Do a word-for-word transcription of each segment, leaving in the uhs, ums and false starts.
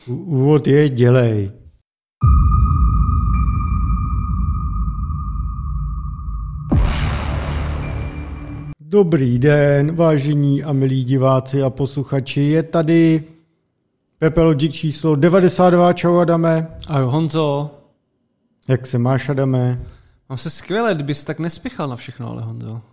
Úvod je, dělej. Dobrý den, vážení a milí diváci a posluchači. Je tady Pepe Logic číslo devadesát dva. Čau, Adame. Ahoj, Honzo. Jak se máš, Adame? Mám se skvěle, kdybys tak nespěchal na všechno, ale Honzo.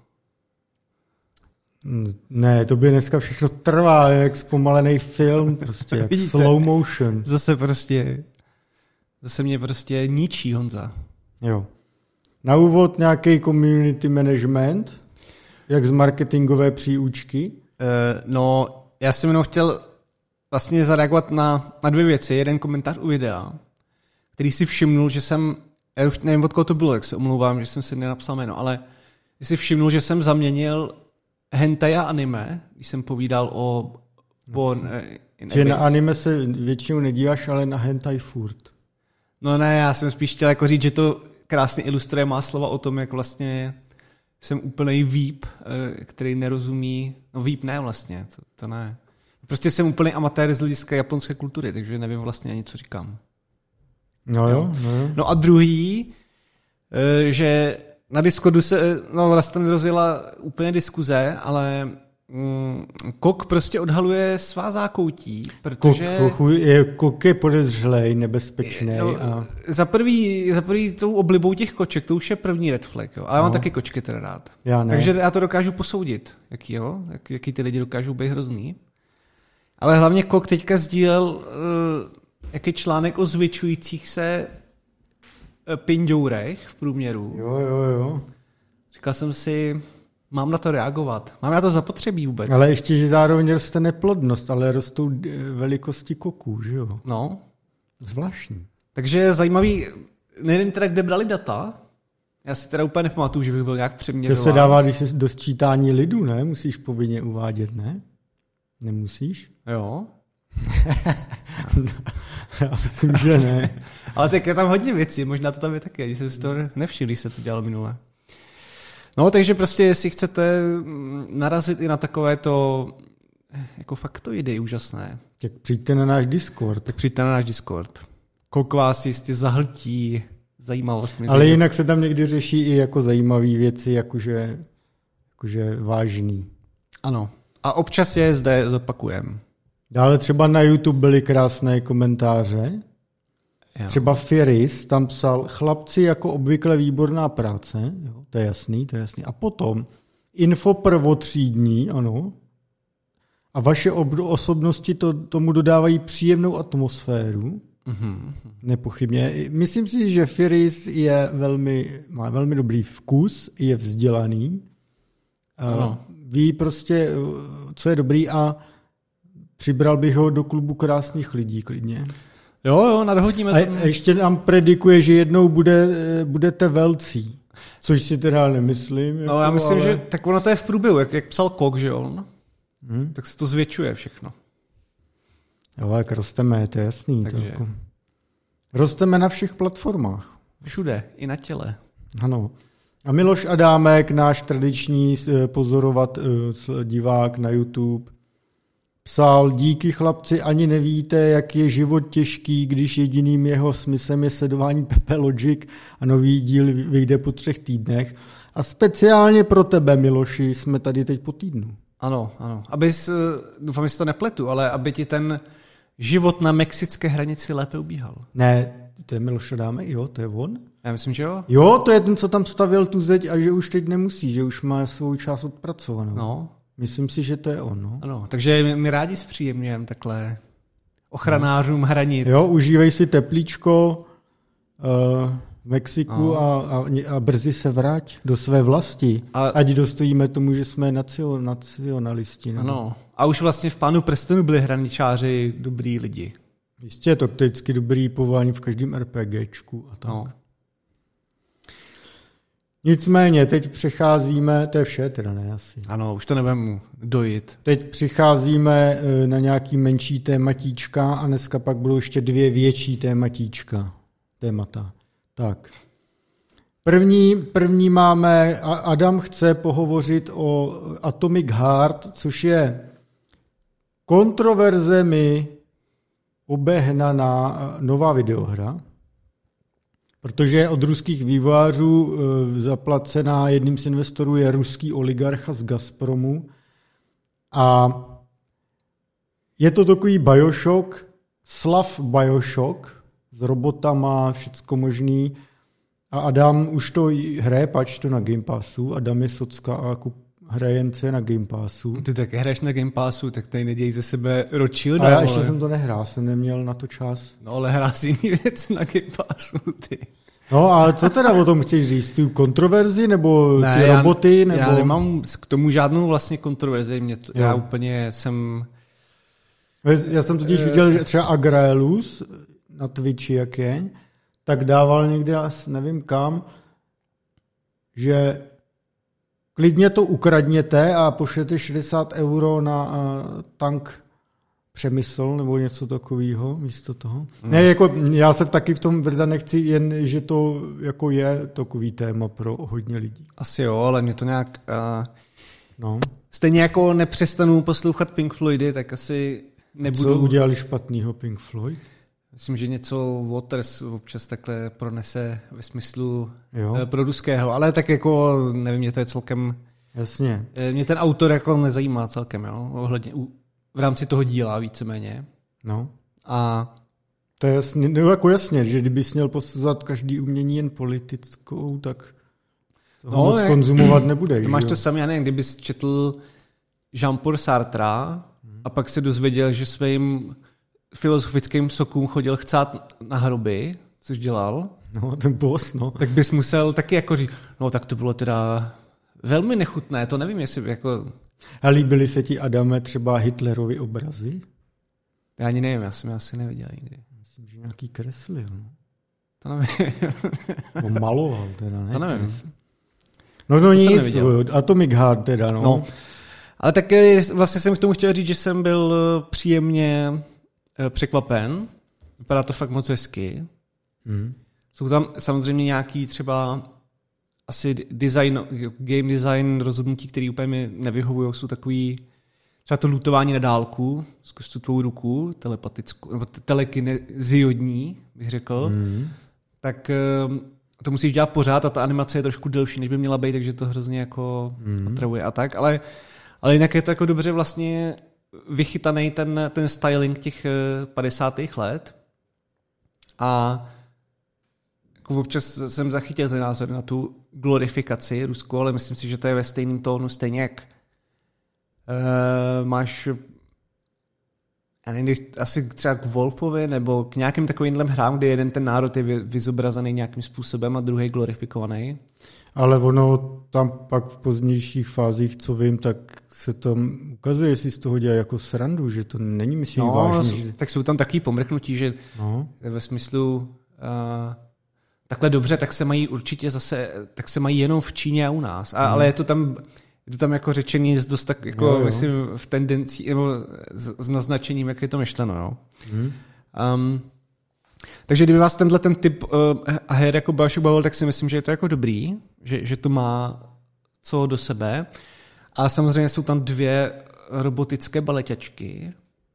Ne, to by dneska všechno trvá, jak zpomalený film, prostě jak Vidíte? Slow motion. Zase prostě, zase mě prostě ničí, Honza. Jo. Na úvod nějaký community management, jak z marketingové příučky. Uh, no, já jsem jenom chtěl vlastně zareagovat na, na dvě věci. Jeden komentář u videa, který si všimnul, že jsem, já už nevím, od koho to bylo, tak se omlouvám, že jsem si nenapsal jméno, ale si všimnul, že jsem zaměnil hentai a anime, když jsem povídal o Born in Že Abyss. na anime se většinou nedíváš, ale na hentai furt. No ne, já jsem spíš chtěl jako říct, že to krásně ilustruje má slova o tom, jak vlastně jsem úplnej výp, který nerozumí, no výp ne vlastně, to, to ne. Prostě jsem úplnej amatér z hlediska japonské kultury, takže nevím vlastně ani, co říkám. No jo, no jo. No a druhý, že na Discordu se, no vlastně rozjela úplně diskuze, ale mm, Kok prostě odhaluje svá zákoutí, protože... Kok, je, kok je podezřelej, nebezpečný. No, a... Za prvý, za prvý tou oblibou těch koček, to už je první red flag, jo. Ale já mám no. taky kočky teda rád. Já ne. Takže já to dokážu posoudit, jaký, jo, jak, jaký ty lidi dokážou být hrozný. Ale hlavně Kok teďka sdílel uh, jaký článek o zvětšujících se pindourech v průměru. Jo, jo, jo. Říkal jsem si, mám na to reagovat. Mám na to zapotřebí vůbec. Ale ještě, že zároveň roste neplodnost, ale rostou velikosti koků, že jo? No. Zvláštní. Takže je zajímavý, nevím teda, kde brali data. Já si teda úplně nepamatuju, že bych byl nějak přeměřován. To se dává, když jsi do sčítání lidu, ne? Musíš povinně uvádět, ne? Nemusíš? Jo. Já myslím, že ne. Ale tak je tam hodně věcí, možná to tam je taky, když jsem si to nevšiml, když se to dělalo minule. No, takže prostě, jestli chcete narazit i na takové to jako faktoidy úžasné. Tak přijďte na náš Discord. Tak přijďte na náš Discord. Kouk vás jistě zahltí zajímavostmi. Ale jinak se tam někdy řeší i jako zajímavé věci, jakože, jakože vážný. Ano. A občas je zde zopakujem. Dále třeba na YouTube byly krásné komentáře. Jo. Třeba Firis tam psal, chlapci jako obvykle výborná práce, jo, to je jasný, to je jasný. A potom info prvotřídní, ano, a vaše osobnosti to, tomu dodávají příjemnou atmosféru, Mm-hmm. nepochybně. Myslím si, že Firis je velmi, má velmi dobrý vkus, je vzdělaný, ano. ví prostě, co je dobrý a přibral bych ho do klubu krásných lidí klidně. Jo, jo, nadhodíme A tomu. ještě nám predikuje, že jednou bude, budete velcí. Což si teda nemyslím. No jako, já myslím, ale... že tak ono to je v průběhu, jak, jak psal Kok, že on, hmm. tak se to zvětšuje všechno. Jo, jak rosteme, to je jasný. Takže... To jako... Rosteme na všech platformách. Všude, i na těle. Ano. A Miloš Adámek, náš tradiční pozorovat divák na YouTube, psal, díky chlapci, ani nevíte, jak je život těžký, když jediným jeho smyslem je sledování Pepe Logic a nový díl vyjde po třech týdnech. A speciálně pro tebe, Miloši, jsme tady teď po týdnu. Ano, ano. Abys, doufám, že si to nepletu, ale aby ti ten život na mexické hranici lépe ubíhal. Ne, to je Miloš Adámek, jo, to je on? Já myslím, že jo. Jo, to je ten, co tam stavěl tu zeď a že už teď nemusí, že už má svou část odpracovanou. No. Myslím si, že to je on. No. Ano, takže my, my rádi zpříjemňujeme takhle ochranářům hranic. Jo, užívej si teplíčko uh, v Mexiku no. a, a, a brzy se vrať do své vlasti. A... Ať dostojíme tomu, že jsme nacio, nacionalisti. Nebo... Ano. A už vlastně v Pánu prstenů byli hraničáři dobrý lidi. Jistě, to je vždycky dobrý povolání v každém RPGčku a tak. No. Nicméně, teď přecházíme, to je vše, teda ne asi. Ano, už to nebudeme dojít. Teď přicházíme na nějaký menší tématíčka a dneska pak budou ještě dvě větší tématíčka. Témata. Tak. První, první máme, Adam chce pohovořit o Atomic Heart, což je kontroverzemi obehnaná nová videohra, protože je od ruských vývojářů zaplacená, jedním z investorů je ruský oligarcha z Gazpromu a je to takový Bioshock, Slav Bioshock s robotama, všecko možný a Adam už to hraje, pač to na Game Passu, Adam je socka a hraje jen co je na Game Passu. Ty taky hraješ na Game Passu, tak tady neděj ze sebe Rothschild. A já ještě jsem to nehrál, jsem neměl na to čas. No ale hrál si jiný věc na Game Passu, ty. No a co teda o tom chceš říct? Tu kontroverzi nebo ne, ty já, roboty? Nebo... Já nemám k tomu žádnou vlastně kontroverzi. Mě to, já úplně jsem... Já jsem totiž viděl, že třeba Agraelus na Twitchi, jak je, tak dával někde, nevím kam, že klidně to ukradněte a pošlete šedesát euro na tank Přemysl nebo něco takového místo toho. Hmm. Ne, jako já se taky v tom vrda nechci, jen že to jako je takový téma pro hodně lidí. Asi jo, ale mě to nějak... Uh, no. Stejně jako nepřestanu poslouchat Pink Floydy, tak asi nebudu... Co udělali špatného Pink Floyd? Myslím, že něco Waters občas takhle pronese ve smyslu jo. pro ruského, ale tak jako, nevím, mě to je celkem... Jasně. Mě ten autor jako nezajímá celkem, jo, ohledně, v rámci toho díla víceméně. No. A... To je jasně, no jako jasně, že kdybys měl posuzovat každý umění jen politickou, tak to no, moc ne, konzumovat nebudeš. To máš jo? To samé, já nevím, kdybys četl Jean-Paul Sartra hmm. a pak se dozvěděl, že svým filozofickým sokům chodil chcát na hroby, což dělal. No, ten boss, no. Tak bys musel taky jako říct, no tak to bylo teda velmi nechutné, to nevím, jestli jako... A líbily se ti, Adame, třeba Hitlerovi obrazy? Já ani nevím, já jsem je asi neviděl nikdy. Myslím, že nějaký kreslil, no. To nevím. On maloval teda, ne? To nevím. No to nic, Atomic Heart teda, no. no. Ale tak vlastně jsem k tomu chtěl říct, že jsem byl příjemně překvapen. Vypadá to fakt moc hezky. Hmm. Jsou tam samozřejmě nějaký třeba asi design, game design rozhodnutí, které úplně mi nevyhovují. Jsou takový třeba to lutování na dálku, zkus tu tvou ruku, telepatickou, nebo telekineziodní, bych řekl. Hmm. Tak to musíš dělat pořád a ta animace je trošku delší, než by měla být, takže to hrozně jako hmm. otravuje a tak. Ale, ale jinak je to jako dobře vlastně vychytaný ten, ten styling těch padesátých let a jako občas jsem zachytil ten názor na tu glorifikaci ruskou, ale myslím si, že to je ve stejném tónu, stejně jak uh, máš já nevím, asi třeba k Wolfovi nebo k nějakým takovým hrám, kde jeden ten národ je vyzobrazený nějakým způsobem a druhý glorifikovaný. Ale ono tam pak v pozdějších fázích, co vím, tak se tam ukazuje, jestli z toho dělá jako srandu, že to není myslím no, vážný. Že... Tak jsou tam taky pomrknutí, že no. ve smyslu uh, takhle dobře, tak se mají určitě zase, tak se mají jenom v Číně a u nás. A, hmm. Ale je to tam, je to tam jako řečení dost tak jako, jo, jo. myslím, v tendenci, nebo s, s naznačením, jak je to myšleno. Jo. Hmm. Um, takže kdyby vás tenhle ten typ uh, her jako Bioshock bavil, tak si myslím, že je to jako dobrý, že, že to má co do sebe. A samozřejmě jsou tam dvě robotické baleťačky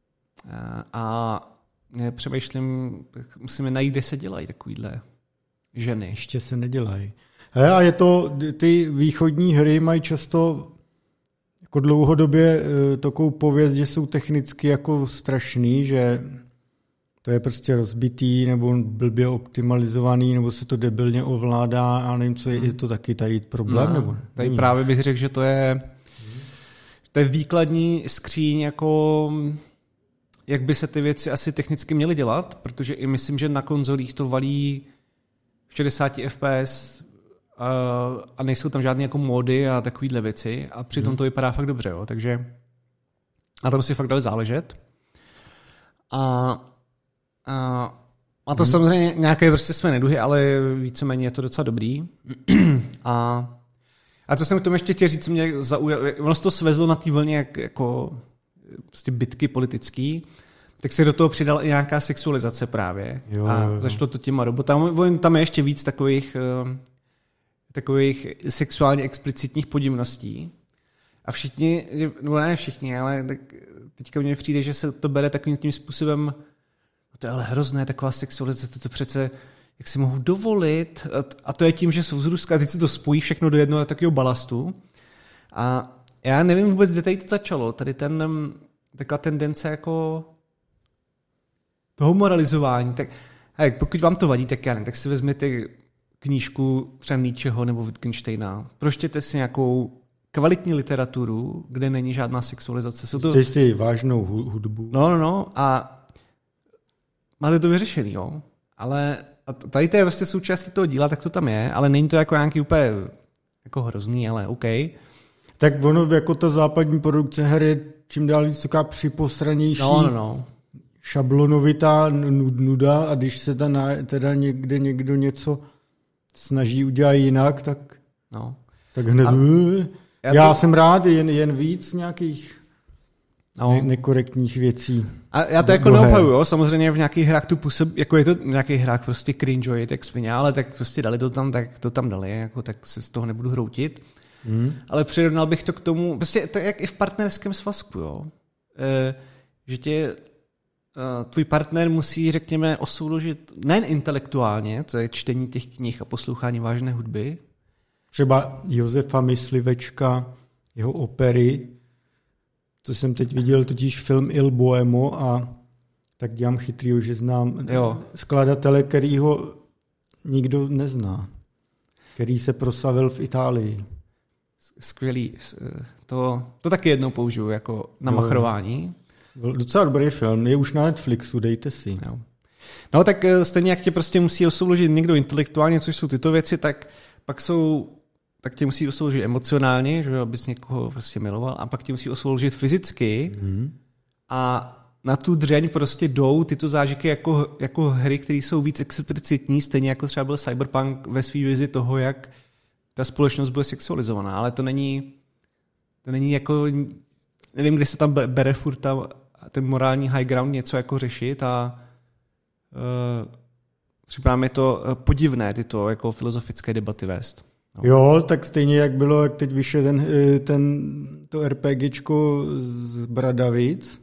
a přemýšlím, musíme najít, kde se dělají takovýhle ženy. Ještě se nedělají. A je to, ty východní hry mají často jako dlouhodobě takovou pověst, že jsou technicky jako strašný, že to je prostě rozbitý nebo blbě optimalizovaný, nebo se to debilně ovládá a nevím, co je, je to taky tady problém? No, nebo tady není. Právě bych řekl, že to je to je výkladní skříň, jako jak by se ty věci asi technicky měly dělat, protože i myslím, že na konzolích to valí v šedesát F P S a, a nejsou tam žádné jako módy a takovýhle věci a přitom hmm. to vypadá fakt dobře, jo, takže na tom si fakt dali záležet. A A, a to hmm. samozřejmě nějaké prostě své neduhy, ale víceméně je to docela dobrý. a, a co jsem k tomu ještě chtěl říct, co mě zaujalo, ono se to svezlo na té vlně jak, jako prostě bitky politický, tak se do toho přidala i nějaká sexualizace právě. Jo, a jo. Začalo to těma robotama. Tam je ještě víc takových, takových sexuálně explicitních podivností. A všichni, nebo ne všichni, ale tak teďka mně přijde, že se to bere takovým tím způsobem. to je ale hrozné, taková sexualizace, to, to přece, jak si mohu dovolit, a to je tím, že jsou z Ruska, a teď se to spojí všechno do jednoho takového balastu. A já nevím vůbec, kde tady to začalo, tady ten, taková tendence jako toho moralizování, tak hej, pokud vám to vadí, tak já nevím, tak si vezměte knížku třeba Nietzscheho nebo Wittgensteina, pročtěte si nějakou kvalitní literaturu, kde není žádná sexualizace. Jsou to... Ty si vážnou hudbu. No, no, no, a máte to vyřešený, jo. Ale a tady to je vlastně součástí toho díla, tak to tam je, ale není to jako nějaký úplně jako hrozný, ale OK. Tak ono, jako ta západní produkce her je čím dál víc taková připosranější, no, no, no. šablonovitá nuda a když se ta na, teda někde někdo něco snaží udělat jinak, tak, no. tak hned... A já, já to... jsem rád, jen, jen víc nějakých no. ne- nekorektních věcí. A já to jako neobhajuju, jo. Samozřejmě v nějakých hrách tu působ, jako je to v nějakých hrách prostě cringe, tak svině, ale tak prostě dali to tam, tak to tam dali, jako, tak se z toho nebudu hroutit. Hmm. Ale přirovnal bych to k tomu, prostě to je jak i v partnerském svazku, jo. E, že tě e, tvůj partner musí, řekněme, osouložit nejen intelektuálně, to je čtení těch knih a poslouchání vážné hudby. Třeba Josefa Myslivečka, jeho opery, to jsem teď viděl totiž film Il Bohemo a tak dělám chytrýho, že znám jo. skladatele, kterýho nikdo nezná, který se proslavil v Itálii. Skvělý. To, to taky jednou použiju jako na jo. machrování. Byl docela dobrý film, je už na Netflixu, dejte si. Jo. No tak stejně jak tě prostě musí osouložit někdo intelektuálně, což jsou tyto věci, tak pak jsou, tak tě musí osouložit emocionálně, že abys někoho prostě miloval, a pak tě musí osouložit fyzicky hmm. a na tu dřeň prostě jdou tyto zážitky jako, jako hry, které jsou víc explicitní, stejně jako třeba byl Cyberpunk ve svý vizi toho, jak ta společnost bude sexualizovaná, ale to není, to není jako, nevím, kde se tam bere furt ta, ten morální high ground něco jako řešit a uh, připadá mi to podivné, tyto jako filozofické debaty vést. No. Jo, tak stejně jak bylo, jak teď vyšel ten, ten, to RPGčko z Bradavic,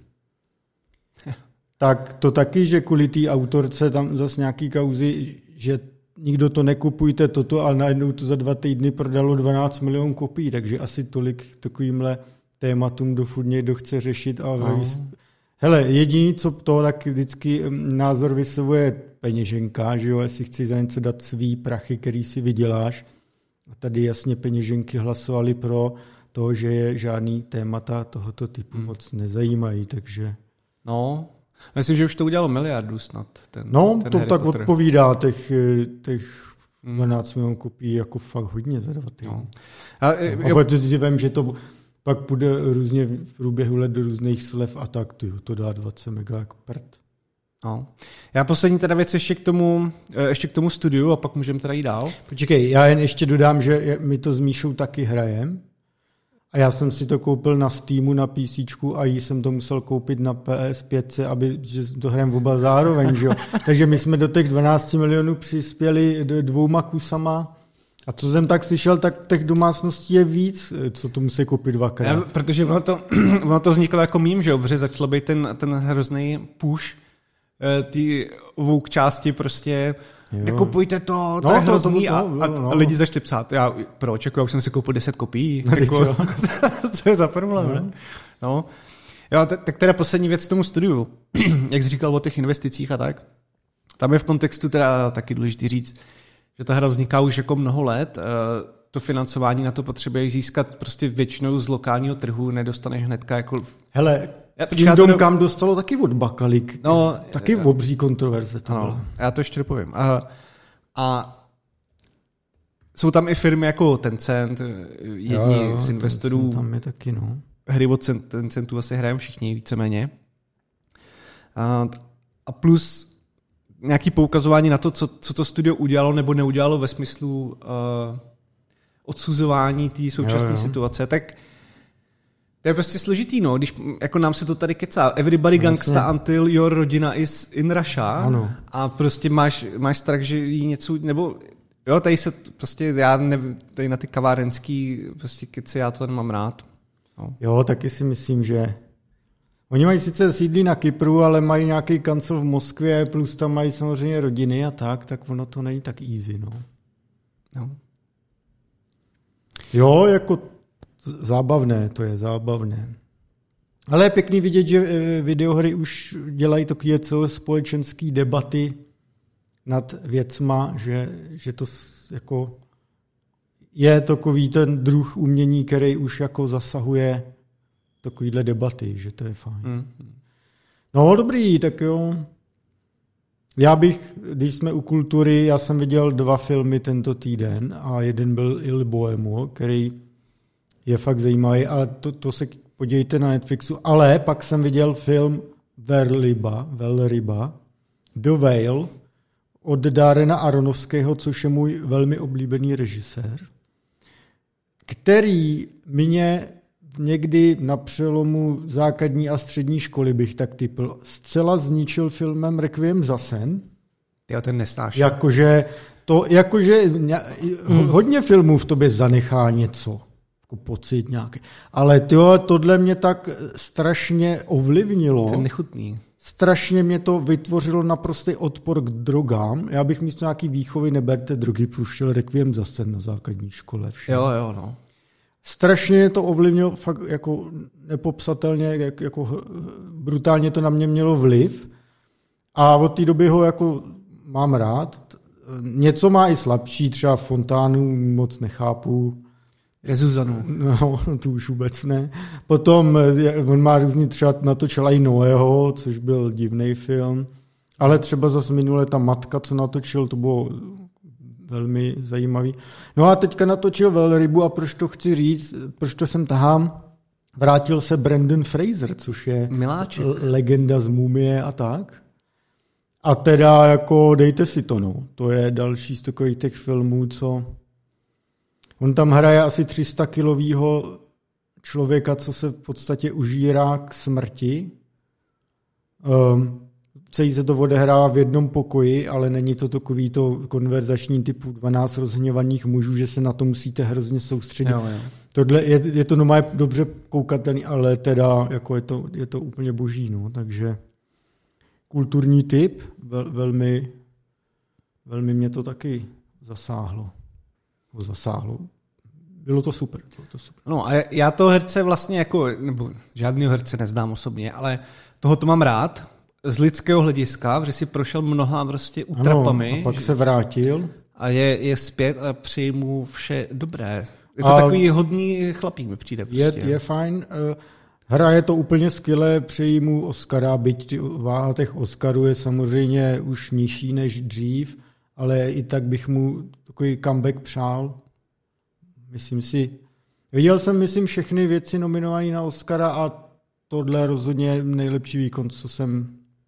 tak to taky, že kvůli té autorce tam zase nějaký kauzy, že nikdo to nekupujte toto, ale najednou to za dva týdny prodalo dvanáct milionů kopií, takže asi tolik takovýmhle tématům do furt někdo chce řešit. A no. Hele, jediný, co to, tak vždycky názor vyslovuje peněženka, že jo, jestli chci za něco dát svý prachy, který si vyděláš. A tady jasně peněženky hlasovaly pro to, že je žádný témata tohoto typu hmm. moc nezajímají, takže... No, myslím, že už to udělalo miliardu snad. Ten, no, ten to Harry tak Potter. Odpovídá těch, těch dvanáct milionů kopií jako fakt hodně za dva týdny. No. A, no, a si vím, že to pak půjde různě v průběhu let do různých slev a tak, tyjo, to dá dvacet mega jak prd. No. Já poslední teda věc ještě k tomu, ještě k tomu studiu a pak můžeme teda jít dál. Počkej, já jen ještě dodám, že my to s Míšou taky hrajem. A já jsem si to koupil na Steamu, na PCčku a jí jsem to musel koupit na P S pět, aby, že to hrajeme oba zároveň, že jo. Takže my jsme do těch dvanáct milionů přispěli dvouma kusama. A co jsem tak slyšel, tak těch domácností je víc, co to musí koupit dvakrát. Já, protože ono to, ono to vzniklo jako mím, že jo, protože začal být ten, ten hrozný push ty vouk části prostě jo. Nekupujte to, to no, je hrozný to, to, to, a, no, no. a lidi začali psát, já proč, jako já už jsem si koupil deset kopií, no, jako, co je za problém, no. Ne? No. Jo, tak, tak teda poslední věc k tomu studiu, jak jsi říkal o těch investicích a tak, tam je v kontextu teda taky důležitý říct, že ta hra vzniká už jako mnoho let, to financování na to potřebuješ získat prostě většinou z lokálního trhu, nedostaneš hnedka jako... Hele, Kingdom do... Come dostalo taky od Bakalik. No, taky v obří kontroverze to ano, bylo. Já to ještě dopovím. A, a jsou tam i firmy jako Tencent, jedni jo, jo, z investorů. Tam je taky, no. Hry od Tencentu asi hrajeme všichni víceméně. A, a plus nějaké poukazování na to, co, co to studio udělalo nebo neudělalo ve smyslu uh, odsuzování té současné situace. Tak to je prostě složitý, no, když jako nám se to tady kecá. Everybody no, gangsta until your rodina is in Russia. Ano. A prostě máš, máš strach, že jí něco, nebo jo, tady se prostě, já nevím, tady na ty kavárenský prostě keci, já to nemám rád. No. Jo, taky si myslím, že Oni mají sice sídlí na Kypru, ale mají nějaký kancel v Moskvě, plus tam mají samozřejmě rodiny a tak, tak ono to není tak easy, no. no. Jo, jako zábavné, to je zábavné. Ale je pěkný vidět, že videohry už dělají takové celospolečenské debaty nad věcma, že, že to jako je takový ten druh umění, který už jako zasahuje takovýhle debaty, že to je fajn. Mm. No dobrý, tak jo. Já bych, když jsme u kultury, já jsem viděl dva filmy tento týden a jeden byl Il Bohemo, který je fakt zajímavý, ale to, to se podívejte na Netflixu. Ale pak jsem viděl film Velryba, Velryba, The Whale od Darrena Aronofského, což je můj velmi oblíbený režisér, který mě někdy na přelomu základní a střední školy bych tak typl, zcela zničil filmem Requiem za sen. Já ten nesnáším. Jakože, to, jakože hmm. hodně filmů v tobě zanechá něco, jako pocit nějaký. Ale tyjo, tohle mě tak strašně ovlivnilo. Ten nechutný. Strašně mě to vytvořilo naprostý odpor k drogám. Já bych místo nějaký výchovy neberte drogy puštěl Requiem za sen na základní škole. Všem. Jo, jo, no. Strašně to ovlivnilo, fakt jako nepopsatelně, jak, jako brutálně to na mě mělo vliv. A od té doby ho jako mám rád. Něco má i slabší, třeba Fontánu moc nechápu. Rezuzanu. No, to už vůbec ne. Potom on má různý, třeba natočil i Noého, což byl divný film. Ale třeba zase minule ta Matka, co natočil, to bylo velmi zajímavý. No a teďka natočil Velrybu a proč to chci říct, proč to sem tahám, vrátil se Brendan Fraser, což je Miláček. legenda z Mumie a tak. A teda jako dejte si to, no. To je další z takových těch filmů, co... On tam hraje asi tři sta kilovýho člověka, co se v podstatě užírá k smrti. Um, celý se to odehrává v jednom pokoji, ale není to takový to konverzační typu dvanáct rozhněvaných mužů, že se na to musíte hrozně soustředit. Jo, jo. Tohle je, je to normálně dobře koukatelný, ale teda jako je, to, je to úplně boží. No. Takže kulturní typ, vel, velmi, velmi mě to taky zasáhlo. Ho zasáhlo. Bylo to super. Bylo to super. No a já toho herce vlastně jako, nebo žádného herce neznám osobně, ale toho to mám rád z lidského hlediska, že si prošel mnoha prostě útrapami. Ano, a pak se vrátil. A je, je zpět a přeji mu vše dobré. Je to a takový hodný chlapík, mi přijde. Prostě. Je, je fajn. Hraje to úplně skvěle, přeji mu Oscara, byť váha těch Oscarů je samozřejmě už nižší než dřív, ale i tak bych mu takový comeback přál. Myslím si, viděl jsem, myslím, všechny věci nominované na Oscara a tohle rozhodně nejlepší výkon, co jsem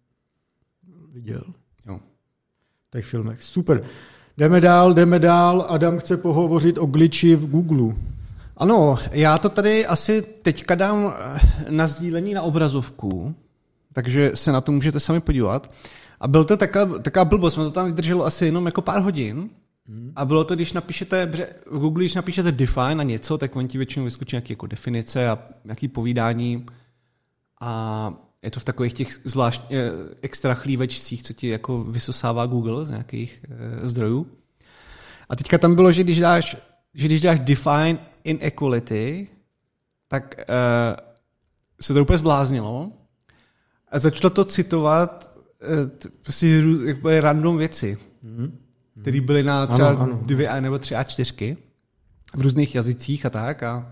viděl. Jo. V těch filmech. Super. Jdeme dál, jdeme dál. Adam chce pohovořit o glitchi v Google. Ano, já to tady asi teďka dám na sdílení na obrazovku, takže se na to můžete sami podívat. A byl to taková, taková blbost, jsme to tam vydrželo asi jenom jako pár hodin. Hmm. A bylo to, když napíšete, v Google, když napíšete define a něco, tak on ti většinou vyskočí nějaké jako definice a nějaké povídání. A je to v takových těch zvlášť extra chlívečcích, co ti jako vysosává Google z nějakých e, zdrojů. A teďka tam bylo, že když dáš, že když dáš define inequality, tak e, se to úplně zbláznilo a začalo to citovat e, prostě jako random věci, hmm. které byly na třeba ano, ano. dvě nebo tři a čtyřky v různých jazycích a tak. A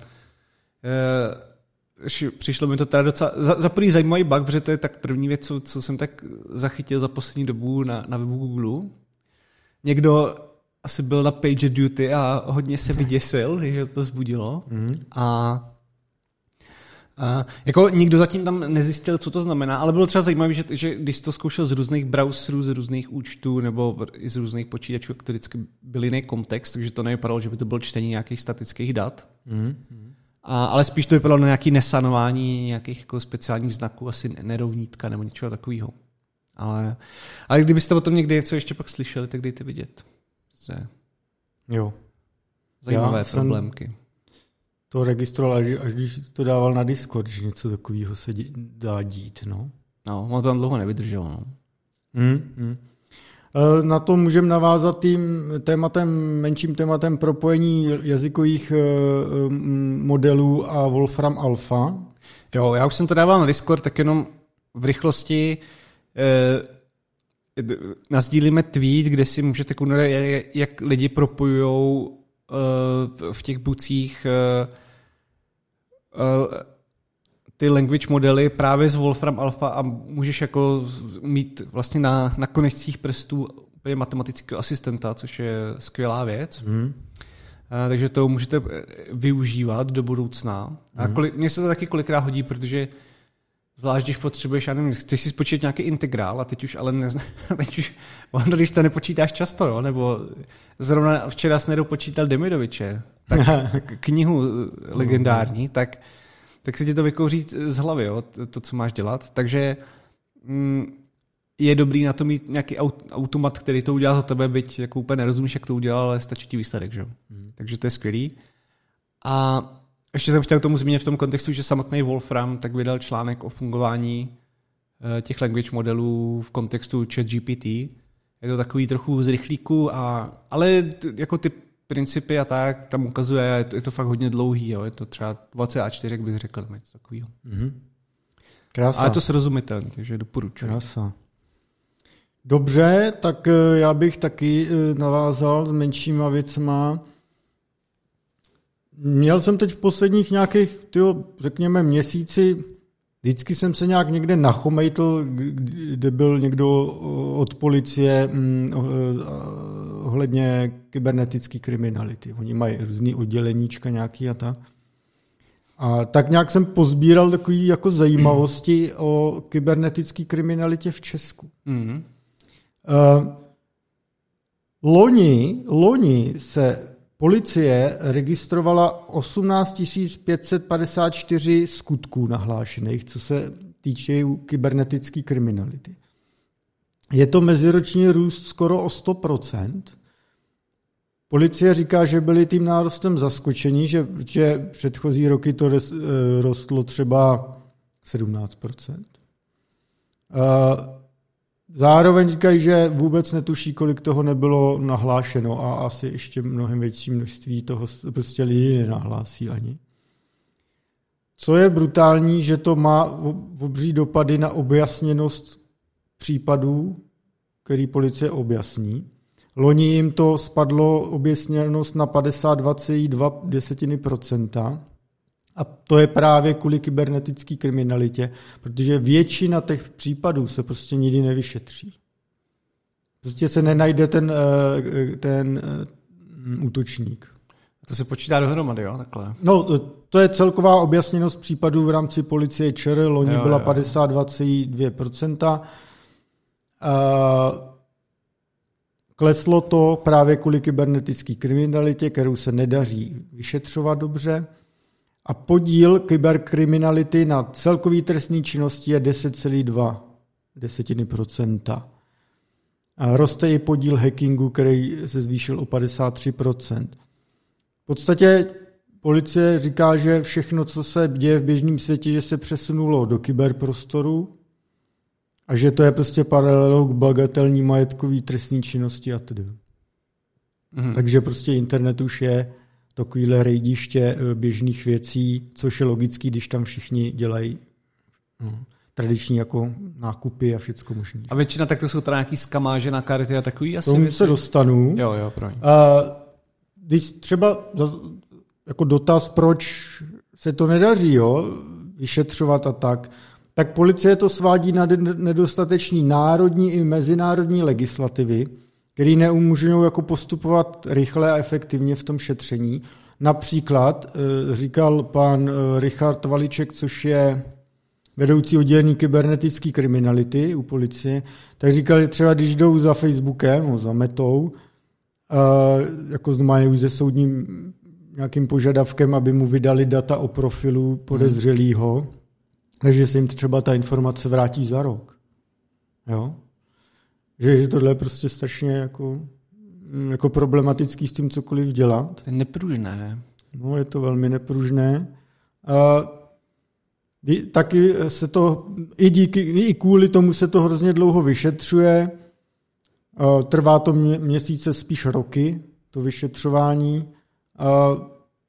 e, přišlo mi to teda docela za, za první zajímavý bug, protože to je tak první věc, co, co jsem tak zachytil za poslední dobu na, na webu Google. Někdo asi byl na page duty a hodně se vyděsil, že to zbudilo. Mm. A a jako nikdo zatím tam nezjistil, co to znamená, ale bylo třeba zajímavé, že, že když to zkoušel z různých browserů, z různých účtů nebo i z různých počítačů, které vždycky byl jiný kontext, takže to nevypadalo, že by to bylo čtení nějakých statických dat. Mm. A, ale spíš to vypadalo na nějaké nesanování nějakých jako speciálních znaků, asi nerovnítka nebo něčeho takového. Ale, ale kdybyste o tom někdy něco ještě pak slyšeli, tak dejte vidět. Jo. Zajímavé Já problémky. Jsem... to registroval, až, až když to dával na Discord, že něco takového se dí, dá dít. No, no ono tam dlouho nevydrželo. No. Hmm, hmm. Na to můžeme navázat tím tématem, menším tématem propojení jazykových modelů a Wolfram Alpha. Jo, já už jsem to dával na Discord, tak jenom v rychlosti eh, nasdílíme tweet, kde si můžete kouknout, jak lidi propojujou eh, v těch bucích eh, eh, ty language modely právě z Wolfram Alpha a můžeš jako mít vlastně na, na konečcích prstů matematického asistenta, což je skvělá věc. Hmm. A, takže to můžete využívat do budoucna. Hmm. A kolik, mně se to taky kolikrát hodí, protože zvlášť, když potřebuješ, já nevím, chceš si spočítat nějaký integrál a teď už ale nezna, teď už, když to nepočítáš často, jo, nebo zrovna včera jsem nedopočítal Demidoviče, tak knihu legendární, tak tak se ti to vykouří z hlavy, jo, to, co máš dělat. Takže mm, je dobrý na to mít nějaký aut, automat, který to udělá za tebe, byť jako úplně nerozumíš, jak to udělal, ale stačí ti výsledek. Že? Hmm. Takže to je skvělý. A ještě jsem chtěl k tomu zmínit v tom kontextu, že samotný Wolfram tak vydal článek o fungování těch language modelů v kontextu ChatGPT. Je to takový trochu z rychlíku, a, ale jako ty principy a tak tam ukazuje, je to, je to fakt hodně dlouhý, jo? Je to třeba dvacet čtyři, jak bych řekl, něco takového. Mm-hmm. Krása. Ale je to srozumitelné, takže doporučuji. Krása. Dobře, tak já bych taky navázal s menšíma věcma. Měl jsem teď v posledních nějakých, tyjo, řekněme, měsíci, vždycky jsem se nějak někde nachomejtl, kde byl někdo od policie ohledně kybernetické kriminality. Oni mají různý odděleníčka nějaký a tak. A tak nějak jsem pozbíral takové jako zajímavosti o kybernetické kriminalitě v Česku. Mm-hmm. Uh, loni, loni se policie registrovala osmnáct tisíc pět set padesát čtyři skutků nahlášených, co se týče kybernetické kriminality. Je to meziroční růst skoro o sto procent. Policie říká, že byli tím nárůstem zaskočeni, že, že předchozí roky to rostlo třeba sedmnáct procent. Zároveň říkají, že vůbec netuší, kolik toho nebylo nahlášeno a asi ještě mnohem větší množství toho prostě lidi nenahlásí ani. Co je brutální, že to má obří dopady na objasněnost případů, který policie objasní. Loni jim to spadlo objasněnost na padesát dva celá dva procenta a to je právě kvůli kybernetické kriminalitě, protože většina těch případů se prostě nikdy nevyšetří. Prostě se nenajde ten, ten útočník. To se počítá dohromady, jo? Takhle. No, to je celková objasněnost případů v rámci policie ČR, loni jo, byla jo. padesát dva celá dva procenta. Kleslo to právě kvůli kybernetické kriminalitě, kterou se nedaří vyšetřovat dobře. A podíl kyberkriminality na celkový trestní činnosti je deset celá dva procenta. A roste i podíl hackingu, který se zvýšil o padesát tři procent. V podstatě policie říká, že všechno, co se děje v běžném světě, že se přesunulo do kyberprostoru a že to je prostě paralelou k bagatelní majetkové trestní činnosti a tedy. Mhm. Takže prostě internet už je takovýhle rejdiště běžných věcí, což je logický, když tam všichni dělají no, tradiční jako nákupy a všecko možné. A většina tak to jsou teda nějaký skamáže na karty a takový asi tomu věci? Se dostanu. Jo, jo, promiň. Když třeba jako dotaz, proč se to nedaří, jo, vyšetřovat a tak, tak policie to svádí na nedostatečný národní i mezinárodní legislativy, který neumožňují jako postupovat rychle a efektivně v tom šetření. Například říkal pan Richard Valiček, což je vedoucí oddělení kybernetické kriminality u policie, tak říkal, že třeba když jdou za Facebookem, no, za Metou, jako mají se soudním nějakým požadavkem, aby mu vydali data o profilu podezřelýho, hmm. takže se jim třeba ta informace vrátí za rok. Jo? Že, že tohle je prostě strašně jako, jako problematický s tím cokoliv dělat. To je nepružné. No, je to velmi nepružné. Uh, taky se to, i, díky, i kvůli tomu se to hrozně dlouho vyšetřuje. Uh, trvá to mě, měsíce, spíš roky, to vyšetřování. Uh,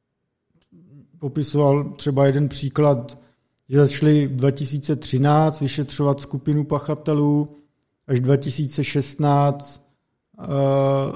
popisoval třeba jeden příklad, že začali dva tisíce třináct vyšetřovat skupinu pachatelů, až dva tisíce šestnáct uh,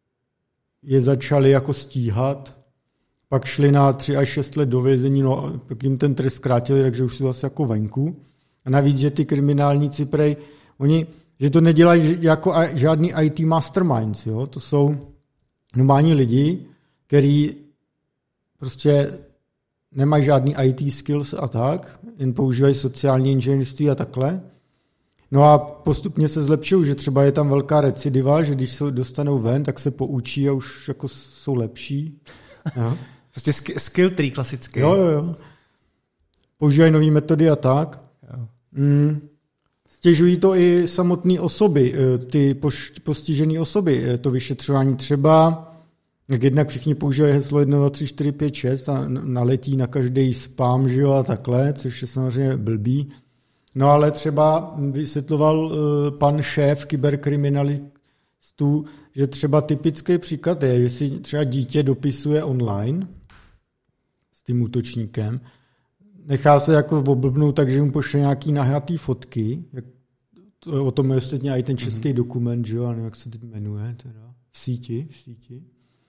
je začali jako stíhat, pak šli na tři až šest let do vězení, no a pak jim ten trest zkrátili, takže už jsou zase jako venku. A navíc, že ty kriminálníci prej, oni, že to nedělají jako žádný í té masterminds, jo? To jsou normální lidi, kteří prostě nemají žádný í té skills a tak, jen používají sociální inženýrství a takhle. No a postupně se zlepšují, že třeba je tam velká recidiva, že když se dostanou ven, tak se poučí a už jako jsou lepší. Jo. Prostě skill tree klasický. Jo, jo, jo. Používají nové metody a tak. Jo. Mm. Stěžují to i samotné osoby, ty postižené osoby. To vyšetřování třeba, jak jednak všichni používají heslo jedna, dva, tři, čtyři, pět, šest a naletí na každý spam, že jo, a takhle, což je samozřejmě blbý. No ale třeba vysvětloval pan šéf kyberkriminalistů, že třeba typický příklad je, že si třeba dítě dopisuje online s tím útočníkem, nechá se jako oblbnout, takže mu pošle nějaký nahatý fotky, jak, to, o tom je ostatně i ten český mm-hmm. dokument, že jo, a nevím, jak se teď jmenuje, teda, v síti, v síti.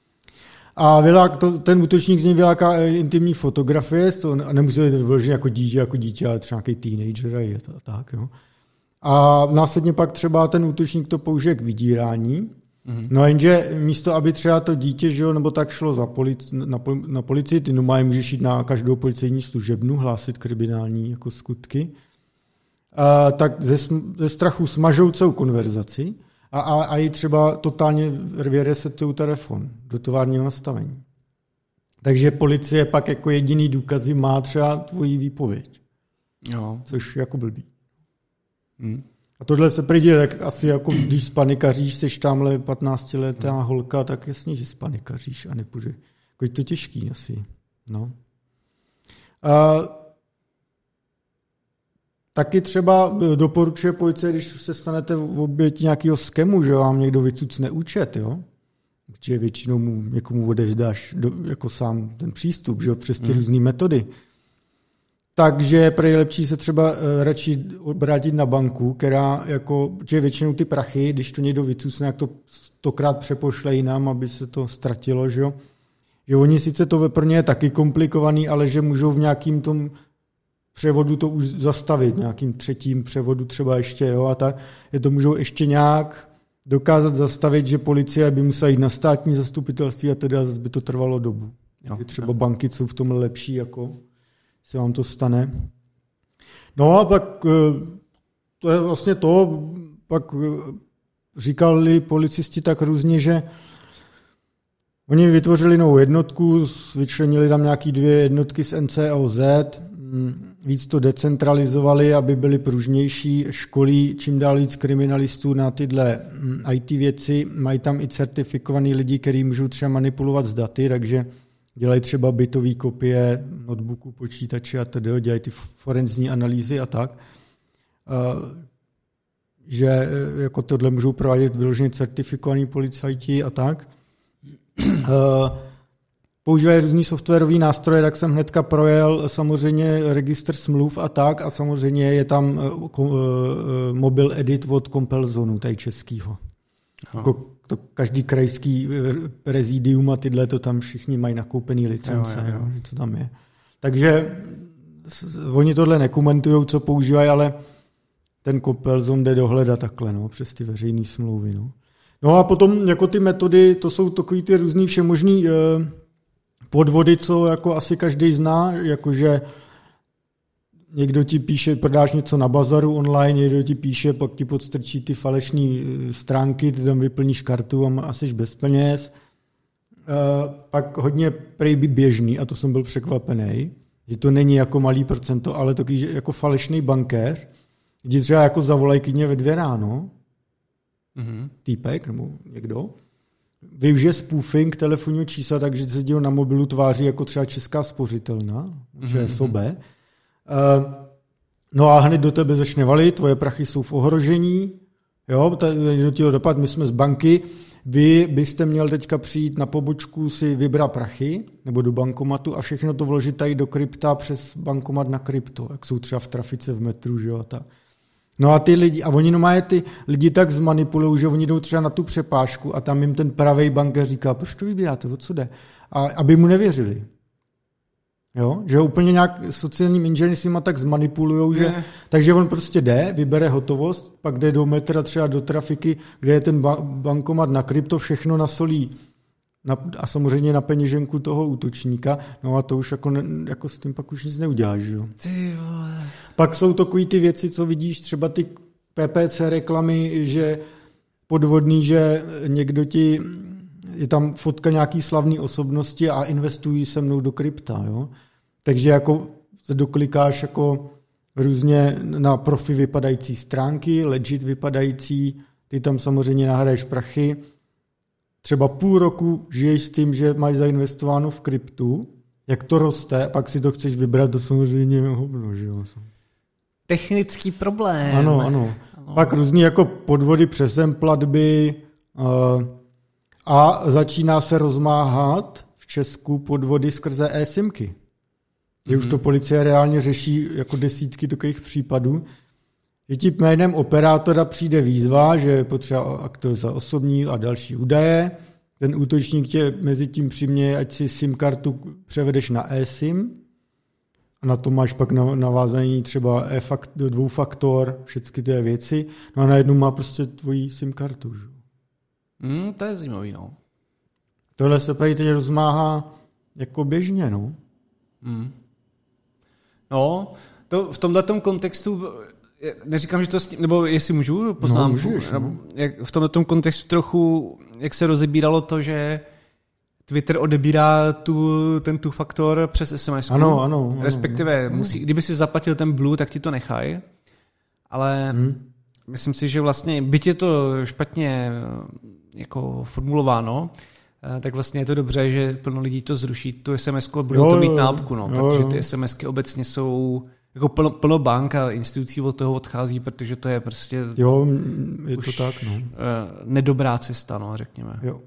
A vylák, to, ten útočník z něj vyláká intimní fotografie, to, a nemusí být vyložený jako dítě, jako dítě, ale třeba nějaký teenager a je to tak, jo. A následně pak třeba ten útočník to použije k vydírání. Mm-hmm. No jenže místo, aby třeba to dítě, že jo, nebo tak šlo za polici, na, na policii, ty normálně můžeš jít na každou policejní služebnu, hlásit kriminální jako skutky, a, tak ze, ze strachu smažou celou konverzaci a, a, a i třeba totálně resetují telefon do továrního nastavení. Takže policie pak jako jediný důkazy má třeba tvoji výpověď. Jo. Což jako blbý. Hmm. A tohle se prý děje, tak asi jako když spanikaříš, seš tamhle patnáctiletá hmm. holka, tak jasně, že spanikaříš a nepůjde. Jako je to těžký asi. No. A taky třeba doporučuje policie, když se stanete v oběti nějakého skemu, že vám někdo vycucne účet, jo? Protože většinou mu někomu odevzdáš do, jako sám ten přístup, že jo? Přes ty hmm. různé metody. Takže je lepší se třeba uh, radši obrátit na banku, která jako, že většinou ty prachy, když to někdo vycucne, jak to stokrát přepošle jinam, aby se to ztratilo, že jo? Že oni sice to pro ně je taky komplikovaný, ale že můžou v nějakým tom převodu to už zastavit, nějakým třetím převodu třeba ještě, jo, a tak, je to můžou ještě nějak dokázat zastavit, že policie by musela jít na státní zastupitelství a teda zase by to trvalo dobu. Jo, třeba banky jsou v tom lepší, jako se vám to stane. No a pak to je vlastně to, pak říkali policisti tak různě, že oni vytvořili novou jednotku, vyčlenili tam nějaký dvě jednotky z N C O Z, víc to decentralizovali, aby byly pružnější, školí čím dál víc kriminalistů na tyhle í té věci, mají tam i certifikovaný lidi, kteří můžou třeba manipulovat s daty, takže dělají třeba bytové kopie notebooku, počítače a tedy, dělají ty forenzní analýzy a tak, že jako tohle můžou provádět vyloženě certifikovaní policajti a tak. Používají různý softwarové nástroje, tak jsem hnedka projel samozřejmě registr smluv a tak a samozřejmě je tam mobil edit od Compelzonu, tady českýho. Jako to každý krajský prezidium a tyhle to tam všichni mají nakoupený licence, jo, jo, jo. Jo, co tam je. Takže oni tohle nekomentují, co používají, ale ten Compelzon jde dohledat takhle, no, přes ty veřejné smlouvy. No. no a potom jako ty metody, to jsou takový ty různý všemožný eh, podvody, co jako asi každý zná, jakože někdo ti píše, prodáš něco na bazaru online, někdo ti píše, pak ti podstrčí ty falešné stránky, ty tam vyplníš kartu a jsi bez peněz. Uh, pak hodně prej běžný, a to jsem byl překvapený, že to není jako malý procento, ale to jako falešný bankéř, kdy třeba jako zavolají klidně ve dvě ráno, mm-hmm. týpek nebo někdo, využije spoofing telefonního čísla, takže se díl na mobilu tváří jako třeba Česká spořitelna, ČSOB. Mm-hmm. Uh, no a hned do tebe začne valit, tvoje prachy jsou v ohrožení, jo, do těho dopad, my jsme z banky, vy byste měl teďka přijít na pobočku si vybrat prachy, nebo do bankomatu a všechno to vložit tady do krypta přes bankomat na krypto, jak jsou třeba v trafice v metru, že jo, a tak. No a ty lidi, a oni normálně ty lidi tak zmanipulují, že oni jdou třeba na tu přepážku a tam jim ten pravej bankér říká, proč to vybíráte, o co jde? A aby mu nevěřili. Jo? Že úplně nějak sociálním inženýři s nima tak zmanipulujou, že takže on prostě jde, vybere hotovost, pak jde do metra třeba do trafiky, kde je ten ba- bankomat na krypto, všechno nasolí na, a samozřejmě na peněženku toho útočníka, no a to už jako, ne, jako s tím pak už nic neuděláš. Jo? Ty vole. Pak jsou takový ty věci, co vidíš, třeba ty P P C reklamy, že podvodný, že někdo ti, je tam fotka nějaký slavný osobnosti a investují se mnou do krypta, jo. Takže jako se doklikáš jako různě na profi vypadající stránky, legit vypadající, ty tam samozřejmě nahraješ prachy, třeba půl roku žiješ s tím, že máš zainvestováno v kryptu, jak to roste, pak si to chceš vybrat, to samozřejmě hovno, že jo. Technický problém. Ano, ano. ano. Pak různý jako podvody přesem platby uh, a začíná se rozmáhat v Česku podvody skrze e-simky. Že mm-hmm. už to policie reálně řeší jako desítky takových případů, že ti jménem operátora přijde výzva, že je potřeba aktualizovat osobní a další údaje. Ten útočník tě mezi tím přiměje, ať si SIM kartu převedeš na e-sim a na to máš pak navázaný třeba e-fakt, dvoufaktor, všechny ty věci. No a najednou má prostě tvoji SIM kartu. Že? Mm, to je zajímavý, no. Tohle se tady teď rozmáhá jako běžně, no. Mm. No, to v tomhletom kontextu, neříkám, že to, nebo jestli můžu poznámku, no, můžeš, no. Jak v tomhletom kontextu trochu, jak se rozebíralo to, že Twitter odebírá tu, ten tu faktor přes es em es. Ano, ano. Respektive, ano. Musí, kdyby si zaplatil ten Blue, tak ti to nechají. Ale hmm. myslím si, že vlastně, byť je to špatně jako formulováno, tak vlastně je to dobře, že plno lidí to zruší, tu es em esku a budou jo, to mít nálepku, no, jo, protože ty es em esky obecně jsou, jako plno, plno bank a institucí od toho odchází, protože to je prostě jo, je to tak, no. nedobrá cesta, no, řekněme. Jo.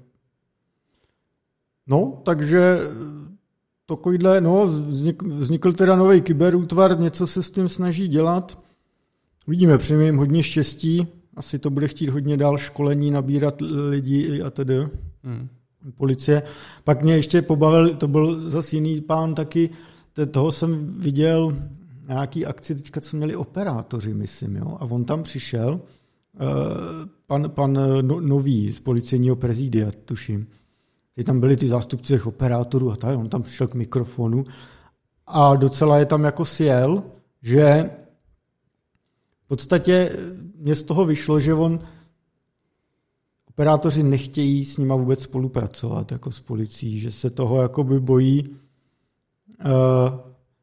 No, takže takovýhle, no, vznikl, vznikl teda nový kyberútvar, něco se s tím snaží dělat. Vidíme, přejeme jim hodně štěstí, asi to bude chtít hodně dál školení, nabírat lidi a tedy. Hmm. Policie. Pak mě ještě pobavil, to byl zase jiný pán taky, toho jsem viděl nějaký akci teďka, co měli operátoři, myslím, jo, a on tam přišel, pan, pan Nový z policejního prezidia, tuším. Teď tam byli ty zástupci těch operátorů a tak, on tam přišel k mikrofonu a docela je tam jako sjel, že v podstatě mě z toho vyšlo, že on operátoři nechtějí s nima vůbec spolupracovat jako s policií, že se toho jakoby bojí. Uh,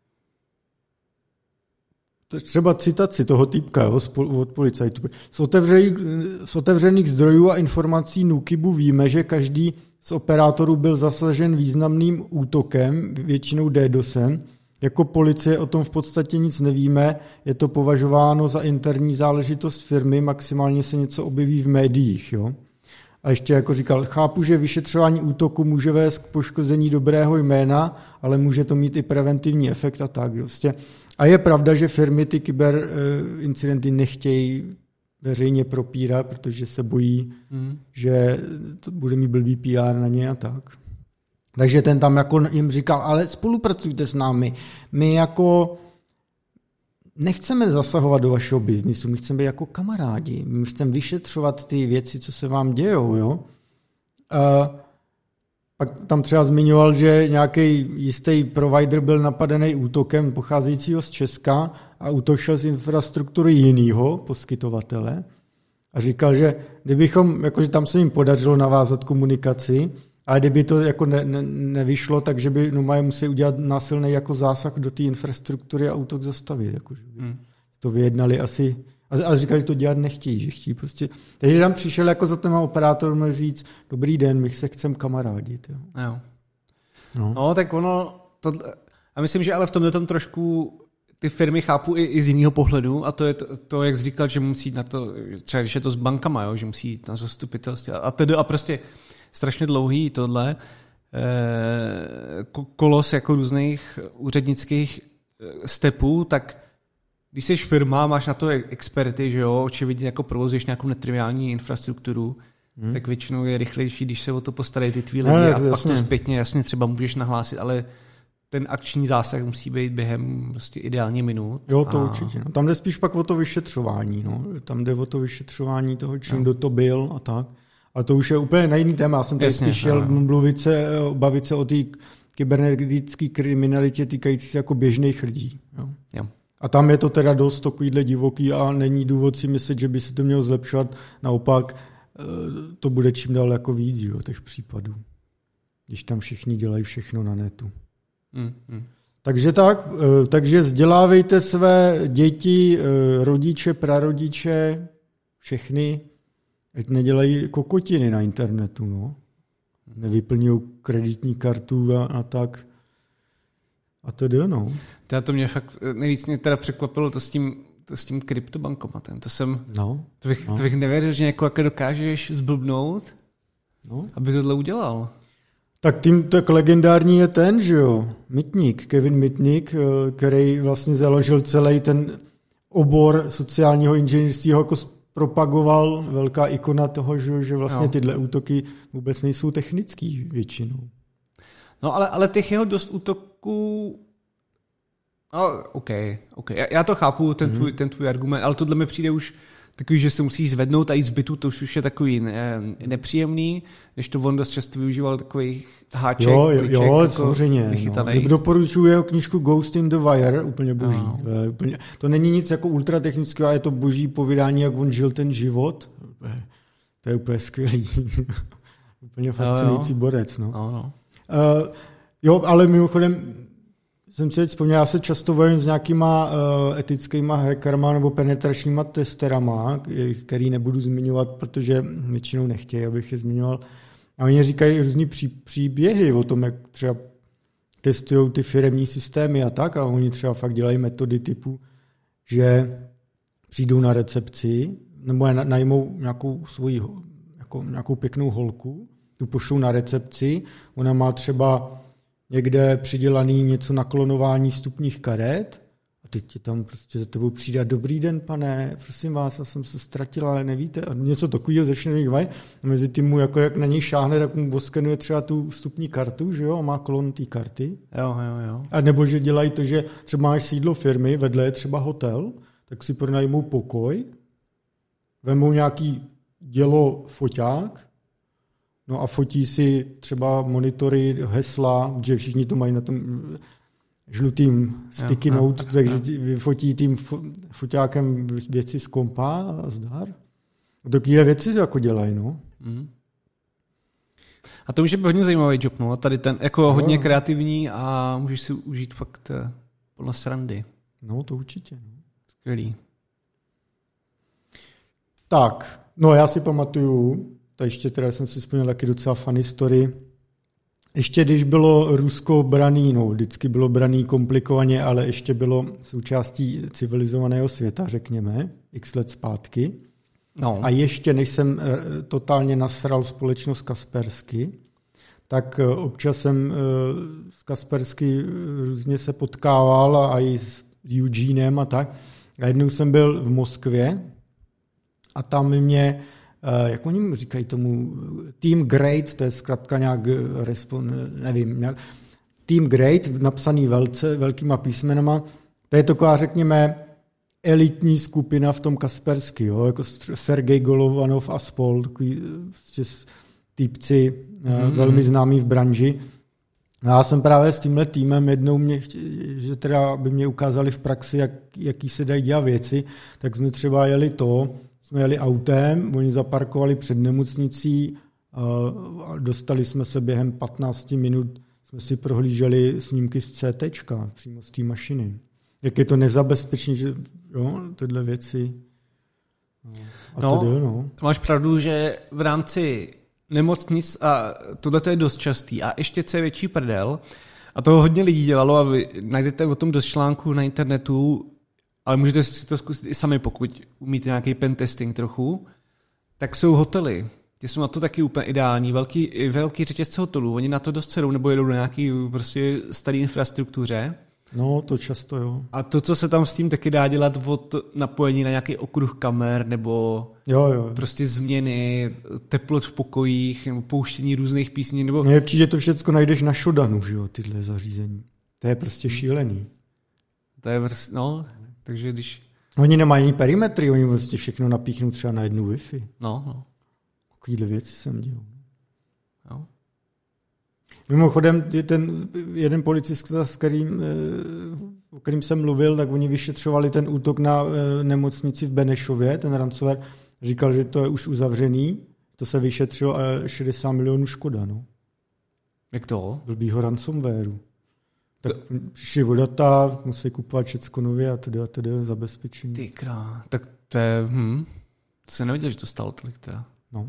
třeba citaci toho týpka jo, od policajtů. Z otevřených, z otevřených zdrojů a informací NÚKIBu víme, že každý z operátorů byl zasažen významným útokem, většinou DDoSem. Jako policie o tom v podstatě nic nevíme, je to považováno za interní záležitost firmy, maximálně se něco objeví v médiích. Jo. A ještě jako říkal, chápu, že vyšetřování útoku může vést k poškození dobrého jména, ale může to mít i preventivní efekt a tak. Prostě. A je pravda, že firmy ty kyberincidenty nechtějí veřejně propírat, protože se bojí, mm. že to bude mít blbý P R na ně a tak. Takže ten tam jako jim říkal, ale spolupracujte s námi. My jako nechceme zasahovat do vašeho biznisu, my chceme být jako kamarádi, my chceme vyšetřovat ty věci, co se vám dějou, jo. A pak tam třeba zmiňoval, že nějaký jistý provider byl napadený útokem pocházejícího z Česka a útočil z infrastruktury jiného poskytovatele a říkal, že kdybychom, jakože tam se jim podařilo navázat komunikaci, ale kdyby to jako ne, ne, nevyšlo, takže by no, museli udělat násilný jako zásah do té infrastruktury a útok zastavit. Jakože. Hmm. To vyjednali asi, A, a říkali, že to dělat nechtějí, že chtějí prostě. Takže tam přišel jako za těma operátorem říct, dobrý den, my se chcem kamarádit. Jo. Jo. No. no, tak ono, to, a myslím, že ale v tomhle tom trošku ty firmy chápu i, i z jiného pohledu a to je to, to, jak jsi říkal, že musí jít na to, třeba když je to s bankama, jo, že musí jít na zastupitelství a tedy a prostě strašně dlouhý tohle eh, kolos jako různých úřednických stepů, tak když jsi firma, máš na to experty, že jo, očividně jako provozuješ nějakou netriviální infrastrukturu, hmm. tak většinou je rychlejší, když se o to postarají ty tví lidi no, a jasně. pak to zpětně jasně třeba můžeš nahlásit, ale ten akční zásah musí být během prostě ideálně minut. Jo, to a... určitě. No. Tam jde spíš pak o to vyšetřování. No. Tam jde o to vyšetřování toho, čím no. kdo to byl a tak. A to už je úplně na jiný téma. Já jsem tady Jasně, spíš šel mluvit se, bavit se o té kybernetické kriminalitě týkající se jako běžných lidí. Jo. Jo. A tam je to teda dost takovýhle divoký a není důvod si myslet, že by se to mělo zlepšovat. Naopak to bude čím dál jako víc, jo, těch případů. Když tam všichni dělají všechno na netu. Hmm, hmm. Takže tak, takže vzdělávejte své děti, rodiče, prarodiče, všechny, ať nedělají kokotiny na internetu, no. Nevyplňují kreditní kartu a, a tak. A tedy, no. Teda to mě fakt, nejvíc mě teda překvapilo to s tím, to s tím kryptobankomatem. To jsem, no, to bych, no. to bych nevěřil, že někoho jako dokážeš zblbnout, no. aby tohle udělal. Tak tím tak legendární je ten, že jo, Mitnick, Kevin Mitnick, který vlastně založil celý ten obor sociálního inženýrství, ho jako propagoval, velká ikona toho, že, že vlastně no. tyhle útoky vůbec nejsou technický většinou. No ale, ale těch jeho dost útoků... No, OK, OK. Já, já to chápu, ten, mm. tvůj, ten tvůj argument, ale tohle mi přijde už takový, že se musí zvednout a jít z bytu, to už je takový ne, nepříjemný, než to on dost často využíval takových háček, jo, jo, kliček, jo jako samozřejmě. No. Doporučuji jeho knížku Ghost in the Wire, úplně boží. No. Úplně, to není nic jako ultratechnického, ale je to boží povídání, jak on žil ten život. To je úplně skvělý. Úplně fascinující no, borec. No. No, no. Uh, jo, ale mimochodem jsem si teď vzpomněl, já se často vojím s nějakýma uh, etickýma hackerama nebo penetračníma testerama, který nebudu zmiňovat, protože většinou nechtějí, abych je zmiňoval. A oni říkají různý pří, příběhy o tom, jak třeba testují ty firemní systémy a tak, a oni třeba fakt dělají metody typu, že přijdou na recepci nebo najmou nějakou svoji jako nějakou pěknou holku, tu pošlou na recepci, ona má třeba někde přidělaný něco na klonování vstupních karet a teď ti tam prostě za tebou přijde, dobrý den, pane, prosím vás, já jsem se ztratila, ale nevíte, a něco takového začne mít vaj. A mezi tím mu, jako jak na něj šáhne, tak mu oskenuje třeba tu vstupní kartu, že jo, a má klon té karty. Jo, jo, jo. A nebo že dělají to, že třeba máš sídlo firmy, vedle je třeba hotel, tak si pronajmou pokoj, vemou nějaký dělo foťák, no a fotí si třeba monitory, hesla, že všichni to mají na tom žlutým sticky jo, note, jo, takže jo. vyfotí tím foťákem věci z kompa a zdar. Takové věci jako dělají, no. Mm. A to už je hodně zajímavý job, no. Tady ten jako no, hodně kreativní a můžeš si užít fakt plno srandy. No, to určitě. No. Skvělý. Tak, no já si pamatuju, to ještě teda jsem si vzpomněl taky docela funny story. Ještě když bylo Rusko braný, no vždycky bylo braný komplikovaně, ale ještě bylo součástí civilizovaného světa, řekněme, x let zpátky. No. A ještě než jsem totálně nasral společnost Kaspersky, tak občas jsem s Kaspersky různě se potkával a i s Eugenem a tak. A jednou jsem byl v Moskvě a tam mě jak oni říkají tomu, Team Great, to je zkrátka nějak, nevím, nějak, Team Great, napsaný velce, velkýma písmenama, to je taková, řekněme, elitní skupina v tom Kaspersky, jo, jako Sergej Golovanov a spol, takový prostě týpci mm-hmm. velmi známí v branži. Já jsem právě s tímhle týmem jednou mě, že teda by mě ukázali v praxi, jak, jaký se dají dělat věci, tak jsme třeba jeli to, jsme jeli autem, oni zaparkovali před nemocnicí a dostali jsme se během patnáct minut, jsme si prohlíželi snímky z C T čka přímo z té mašiny. Jak je to nezabezpečné, že jo, tyhle věci A no, tedy, no. Máš pravdu, že v rámci nemocnic a tohle je dost častý. A ještě co je větší prdel, a to hodně lidí dělalo a vy najdete o tom dost článků na internetu, ale můžete si to zkusit i sami, pokud umíte nějaký pentesting trochu, tak jsou hotely. Ty jsou na to taky úplně ideální. Velký, velký řetězce hotelů, oni na to dost sedou nebo jedou na nějaký prostě starý infrastruktuře. No, to často, jo. A to, co se tam s tím taky dá dělat od napojení na nějaký okruh kamer nebo jo, jo. prostě změny teplot v pokojích nebo pouštění různých písní. Nebo... Nejlepší, že to všechno najdeš na Shodanu, že jo, tyhle zařízení. To je prostě šílený. To je prostě, no, takže když... Oni nemají ani perimetry, oni prostě všechno napíchnou třeba na jednu Wi-Fi. No, no. Takovýhle věci jsem dělal. Jo. Mimochodem, ten jeden policista, s kterým, o kterým jsem mluvil, tak oni vyšetřovali ten útok na nemocnici v Benešově, ten ransomware, říkal, že to je už uzavřený, to se vyšetřilo a šedesát milionů škoda. No. Jak to? Blbýho ransomwareu. Tak to... přišli o data, musí kupovat všecko nově a tedy a tedy zabezpečení. Ty krá, tak to je, hm, to jsem nevěděl, že to stalo tolik teda. No.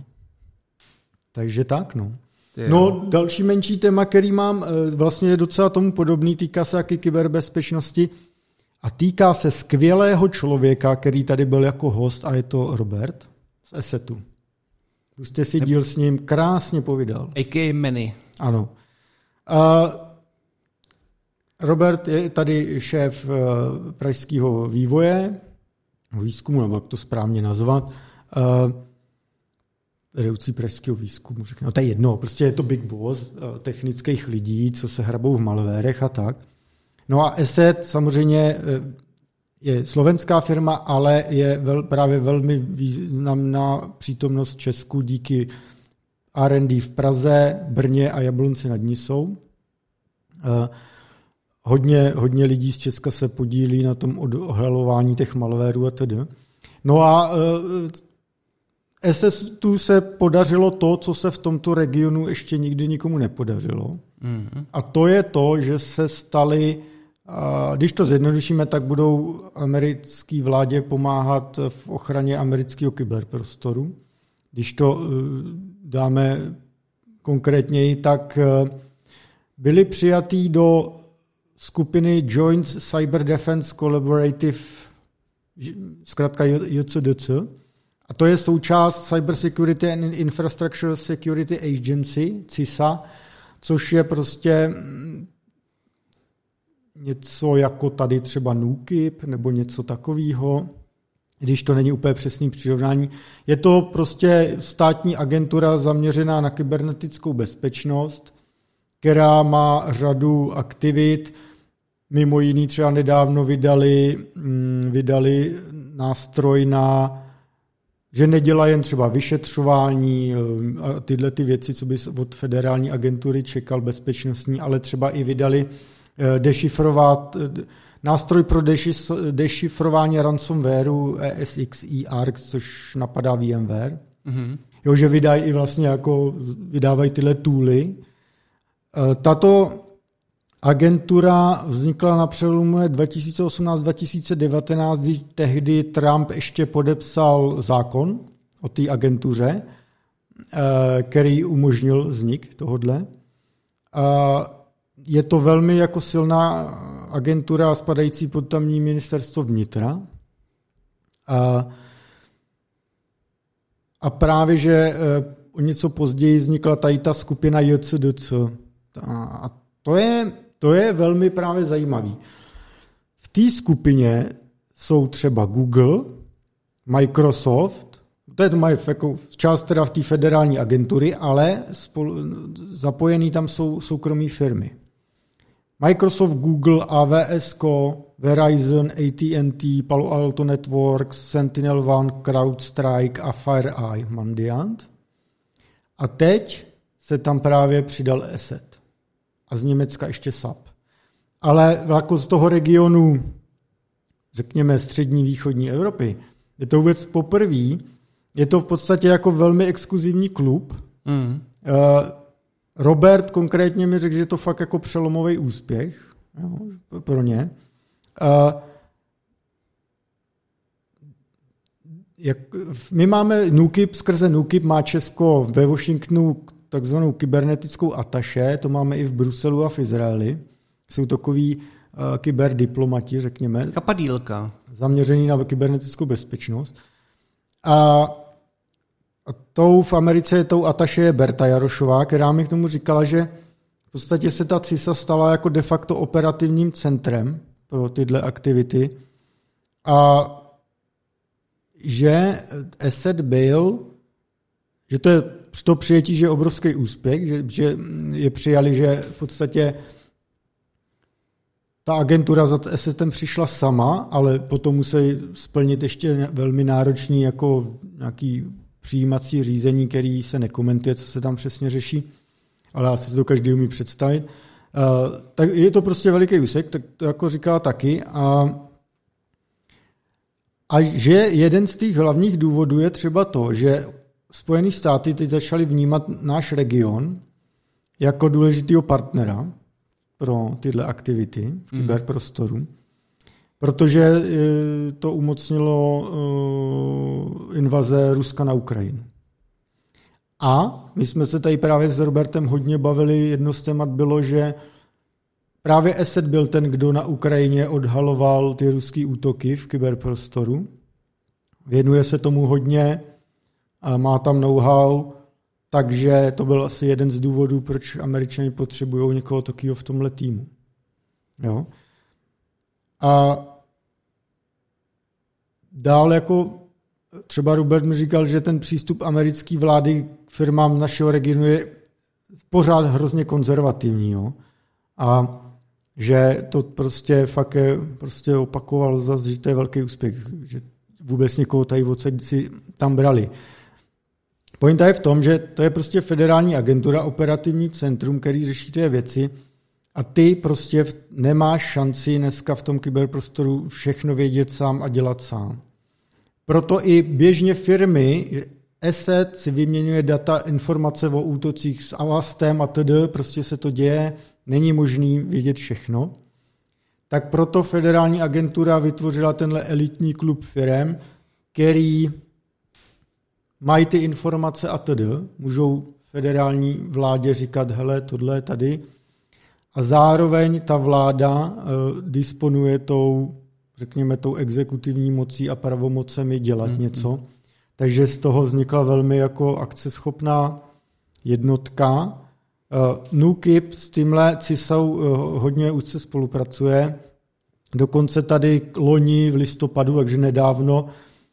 Takže tak, no. No, další menší téma, který mám, vlastně je docela tomu podobný, týká se taky kyberbezpečnosti a týká se skvělého člověka, který tady byl jako host a je to Robert z Esetu. Už jste si díl s ním krásně povídal. A K A Manny. Ano. Uh, Robert je tady šéf uh, pražského vývoje, výzkumu, nebo jak to správně nazvat, uh, vedoucí pražského výzkumu, řekne. No to je jedno, prostě je to big boss technických lidí, co se hrabou v malvérech a tak. No a Eset samozřejmě je slovenská firma, ale je vel, právě velmi významná přítomnost Česku díky R and D v Praze, Brně a Jablonci nad Nisou. Hodně, hodně lidí z Česka se podílí na tom odhalování těch malvérů a tedy. No a Esetu se podařilo to, co se v tomto regionu ještě nikdy nikomu nepodařilo. Mm-hmm. A to je to, že se stali, když to zjednodušíme, tak budou americké vládě pomáhat v ochraně amerického kyberprostoru. Když to dáme konkrétněji, tak byli přijatí do skupiny Joint Cyber Defense Collaborative, zkrátka J C D C, a to je součást Cyber Security and Infrastructure Security Agency, C I S A, což je prostě něco jako tady třeba NÚKIP nebo něco takového, když to není úplně přesný přirovnání. Je to prostě státní agentura zaměřená na kybernetickou bezpečnost, která má řadu aktivit. Mimo jiný třeba nedávno vydali, vydali nástroj na že nedělá jen třeba vyšetřování a tyhle ty věci, co bys od federální agentury čekal bezpečnostní, ale třeba i vydali dešifrovat, nástroj pro dešifrování ransomwareu E S X i A R X, což napadá VMware. Mm-hmm. Jo, že vydají i vlastně jako vydávají tyhle tooly. Tato agentura vznikla na přelomu dva tisíce osmnáct dva tisíce devatenáct, kdy tehdy Trump ještě podepsal zákon o té agentuře, který umožnil vznik tohodle. Je to velmi jako silná agentura spadající pod tamní ministerstvo vnitra. A právě, že o něco později vznikla tady ta skupina J C D C. A to je To je velmi právě zajímavý. V té skupině jsou třeba Google, Microsoft, to je to mají jako část teda v té federální agentury, ale spolu, zapojený tam jsou soukromé firmy. Microsoft, Google, A W S, Verizon, A T and T, Palo Alto Networks, Sentinel One, CrowdStrike a FireEye Mandiant. A teď se tam právě přidal Eset. A z Německa ještě S A P. Ale jako z toho regionu, řekněme, střední východní Evropy, je to vůbec poprvé, je to v podstatě jako velmi exkluzivní klub. Mm. Robert konkrétně mi řekl, že je to fakt jako přelomový úspěch, jo, pro ně. jak, my máme NÚKIB, skrze NÚKIB má Česko ve Washingtonu takzvanou kybernetickou ataše, to máme i v Bruselu a v Izraeli. Jsou takový uh, kyberdiplomati, řekněme. Kapadílka. Zaměřený na kybernetickou bezpečnost. A, a tou v Americe je tou ataše je Berta Jarošová, která mi k tomu říkala, že v podstatě se ta C I S A stala jako de facto operativním centrem pro tyhle aktivity a že ESET byl, že to je z toho přijetí, že je obrovský úspěch, že, že je přijali, že v podstatě ta agentura za ESETem přišla sama, ale potom musí splnit ještě velmi náročný jako nějaký přijímací řízení, který se nekomentuje, co se tam přesně řeší, ale asi si to každý umí představit. Uh, tak je to prostě veliký úsek, tak to jako říkala taky. A, a že jeden z těch hlavních důvodů je třeba to, že Spojené státy teď začaly vnímat náš region jako důležitýho partnera pro tyhle aktivity v kyberprostoru, mm. protože to umocnilo uh, invaze Ruska na Ukrajinu. A my jsme se tady právě s Robertem hodně bavili, jedno z témat bylo, že právě ESET byl ten, kdo na Ukrajině odhaloval ty ruský útoky v kyberprostoru. Věnuje se tomu hodně, a má tam know-how, takže to byl asi jeden z důvodů, proč Američani potřebují někoho takového v tomhle týmu. Jo? A dál jako třeba Robert mi říkal, že ten přístup americké vlády k firmám našeho regionu je pořád hrozně konzervativní. Jo? A že to prostě fakt je, prostě opakoval zase, že to je velký úspěch, že vůbec někoho tady odsaď si tam brali. Pointa je v tom, že to je prostě federální agentura, operativní centrum, který řeší ty věci a ty prostě nemáš šanci dneska v tom kyberprostoru všechno vědět sám a dělat sám. Proto i běžně firmy, ESET si vyměňuje data, informace o útocích s Avastem a td., prostě se to děje, není možný vědět všechno. Tak proto federální agentura vytvořila tenhle elitní klub firem, který mají ty informace a td. Můžou federální vládě říkat, hele, tohle je tady. A zároveň ta vláda uh, disponuje tou, řekněme, tou exekutivní mocí a pravomocemi dělat mm-hmm. něco. Takže z toho vznikla velmi jako akceschopná jednotka. Uh, NÚKIB s tímhle C I S A uh, hodně úzce spolupracuje. Dokonce tady loni v listopadu, takže nedávno,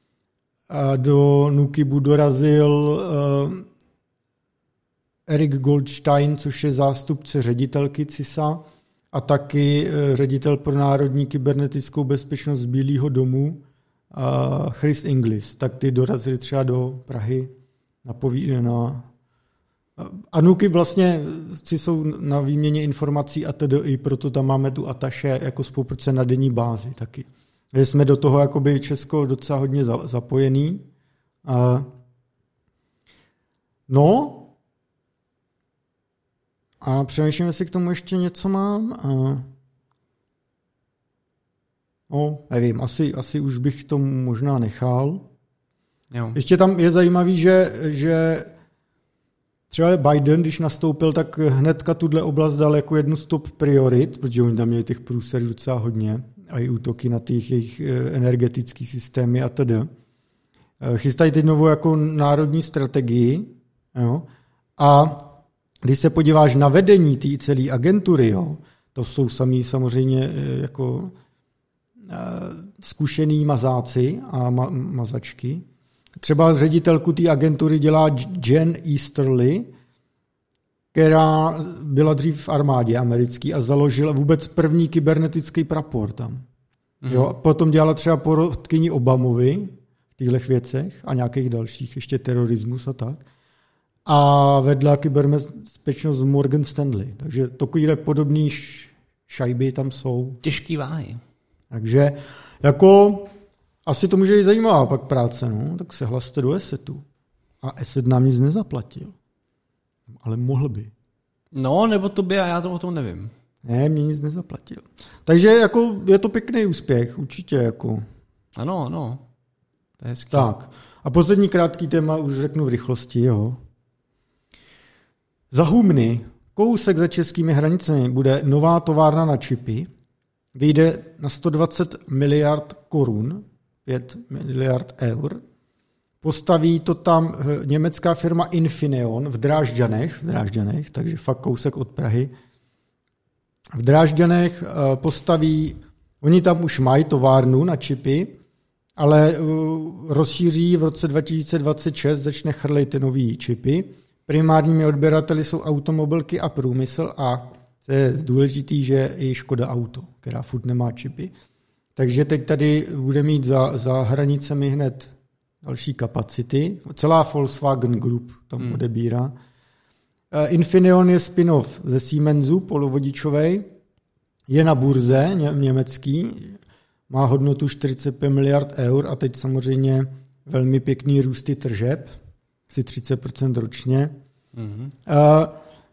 do NÚKIBu dorazil uh, Erik Goldstein, což je zástupce ředitelky C I S A a taky uh, ředitel pro národní kybernetickou bezpečnost z Bílého domu uh, Chris Inglis. Tak ty dorazili třeba do Prahy na poví- na a NÚKIB vlastně jsou na výměně informací a tedy i proto tam máme tu ataše jako spolupráce na denní bázi taky. Že jsme do toho jakoby Česko docela hodně zapojený. A no a přemýšlím, jestli k tomu ještě něco mám. A no, nevím, asi, asi už bych to možná nechal. Jo. Ještě tam je zajímavý, že, že třeba Biden, když nastoupil, tak hnedka tuhle oblast dal jako jednu z top priorit, protože oni tam měli těch průserů docela hodně a i útoky na těch jejich energetické systémy a tedy. Chystají teď novou jako národní strategii. Jo? A když se podíváš na vedení té celé agentury, jo, to jsou samý samozřejmě jako zkušený mazáci a ma- mazačky. Třeba ředitelku té agentury dělá Jen Easterly, která byla dřív v armádě americký a založila vůbec první kybernetický prapor tam. Mm. Jo, potom dělala třeba porodkyni Obamovi v těchto věcech a nějakých dalších, ještě terorismus a tak. A vedla kyberbezpečnost Morgan Stanley. Takže takovýhle podobný šajby tam jsou. Těžký váhy. Takže jako asi to může být zajímavá pak práce, no? Tak se hlaste do ESETu. A ESET nám nic nezaplatil. Ale mohl by. No, nebo to by, a já to o tom nevím. Ne, mě nic nezaplatil. Takže jako je to pěkný úspěch, určitě. Jako. Ano, ano. To je hezký. Tak. A poslední krátký téma už řeknu v rychlosti, jo. Za Humny, kousek za českými hranicemi, bude nová továrna na čipy. Vyjde na sto dvacet miliard korun, pět miliard eur. Postaví to tam německá firma Infineon v Drážďanech, v Drážďanech, takže fakt kousek od Prahy. V Drážďanech postaví, oni tam už mají továrnu na čipy, ale rozšíří v roce dva tisíce dvacet šest, začne chrlit ty nový čipy. Primárními odběrateli jsou automobilky a průmysl a to je důležitý, že i Škoda Auto, která furt nemá čipy. Takže teď tady bude mít za, za hranicemi hned další kapacity. Celá Volkswagen Group tam hmm. odebírá. Infineon je spin-off ze Siemensu, polovodičovej. Je na burze ně, německý, má hodnotu čtyřicet pět miliard eur a teď samozřejmě velmi pěkný růsty tržeb, asi třicet procent ročně. Hmm. Uh,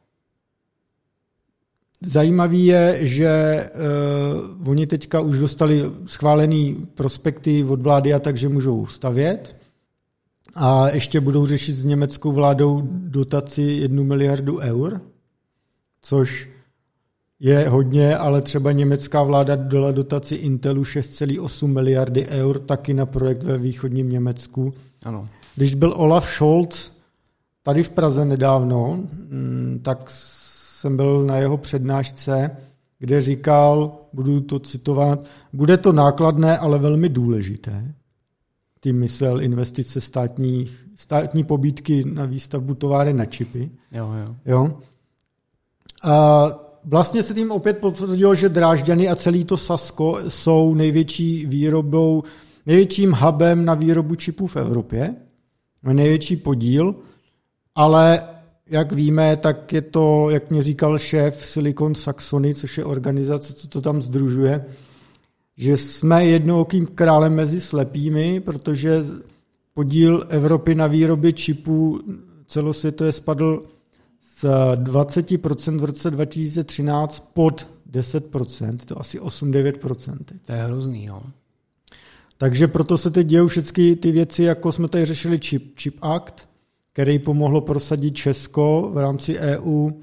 Zajímavý je, že uh, oni teďka už dostali schválený prospekty od vlády a takže můžou stavět a ještě budou řešit s německou vládou dotaci jednu miliardu eur, což je hodně, ale třeba německá vláda dala dotaci Intelu šest celá osm miliardy eur taky na projekt ve východním Německu. Ano. Když byl Olaf Scholz tady v Praze nedávno, tak jsem byl na jeho přednášce, kde říkal, budu to citovat, bude to nákladné, ale velmi důležité. Tím myslel investice státních, státní pobídky na výstavbu továren na čipy. Jo, jo. Jo. A vlastně se tím opět potvrdilo, že Drážďany a celý to Sasko jsou největší výrobou, největším hubem na výrobu čipů v Evropě. Největší podíl, ale jak víme, tak je to, jak mě říkal šéf Silicon Saxony, což je organizace, co to tam sdružuje, že jsme jednookým králem mezi slepými, protože podíl Evropy na výrobě čipů celosvětově spadl z dvacet procent v roce dva tisíce třináct pod deset procent, to asi osm až devět procent. To je hrozný, no. Takže proto se teď dějou všechny ty věci, jako jsme tady řešili Chip, Chip Act, který pomohlo prosadit Česko v rámci E U.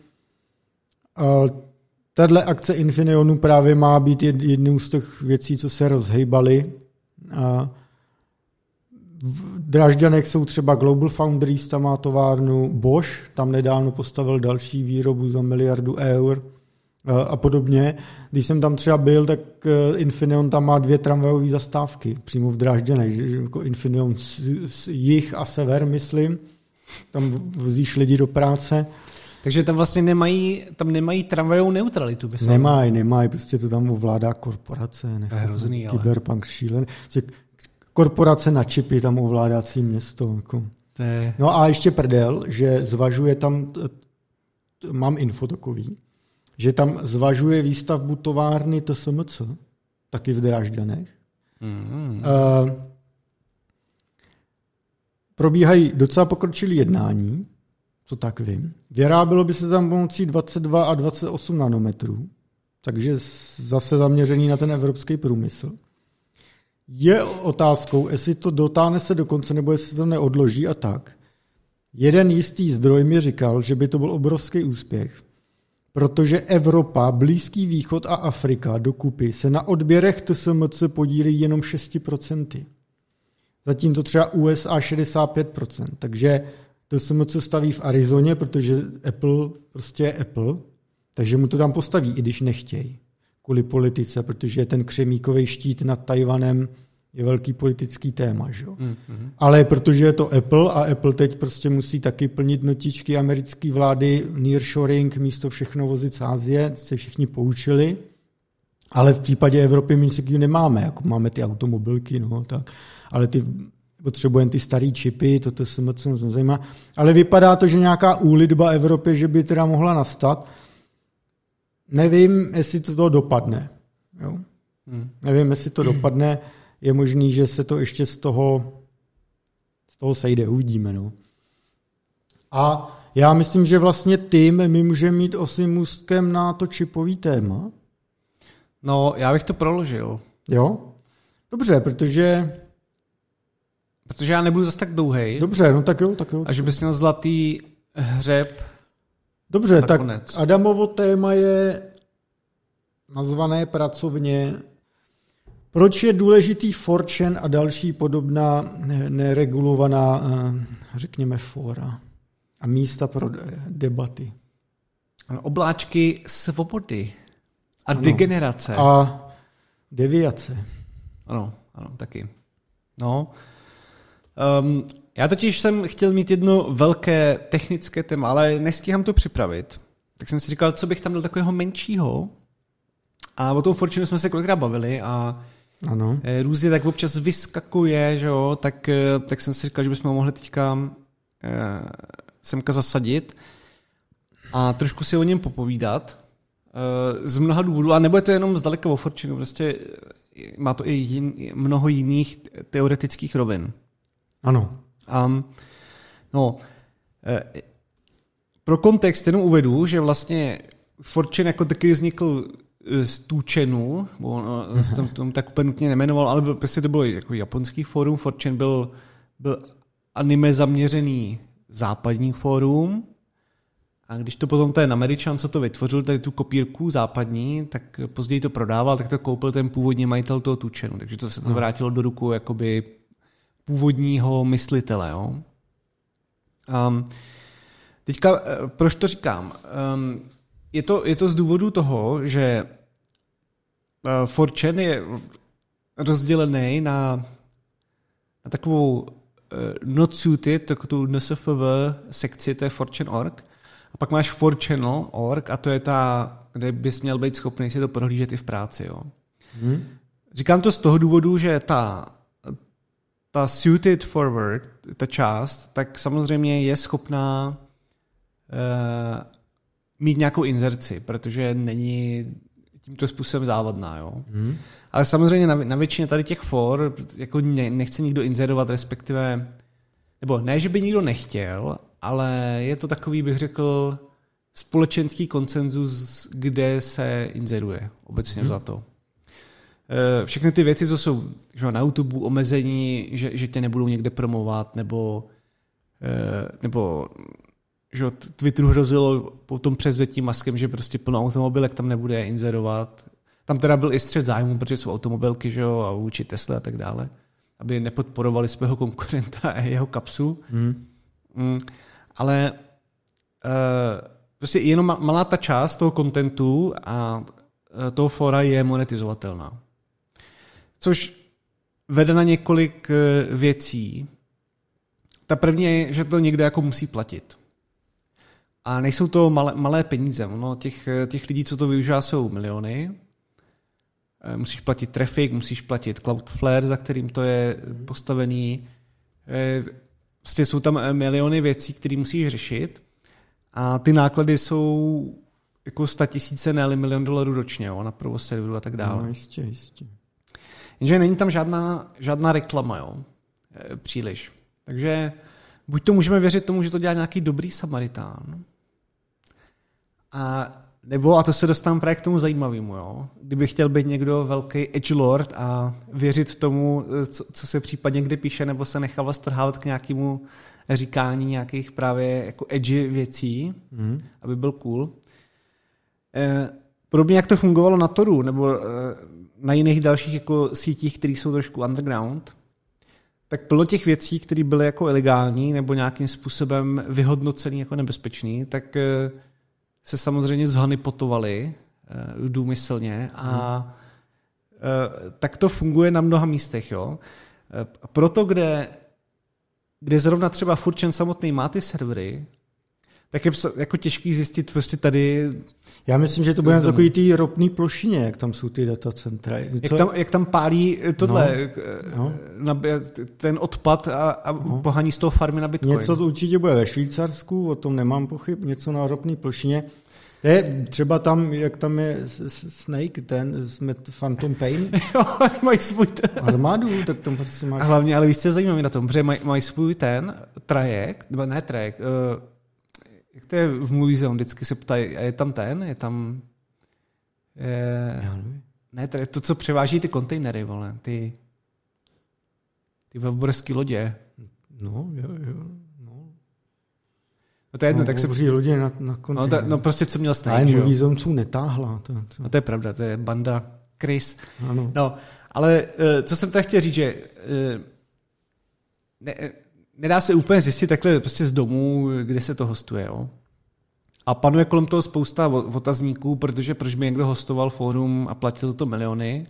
Tahle akce Infineonu právě má být jednou z těch věcí, co se rozhejbaly. V Drážďanech jsou třeba Global Foundries, tam má továrnu, Bosch, tam nedávno postavil další výrobu za miliardu eur a podobně. Když jsem tam třeba byl, tak Infineon tam má dvě tramvajové zastávky přímo v Drážďanech. Jako Infineon jih a sever, myslím. Tam vozíš lidi do práce. Takže tam vlastně nemají, tam nemají tramvajovou neutralitu. Nemají, nemají, prostě to tam ovládá korporace. To je hrozný, ale. Cyberpunk šílený. Korporace na čipy tam ovládací město. Jako. Je... No a ještě prdel, že zvažuje tam, mám info takový, že tam zvažuje výstavbu továrny T S M C, taky v Drážďanech. Mm-hmm. Uh, probíhají docela pokročilé jednání, co tak vím. Vyrábělo by se tam pomocí dvacet dva a dvacet osm nanometrů, takže zase zaměřený na ten evropský průmysl. Je otázkou, jestli to dotáhne se do konce, nebo jestli to neodloží a tak. Jeden jistý zdroj mi říkal, že by to byl obrovský úspěch, protože Evropa, Blízký východ a Afrika dokupy se na odběrech T S M C podílí jenom šest procent. Zatímco třeba U S A šedesát pět procent. Takže T S M C staví v Arizoně, protože Apple prostě je Apple, takže mu to tam postaví, i když nechtějí. Kvůli politice, protože ten křemíkový štít nad Tajvanem je velký politický téma. Že? Mm-hmm. Ale protože je to Apple a Apple teď prostě musí taky plnit notičky americké vlády, nearshoring, místo všechno vozit z Asie, se všichni poučili, ale v případě Evropy my si nemáme, jako máme ty automobilky, no, tak, ale ty potřebujeme ty starý čipy, to se moc nezajímá. Ale vypadá to, že nějaká úlitba Evropy, že by teda mohla nastat. Nevím, jestli to, to dopadne. Jo? Hmm. Nevím, jestli to dopadne. Je možný, že se to ještě z toho, z toho sejde. Uvidíme. No. A já myslím, že vlastně tím my můžeme mít osmým můstkem na to čipový téma. No, já bych to proložil. Jo? Dobře, protože protože já nebudu zase tak dlouhej. Dobře, no tak jo, tak jo. A že bys měl zlatý hřeb. Dobře, tak konec. Adamovo téma je nazvané pracovně proč je důležitý four chan a další podobná neregulovaná, řekněme, fóra a místa pro debaty. Obláčky svobody a ano. Degenerace. A deviace. Ano, ano, taky. No. Um, já totiž jsem chtěl mít jedno velké technické téma, ale nestíhám to připravit. Tak jsem si říkal, co bych tam dal takového menšího. A o tom Fortune jsme se kolikrát bavili a ano. Různě tak občas vyskakuje, že jo, tak, tak jsem si říkal, že bychom ho mohli teďka eh, semka zasadit a trošku si o něm popovídat eh, z mnoha důvodů. A nebude to jenom zdaleka o Fortune, prostě má to i jin, mnoho jiných teoretických rovin. Ano. Um, no, eh, pro kontext jenom uvedu, že vlastně Fortune jako taky vznikl z Tučenu, on se tam, tam tak úplně nutně nemenoval, ale byl, prostě to bylo jako japonský fórum, four chan byl, byl anime zaměřený západní fórum a když to potom ten Američan, co to vytvořil, tady tu kopírku západní, tak později to prodával, tak to koupil ten původní majitel toho Tučenu, takže to se to vrátilo do ruku jakoby původního myslitele. Jo? Um, teďka, proč to říkám? Um, Je to, je to z důvodu toho, že four chan je rozdělený na, na takovou uh, not suited, takovou N S F W sekci, to je four chan tečka org. A pak máš four channel tečka org a to je ta, kde bys měl být schopný si to prohlížet i v práci. Jo. Hmm. Říkám to z toho důvodu, že ta, ta suited forward, ta část, tak samozřejmě je schopná uh, mít nějakou inzerci, protože není tímto způsobem závadná. Jo? Hmm. Ale samozřejmě na, na většině tady těch for jako ne, nechce nikdo inzerovat, respektive, nebo ne, že by nikdo nechtěl, ale je to takový, bych řekl, společenský konsenzus, kde se inzeruje, obecně hmm. za to. Všechny ty věci, co jsou že na YouTube omezení, že, že tě nebudou někde promovat, nebo, nebo že Twitteru hrozilo potom převzetím maskem, že prostě plno automobilek tam nebude inzerovat. Tam teda byl i střet zájmu, protože jsou automobilky, že jo, a vůči Tesla a tak dále, aby nepodporovali svého konkurenta a jeho kapsu. Hmm. Mm, ale uh, prostě jenom malá ta část toho kontentu a uh, toho fora je monetizovatelná. Což vede na několik uh, věcí. Ta první je, že to někde jako musí platit. A nejsou to malé, malé peníze. No, těch, těch lidí, co to využívá, jsou miliony. Musíš platit traffic, musíš platit Cloudflare, za kterým to je postavený. Prostě jsou tam miliony věcí, které musíš řešit. A ty náklady jsou jako statisíce, ne milion dolarů ročně, jo, na provoz serveru a tak dále. No, jistě, jistě. Jenže není tam žádná, žádná reklama, jo, příliš. Takže buď to můžeme věřit tomu, že to dělá nějaký dobrý Samaritán, a nebo, a to se dostávám právě k tomu zajímavému, jo. Kdyby chtěl být někdo velký edgelord a věřit tomu, co, co se případně kdy píše, nebo se nechává strhávat k nějakému říkání nějakých právě jako edgy věcí, mm. aby byl cool. Eh, podobně jak to fungovalo na Toru, nebo eh, na jiných dalších jako sítích, které jsou trošku underground, tak bylo těch věcí, které byly jako ilegální nebo nějakým způsobem vyhodnocený jako nebezpečný, tak eh, se samozřejmě zhanipotovali uh, důmyslně a uh, tak to funguje na mnoha místech. Jo? Uh, proto, kde, kde zrovna třeba four chan samotný má ty servery, tak je jako těžký zjistit prostě tady... Já myslím, že to bude na takový tý ropný plošině, jak tam jsou ty datacentra. Jak tam, jak tam pálí tohle, no, no. ten odpad a, a no. pohání z toho farmy na Bitcoin. Něco to určitě bude ve Švýcarsku, o tom nemám pochyb, něco na ropný plošině. To je třeba tam, jak tam je Snake, ten Phantom Pain. Jo, mají svůj ten. Armádu, tak tam prostě máš... A hlavně, ale víš, co je zajímavé na tom, protože mají, mají svůj ten trajekt, nebo ne trajekt, uh, jak to je v muzeu, vždycky se ptají, a je tam ten, je tam... Je, ne, to, to, co převáží ty kontejnery, vole, ty... ty obrovské lodě. No, jo, jo. No to je jedno, no, tak se... lodě na, na no, ta, no prostě co měl Snake, že jo? A jen výzomců netáhla. To, to. No to je pravda, to je banda Chris. Ano. No, ale co jsem tak chtěl říct, že ne, nedá se úplně zjistit takhle prostě z domu, kde se to hostuje, jo. A panuje kolem toho spousta otazníků, protože proč by někdo hostoval fórum a platil za to miliony.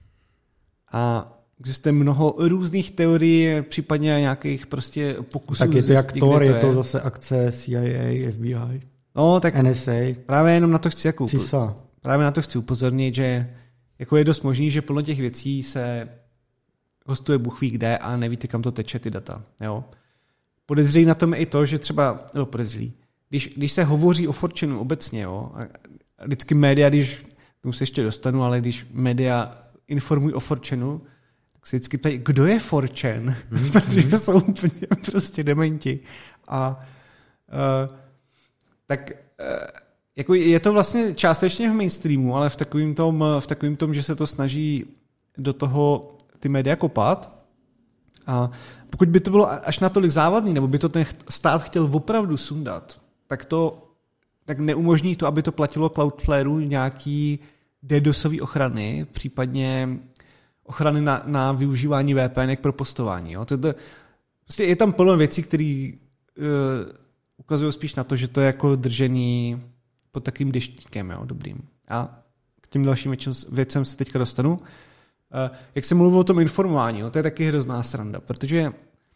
A existuje mnoho různých teorií, případně nějakých prostě pokusů. Tak je to jak Thor, je to zase akce C I A, F B I, no, tak N S A. Právě jenom na to chci jako C I S A. Právě na to chci upozornit, že jako je dost možný, že plno těch věcí se hostuje Bůh ví kde a nevíte, kam to teče ty data. Jo? Podezřelý na tom je i to, že třeba, no podezřelý, když, když se hovoří o forčenu obecně, jo, a vždycky média, když, tomu se ještě dostanu, ale když média informují o forčenu, tak se vždycky ptají, kdo je forčen, mm-hmm. protože jsou úplně prostě dementi. A uh, tak uh, jako je to vlastně částečně v mainstreamu, ale v takovým tom, v takovým tom, že se to snaží do toho ty média kopat. A pokud by to bylo až natolik závadný, nebo by to ten stát chtěl opravdu sundat, tak to tak neumožní to, aby to platilo Cloudflareu nějaký DDoSový ochrany, případně ochrany na, na využívání V P N pro postování. Jo. To, to, prostě je tam plno věcí, které uh, ukazují spíš na to, že to je jako držený pod takým deštníkem, jo, dobrým. A k těm dalším věcem se teďka dostanu. Jak jsem mluvil o tom informování, jo, to je taky hrozná sranda, protože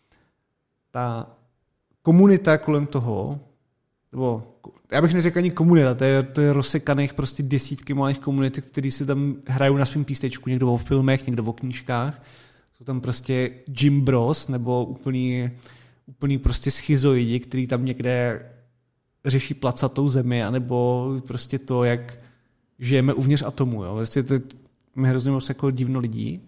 ta komunita kolem toho, nebo já bych neřekl ani komunita, to je, to je rozsekaných prostě desítky malých komunit, který si tam hrajou na svém pístečku, někdo o filmech, někdo o knížkách, jsou tam prostě Jim Bros, nebo úplný, úplný prostě schizoidi, který tam někde řeší placatou zemi, anebo prostě to, jak žijeme uvnitř atomu. Jo. Vlastně to je hrozně moc jako divno lidí.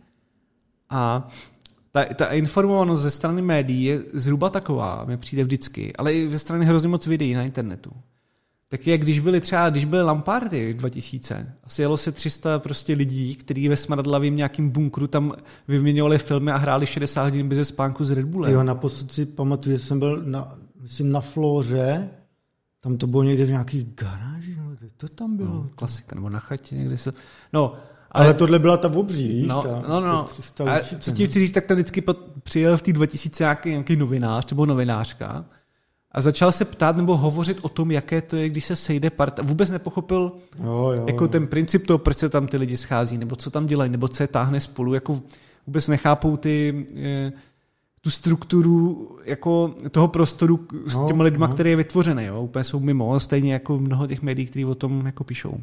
A ta, ta informovanost ze strany médií je zhruba taková, mi přijde vždycky, ale i ze strany hrozně moc videí na internetu. Tak jak když byly třeba, když byly LAN-party dva tisíce, asi jelo se tři sta prostě lidí, kteří ve smradlavém nějakým bunkru tam vyměňovali filmy a hráli šedesát hodin bez spánku s Red Bullem. Jo, naposled si pamatuju, že jsem byl na, myslím, na Floře, tam to bylo někde v nějakých garáži, no, to tam bylo. No, klasika, nebo na chatě, někde se... No, ale, ale tohle byla ta obří, víš? No, ta, no, no. A co tím chci říct, tak tam vždycky přijel v té dva tisíce nějaký, nějaký novinář nebo novinářka a začal se ptát nebo hovořit o tom, jaké to je, když se sejde parta. Vůbec nepochopil jo, jo. jako ten princip toho, proč se tam ty lidi schází, nebo co tam dělají, nebo co je táhne spolu. Jako vůbec nechápou ty... Je, tu strukturu jako toho prostoru s těmi no, lidma, no. který je vytvořený. Jo? Úplně jsou mimo, stejně jako mnoho těch médií, kteří o tom jako píšou.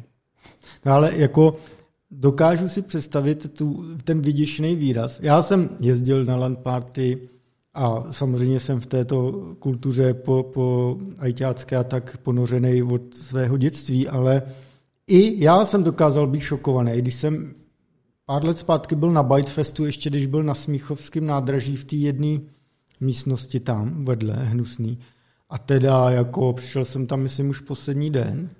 No ale jako dokážu si představit tu, ten vyděšený výraz. Já jsem jezdil na LAN party a samozřejmě jsem v této kultuře po, po ajťácké a tak ponořený od svého dětství, ale i já jsem dokázal být šokovaný, když jsem pár let zpátky byl na Bytefestu, ještě když byl na Smíchovském nádraží v té jedné místnosti tam vedle, hnusný. A teda jako přišel jsem tam, myslím, už poslední den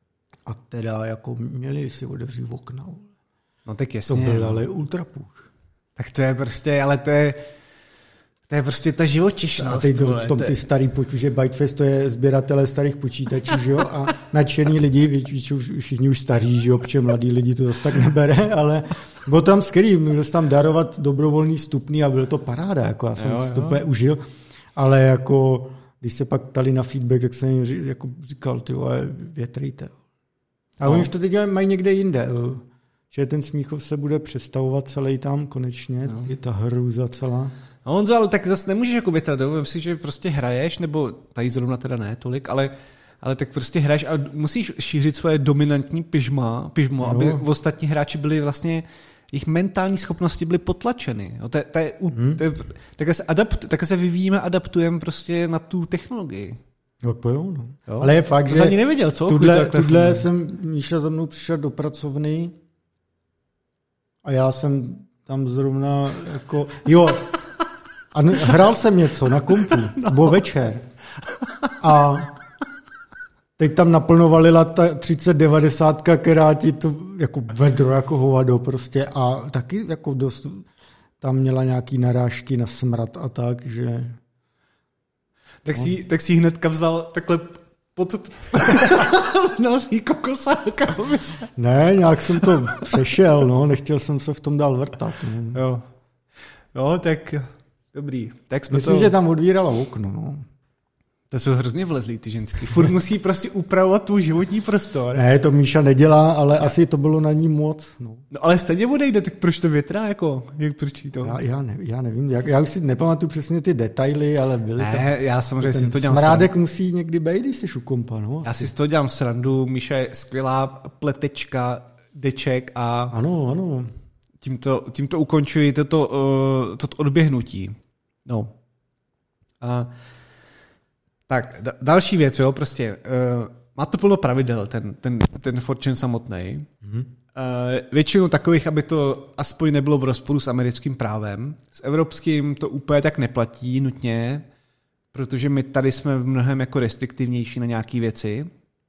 a teda jako měli si otevřít okna. No tak jasně. To byl ale ultrapuch. Tak to je prostě, ale to je to je prostě ta živočišnost. A teď v tom ty starý počítače, že Bytefest to je sběratele starých počítačů, že jo, a nadšený lidi, víš, všichni už staří, že jo, protože mladí lidi to zase tak nebere, ale bylo tam skvělý, můžu se tam darovat dobrovolný vstupný a byl to paráda, jako já jsem jo, si to úplně užil, ale jako, když se pak ptali na feedback, jak jsem jim jako říkal, ty vole, větrejte. A no. Oni už to teď mají někde jinde, že ten Smíchov se bude přestavovat celý tam konečně, no. Je ta hrůza celá. No Honzo, ale tak zase nemůžeš jako větrat, vem si, že prostě hraješ, nebo tady zrovna teda ne tolik, ale, ale tak prostě hraješ a musíš šířit svoje dominantní pyžma, pyžmo, no. Aby ostatní hráči byli vlastně, jejich mentální schopnosti byly potlačeny. Jo, to, to je, hmm. to je, tak, se adapt, tak se vyvíjíme, adaptujeme prostě na tu technologii. Jo, jo, no. Jo? Ale je fakt, to že ani nevěděl, co? Tudle, tudle jsem, Míša za mnou přišel do pracovny a já jsem tam zrovna jako, jo, a hrál jsem něco na kompu, no. Byl večer. A teď tam naplno valila ta třicet devadesát, která ti to jako vedro, jako hovado prostě a taky jako dost tam měla nějaký narážky na smrad a tak, že... Tak no. si, tak si hnedka vzal takhle pod... nosí kokosáka. Ne, nějak jsem to přešel, no, nechtěl jsem se v tom dál vrtat. No. Jo. No, tak dobrý. Tak jsme Myslím, to... že tam odvírala okno, no. To jsou hrozně vlezlý ty ženský. Furt musí prostě upravovat tvůj životní prostor. Ne, to Míša nedělá, ale já. Asi to bylo na ní moc. No, no ale stejně odejde, tak proč to větrá, jako? Jak prčí to? Já, já, ne, já nevím, jak, já už si nepamatuju přesně ty detaily, ale byly ne, tam... Ne, já samozřejmě si to dělám smrádek srandu. Musí někdy být, když jsi u kompa, no. Já asi. si to dělám srandu, Míša je skvělá pletečka, deček a... Ano, ano. Tímto, tímto ukončuji toto, uh, toto odběhnutí. No. A... Tak, da- další věc, jo, prostě, uh, má to plno pravidel, ten, ten, ten Fortune samotný. Mm-hmm. Uh, většinou takových, aby to aspoň nebylo v rozporu s americkým právem. S evropským to úplně tak neplatí nutně, protože my tady jsme v mnohem jako restriktivnější na nějaké věci.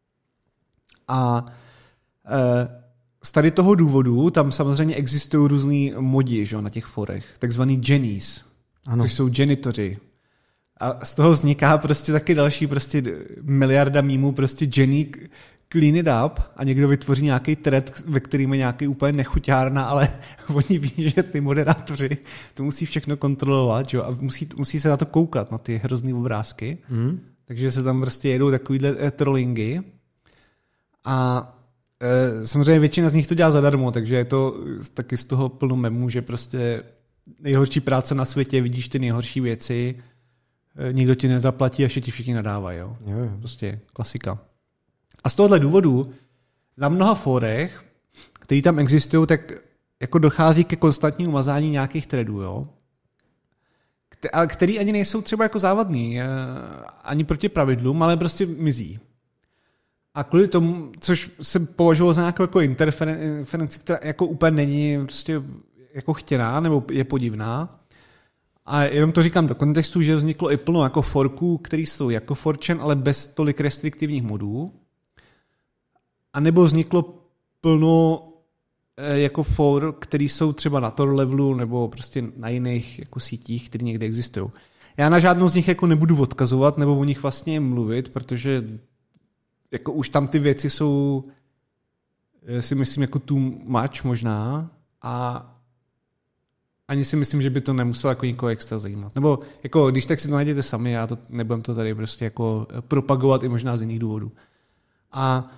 A uh, z tady toho důvodu tam samozřejmě existují různý modi, že, na těch forech, takzvaný jennies, ano. Což jsou janitoři. A z toho vzniká prostě taky další prostě miliarda mýmů, prostě Jenny clean it up a někdo vytvoří nějaký thread, ve kterým je nějaký úplně nechuťárna, ale oni ví, že ty moderátoři to musí všechno kontrolovat, že? A musí, musí se na to koukat, na ty hrozný obrázky. Mm. Takže se tam prostě jedou takovýhle trollingy. A e, samozřejmě většina z nich to dělá zadarmo, takže je to taky z toho plno memů, že prostě nejhorší práce na světě, vidíš ty nejhorší věci, nikdo ti nezaplatí, až ti všichni nadávají. Jo? Jo, jo. Prostě klasika. A z tohohle důvodu na mnoha fórech, který tam existují, tak jako dochází ke konstantnímu mazání nějakých threadů, jo? Který ani nejsou třeba jako závadný, ani proti pravidlům, ale prostě mizí. A kvůli tomu, což se považovalo za nějakou jako interferenci, která jako úplně není prostě jako chtěná, nebo je podivná. A jenom to říkám do kontextu, že vzniklo i plno jako forků, který jsou jako forčen, ale bez tolik restriktivních modů. A nebo vzniklo plno jako for, který jsou třeba na Tor levelu nebo prostě na jiných jako sítích, které někde existují. Já na žádnou z nich jako nebudu odkazovat nebo o nich vlastně mluvit, protože jako už tam ty věci jsou, si myslím, jako too much možná a ani si myslím, že by to nemuselo jako nikoho extra zajímat. Nebo jako, když tak si to najděte sami, já to nebudem to tady prostě jako propagovat i možná z jiných důvodů. A,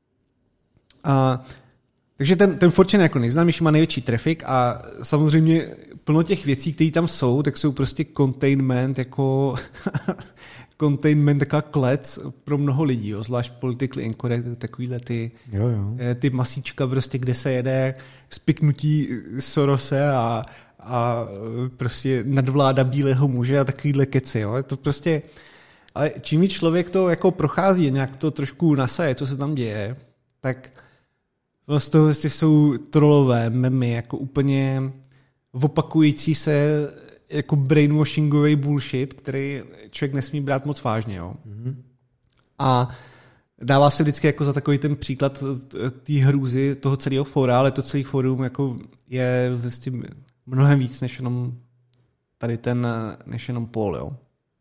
a takže ten, ten Fortune jako nejznámější má největší trafik a samozřejmě plno těch věcí, které tam jsou, tak jsou prostě containment jako containment taková klec pro mnoho lidí, jo, zvlášť politically incorrect, takovýhle ty, jo, jo. ty masíčka prostě, kde se jede spiknutí Sorose a a prostě nadvláda bílého muže a takovýhle keci, jo. Je to prostě, ale čím víc člověk to jako prochází, nějak to trošku nasaje, co se tam děje, tak vlastně to vlastně jsou trollové memy, jako úplně opakující se jako brainwashingový bullshit, který člověk nesmí brát moc vážně, jo. Mm-hmm. A dává se vždycky jako za takový ten příklad té hrůzy toho celého fóra, ale to celý fórum jako je vlastně mnohem víc než jenom tady ten, než jenom Paul, jo.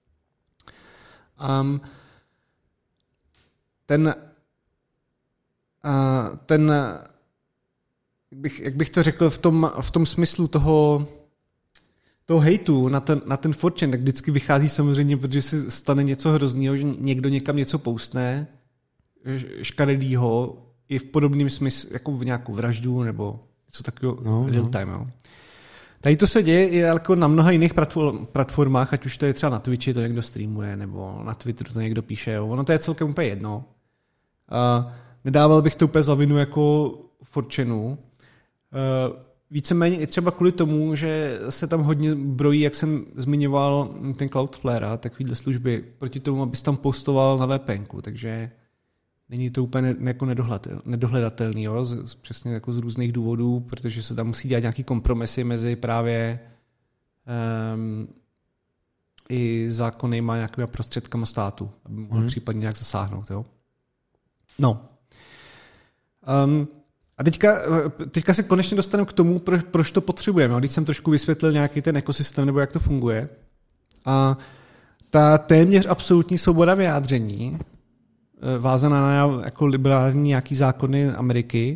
Um, ten uh, ten jak bych, jak bych to řekl v tom, v tom smyslu toho toho hejtu na ten, na ten Fortune, tak vždycky vychází samozřejmě, protože se stane něco hroznýho, že někdo někam něco postne, škaredýho, i v podobném smyslu, jako v nějakou vraždu, nebo něco takového no, real time, no. Jo. Tady to se děje i jako na mnoha jiných platformách, ať už to je třeba na Twitchi, to někdo streamuje, nebo na Twitteru to někdo píše. Jo. Ono to je celkem úplně jedno. Uh, nedával bych to úplně za vinu jako Fortuneu. Uh, víceméně i třeba kvůli tomu, že se tam hodně brojí, jak jsem zmiňoval, ten Cloudflare a takovýhle služby, proti tomu, abys tam postoval na VPNku, takže není to úplně jako nedohledatelný, jo? Z, přesně jako z různých důvodů, protože se tam musí dělat nějaký kompromisy mezi právě um, i zákonnýma nějakými prostředkama státu, aby mohl hmm. případně nějak zasáhnout. Jo? No. Um, A teďka, teďka se konečně dostaneme k tomu, proč, proč to potřebujeme. Když jsem trošku vysvětlil nějaký ten ekosystém, nebo jak to funguje. A ta téměř absolutní svoboda vyjádření, vázaná na jako liberální nějaký zákony Ameriky,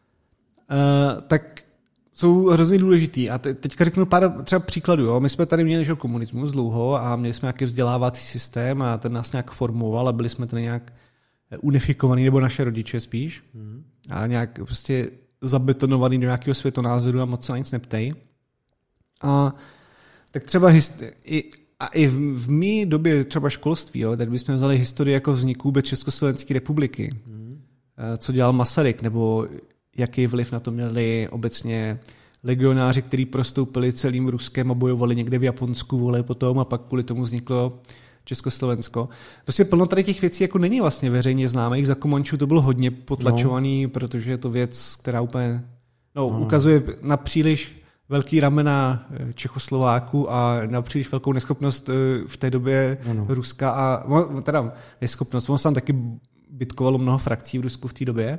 tak jsou hrozně důležitý. A teďka řeknu pár třeba příkladů. Jo. My jsme tady měli že, komunismus dlouho a měli jsme nějaký vzdělávací systém a ten nás nějak formoval a byli jsme tady nějak unifikovaný, nebo naše rodiče spíš. Hmm. A nějak prostě zabetonovaný do nějakého světonázoru a moc se na nic neptej. A tak třeba hist- i, a i v, v mý době třeba školství, jo, tak bychom vzali historii jako vzniku vůbec Československé republiky. Hmm. Co dělal Masaryk, nebo jaký vliv na to měli obecně legionáři, kteří prostoupili celým Ruskem a bojovali někde v Japonsku, vole potom a pak kvůli tomu vzniklo Československo. Prostě plno tady těch věcí jako není vlastně veřejně známých. Za Komančů to bylo hodně potlačovaný, no. Protože je to věc, která úplně no, no. ukazuje na příliš velký ramena Čechoslováků a na příliš velkou neschopnost v té době no, no. Ruska a teda neschopnost. On se tam taky bitkovalo mnoho frakcí v Rusku v té době.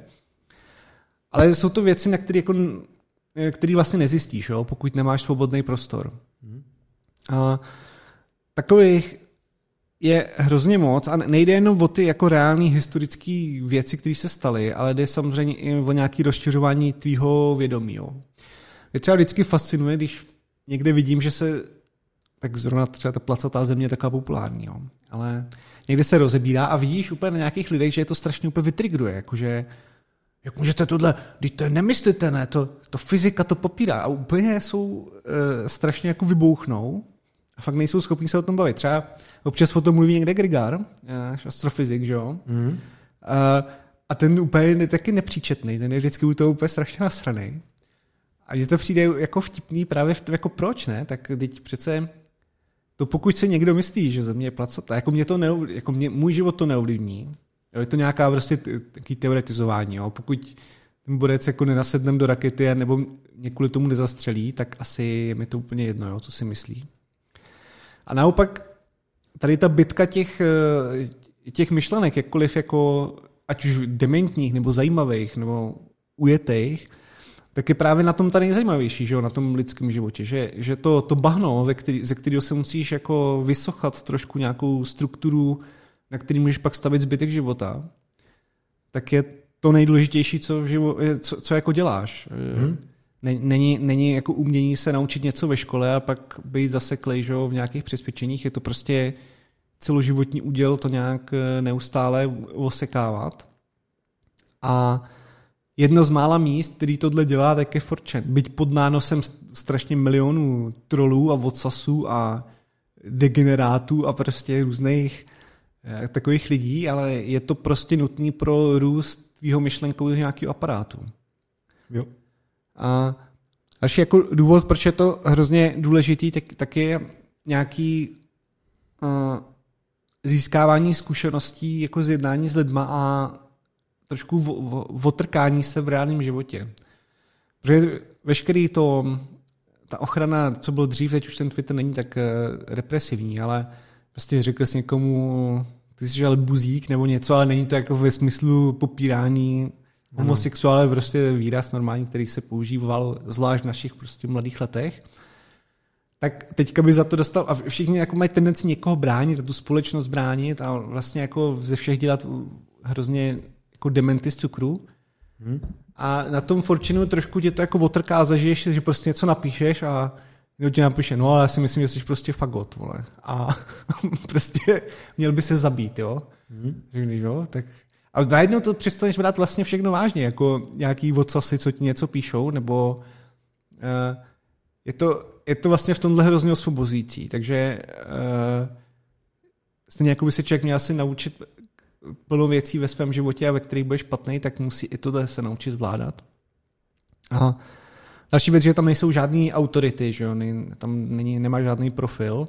Ale jsou to věci, na které jako, který vlastně nezjistíš, jo, pokud nemáš svobodný prostor. Hmm. A takových je hrozně moc a nejde jenom o ty jako reální historické věci, které se staly, ale jde samozřejmě i o nějaké rozšiřování tvýho vědomí. Jo. Mě třeba vždycky fascinuje, když někde vidím, že se, tak zrovna třeba ta placatá země je taková populární, jo. Ale někde se rozebírá a vidíš úplně na nějakých lidech, že je to strašně úplně vytrigruje, jakože jak můžete tohle, když to nemyslíte, ne, to, to fyzika to popírá a úplně jsou e, strašně jako vybouchnou a fakt nejsou schopní se o tom bavit. Třeba občas o tom mluví někde Grigar, astrofyzik, že jo? Mm. A, a ten úplně je taky nepříčetný, ten je vždycky u toho úplně strašně nasranej. A mně to přijde jako vtipný právě v tom, jako proč, ne? Tak teď přece to pokud se někdo myslí, že země je placatá, jako mě to neovlivní, jako mě, můj život to neovlivní. Jo, je to nějaká prostě taký teoretizování. Jo. Pokud ten borec jako nenasednem do rakety nebo mě kvůli tomu nezastřelí, tak asi je mi to úplně jedno, jo, co si myslí. A naopak tady ta bitka těch, těch myšlenek, jakkoliv jako, ať už dementních, nebo zajímavých, nebo ujetých, tak je právě na tom tady nejzajímavější, že jo, na tom lidském životě, že, že to, to bahno, ve který, ze kterého se musíš jako vysochat trošku nějakou strukturu, na který můžeš pak stavit zbytek života, tak je to nejdůležitější, co, v živo, co, co jako děláš. Hmm. Není, není jako umění se naučit něco ve škole a pak být zaseklej, že v nějakých přesvědčeních. Je to prostě celoživotní úděl to nějak neustále osekávat. A jedno z mála míst, který tohle dělá, tak je four chan. Byť pod nánosem strašně milionů trolů a odsasů a degenerátů a prostě různých takových lidí, ale je to prostě nutný pro růst tvýho myšlenkového nějakého aparátu. Jo. A až jako důvod, proč je to hrozně důležitý, tak, tak je nějaký uh, získávání zkušeností jako z jednání s lidma a trošku otrkání se v reálném životě. Protože veškerý to, ta ochrana, co bylo dřív, teď už ten Twitter není tak uh, represivní, ale prostě řekl jsi někomu, ty jsi ale buzík nebo něco, ale není to jako ve smyslu popírání homosexuále, prostě výraz normální, který se používal zvlášť v našich prostě mladých letech. Tak teďka by za to dostal, a všichni jako mají tendenci někoho bránit a tu společnost bránit a vlastně jako ze všech dělat hrozně jako dementy z cukru. Hmm. A na tom four chanu trošku tě to jako otrká, zažiješ, že prostě něco napíšeš a někdo ti napíše, no ale já si myslím, že jsi prostě fagot, vole. A prostě měl by se zabít, jo. Hmm. Řekneš, jo, tak... A najednou to přestaneš brát vlastně všechno vážně, jako nějaký odsasy, co ti něco píšou, nebo uh, je, to, je to vlastně v tomhle hrozně osvobozující, takže uh, stejně jako by se člověk měl asi naučit plno věcí ve svém životě a ve kterých bude špatný, tak musí i tohle se naučit zvládat. Aha. Další věc, že tam nejsou žádný autority, že jo? Tam není, nemá žádný profil.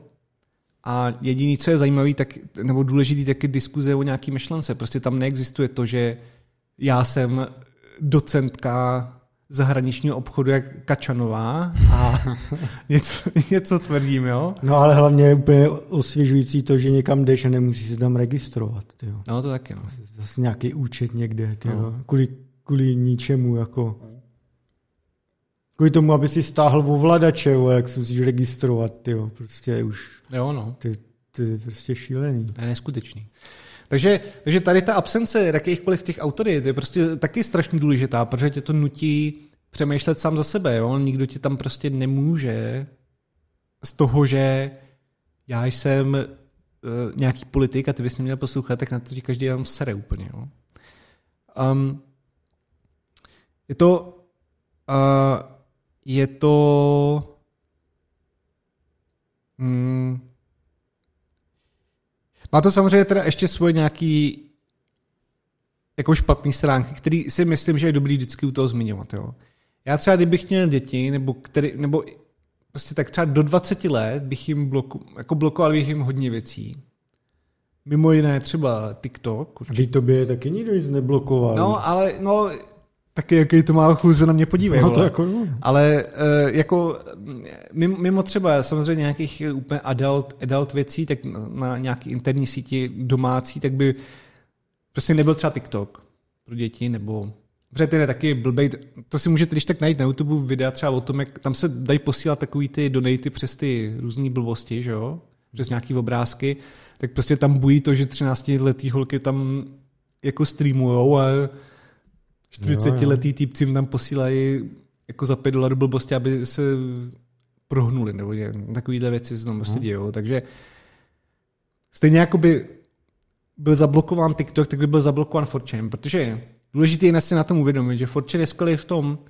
A jediný, co je zajímavý, tak, nebo důležitý, tak je diskuze o nějaký myšlence. Prostě tam neexistuje to, že já jsem docentka zahraničního obchodu jak Kačanová a něco, něco tvrdím, jo? No ale hlavně je úplně osvěžující to, že někam jdeš a nemusí se tam registrovat. Tyjo. No to taky, no. Zase nějaký účet někde, tyjo. No. Kvůli, kvůli ničemu, jako. Kvůli tomu, aby si stáhl ovladače, jak se musíš registrovat, tyjo, prostě už. Jo, no. Ty, ty prostě šílený. To je neskutečný. Takže, takže tady ta absence jakýchkoliv těch autorit je prostě taky strašně důležitá, protože tě to nutí přemýšlet sám za sebe, jo? Nikdo ti tam prostě nemůže z toho, že já jsem uh, nějaký politik a ty bys mě měl poslouchat, tak na to ti každý jenom sere úplně. Jo? Um, je to uh, je to hmm, má to samozřejmě teda ještě svoje nějaký jako špatný stránky, který si myslím, že je dobrý vždycky u toho zmiňovat. Jo. Já třeba, kdybych měl děti, nebo, který, nebo prostě tak třeba do dvaceti let bych jim bloku, jako blokoval bych jim hodně věcí. Mimo jiné třeba TikTok. Vždyť tobě taky nikdo nic neblokoval. No, ale no, taky jaký to má chůze na mě podívej. No to jako no. Ale uh, jako mimo třeba samozřejmě nějakých úplně adult, adult věcí, tak na nějaký interní síti domácí, tak by prostě nebyl třeba TikTok pro děti, nebo protože ten je taky blbej, to si můžete když tak najít na YouTube videa třeba o tom, jak tam se dají posílat takový ty donaty přes ty různý blbosti, že jo, přes nějaký obrázky, tak prostě tam bují to, že třináctiletý holky tam jako streamujou a čtyřicetiletý týpci jim tam posílají jako za pět dolarů blbosti, aby se prohnuli, nebo takovýhle věci se tam prostě dějou, takže stejně jako by byl zablokován TikTok, tak by byl zablokován four chan, protože důležité je si na tom uvědomit, že four chan je skvělý v tom uh,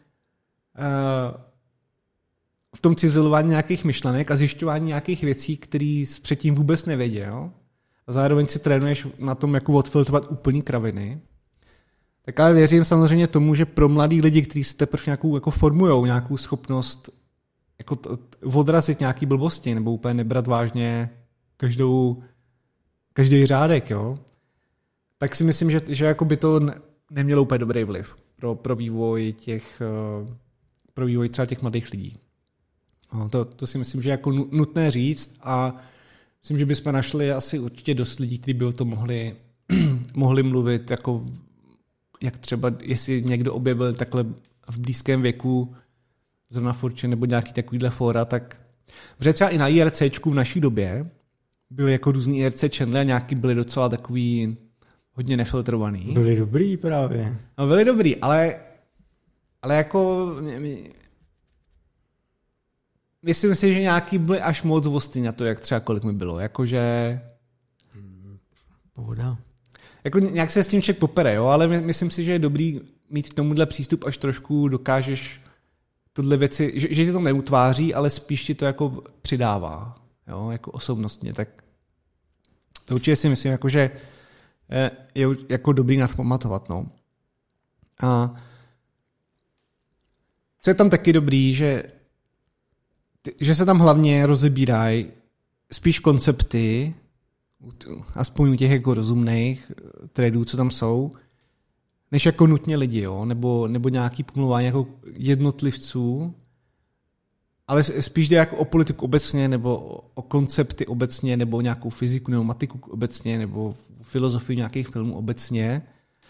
v tom cizelování nějakých myšlenek a zjišťování nějakých věcí, které jsi předtím vůbec nevěděl a zároveň si trénuješ na tom, jako odfiltrovat úplný kraviny. Tak ale věřím samozřejmě tomu, že pro mladý lidi, kteří se teprve nějakou jako formujou, nějakou schopnost jako t- odrazit nějaký blbosti nebo úplně nebrat vážně každou, každý řádek, jo, tak si myslím, že, že jako by to nemělo úplně dobrý vliv pro, pro vývoj těch, pro vývoj třeba těch mladých lidí. No, to, to si myslím, že je jako nutné říct a myslím, že bychom našli asi určitě dost lidí, kteří by o tom mohli, mohli mluvit, jako jak třeba, jestli někdo objevil takhle v blízkém věku zrovna four chan nebo nějaký takovýhle fóra, tak protože třeba i na IRCčku v naší době byly jako různý I R C channely a nějaký byly docela takový hodně nefiltrovaný. Byli dobrý právě. No byli dobrý, ale ale jako myslím si, že nějaký byly až moc ostrý na to, jak třeba kolik mi bylo. Jakože pohoda. Jako nějak se s tím člověk popere, jo, ale myslím si, že je dobrý mít k tomuhle přístup, až trošku dokážeš tohle věci, že, že ti to neutváří, ale spíš ti to jako přidává, jo, jako osobnostně, tak to určitě si myslím, jako, že je jako dobrý na to pamatovat, no. A co je tam taky dobrý, že, že se tam hlavně rozebírají spíš koncepty, aspoň u těch jako rozumných tradeů, co tam jsou, než jako nutně lidi, jo? Nebo, nebo nějaký pomluvání jako jednotlivců, ale spíš jde jako o politiku obecně, nebo o koncepty obecně, nebo nějakou fyziku, nebo matiku obecně, nebo filozofii nějakých filmů obecně.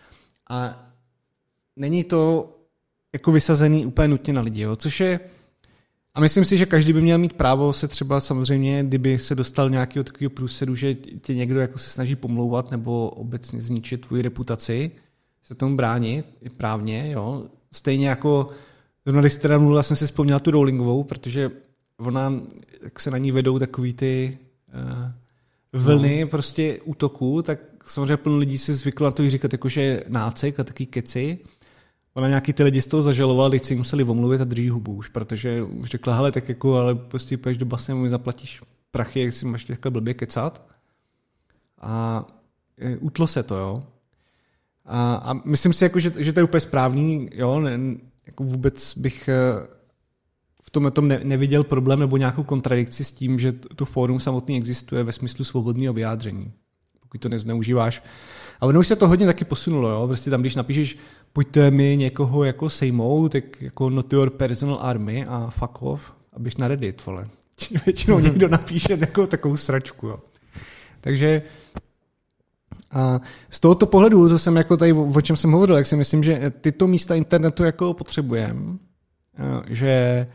A není to jako vysazený úplně nutně na lidi, jo? Což je. A myslím si, že každý by měl mít právo se třeba samozřejmě, kdyby se dostal nějakého takového průsedu, že tě někdo jako se snaží pomlouvat nebo obecně zničit tvoji reputaci, se tomu bránit i právně, jo. Stejně jako zrovna když teda mluvila, jsem si vzpomněla tu Rowlingovou, protože ona, jak se na ní vedou takový ty uh, vlny no. prostě útoků, tak samozřejmě plno lidí si zvyklo na to říkat jakože nácek a takový keci. Ona nějaký ty lidi z toho zažalovala, když si museli omluvit a drží hubu už, protože už řekla, hele, tak jako, ale prostě půjdeš do basenu, mi zaplatíš prachy, jak si máš takhle blbě kecat. A utlo se to, jo. A, a myslím si, jako, že, že to je úplně správný, jo, ne, jako vůbec bych v tomhle tom ne, neviděl problém nebo nějakou kontradikci s tím, že to fórum samotný existuje ve smyslu svobodného vyjádření, pokud to nezneužíváš. A ono už se to hodně taky posunulo, jo? Prostě tam, když napíšeš, pojďte mi někoho jako sejmout, tak jako not your personal army a fuck off, a běž na Reddit, vole. Většinou někdo napíše takovou, takovou sračku, jo. Takže A z tohoto pohledu, to jsem jako tady, o čem jsem hovořil, jak si myslím, že tyto místa internetu jako potřebujeme, že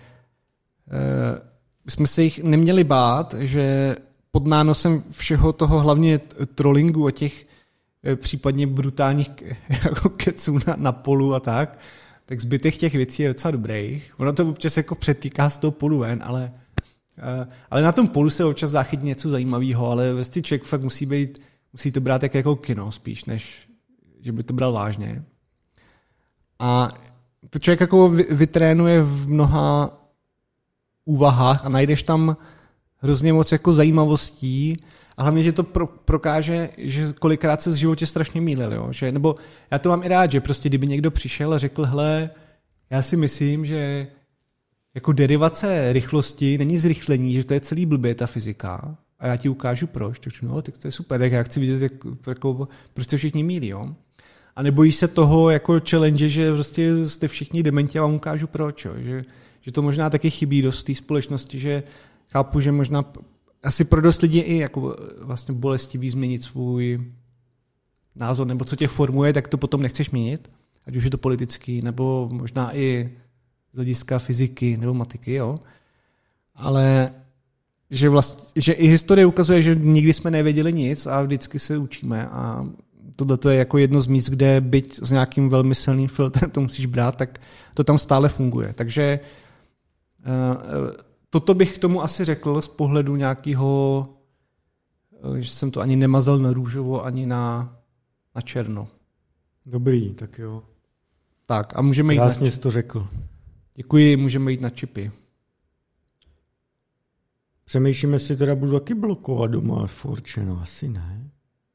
jsme se jich neměli bát, že pod nánosem všeho toho hlavně trollingu a těch případně brutálních jako keců na, na polu a tak, tak zbytek těch věcí je docela dobrých. Ono to občas jako přetýká z toho polu ven, ale, ale na tom polu se občas dá chytit něco zajímavého, ale vlastně člověk fakt musí být, musí to brát jak jako kino spíš, než že by to bral vážně. A to člověk jako vytrénuje v mnoha úvahách a najdeš tam hrozně moc jako zajímavostí a hlavně, že to pro, prokáže, že kolikrát se v životě strašně mýlil, jo? Že, nebo já to mám i rád, že prostě kdyby někdo přišel a řekl, hele, já si myslím, že jako derivace rychlosti není zrychlení, že to je celý blbě ta fyzika a já ti ukážu proč, tak no, tak to je super, tak já chci vidět, jak, jako, proč se všichni mýlí, jo? A nebojíš se toho jako challenge, že prostě jste všichni dementi a vám ukážu proč, jo? Že, že to možná taky chybí dost té společnosti, že chápu, že možná asi pro dost lidí i jako vlastně bolestivý změnit svůj názor, nebo co tě formuje, tak to potom nechceš měnit, ať už je to politický, nebo možná i z hlediska fyziky nebo matiky, jo. Ale že, vlastně, že i historie ukazuje, že nikdy jsme nevěděli nic a vždycky se učíme a tohle je jako jedno z míst, kde byť s nějakým velmi silným filtrem to musíš brát, tak to tam stále funguje. Takže uh, toto bych k tomu asi řekl z pohledu nějakého, že jsem to ani nemazal na růžovo, ani na, na černo. Dobrý, tak jo. Tak a můžeme Krásně jít na jsi to řekl. Děkuji, můžeme jít na čipy. Přemýšlíme, si teda budu taky blokovat doma Forče, no asi ne.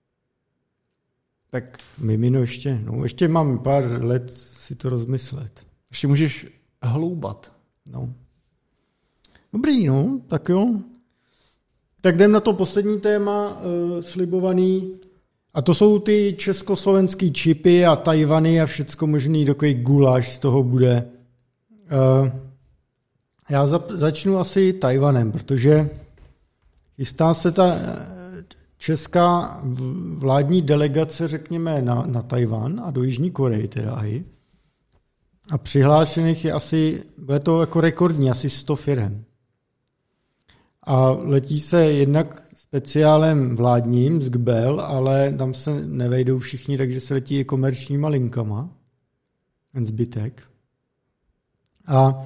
Tak Mimino ještě, no ještě mám pár let si to rozmyslet. Ještě můžeš hloubat. No. Dobrý, no, tak jo. Tak jdem na to poslední téma, uh, slibovaný. A to jsou ty československý čipy a Tajvany a všecko možný, takový guláš z toho bude. Uh, já za, začnu asi Tajvanem, protože chystá se ta česká vládní delegace, řekněme, na, na Tajvan a do Jižní Koreji teda i. A přihlášených je asi, bude to jako rekordní, asi sto firem. A letí se jednak speciálem vládním z G B E L, ale tam se nevejdou všichni, takže se letí i komerčníma linkama. Ten zbytek. A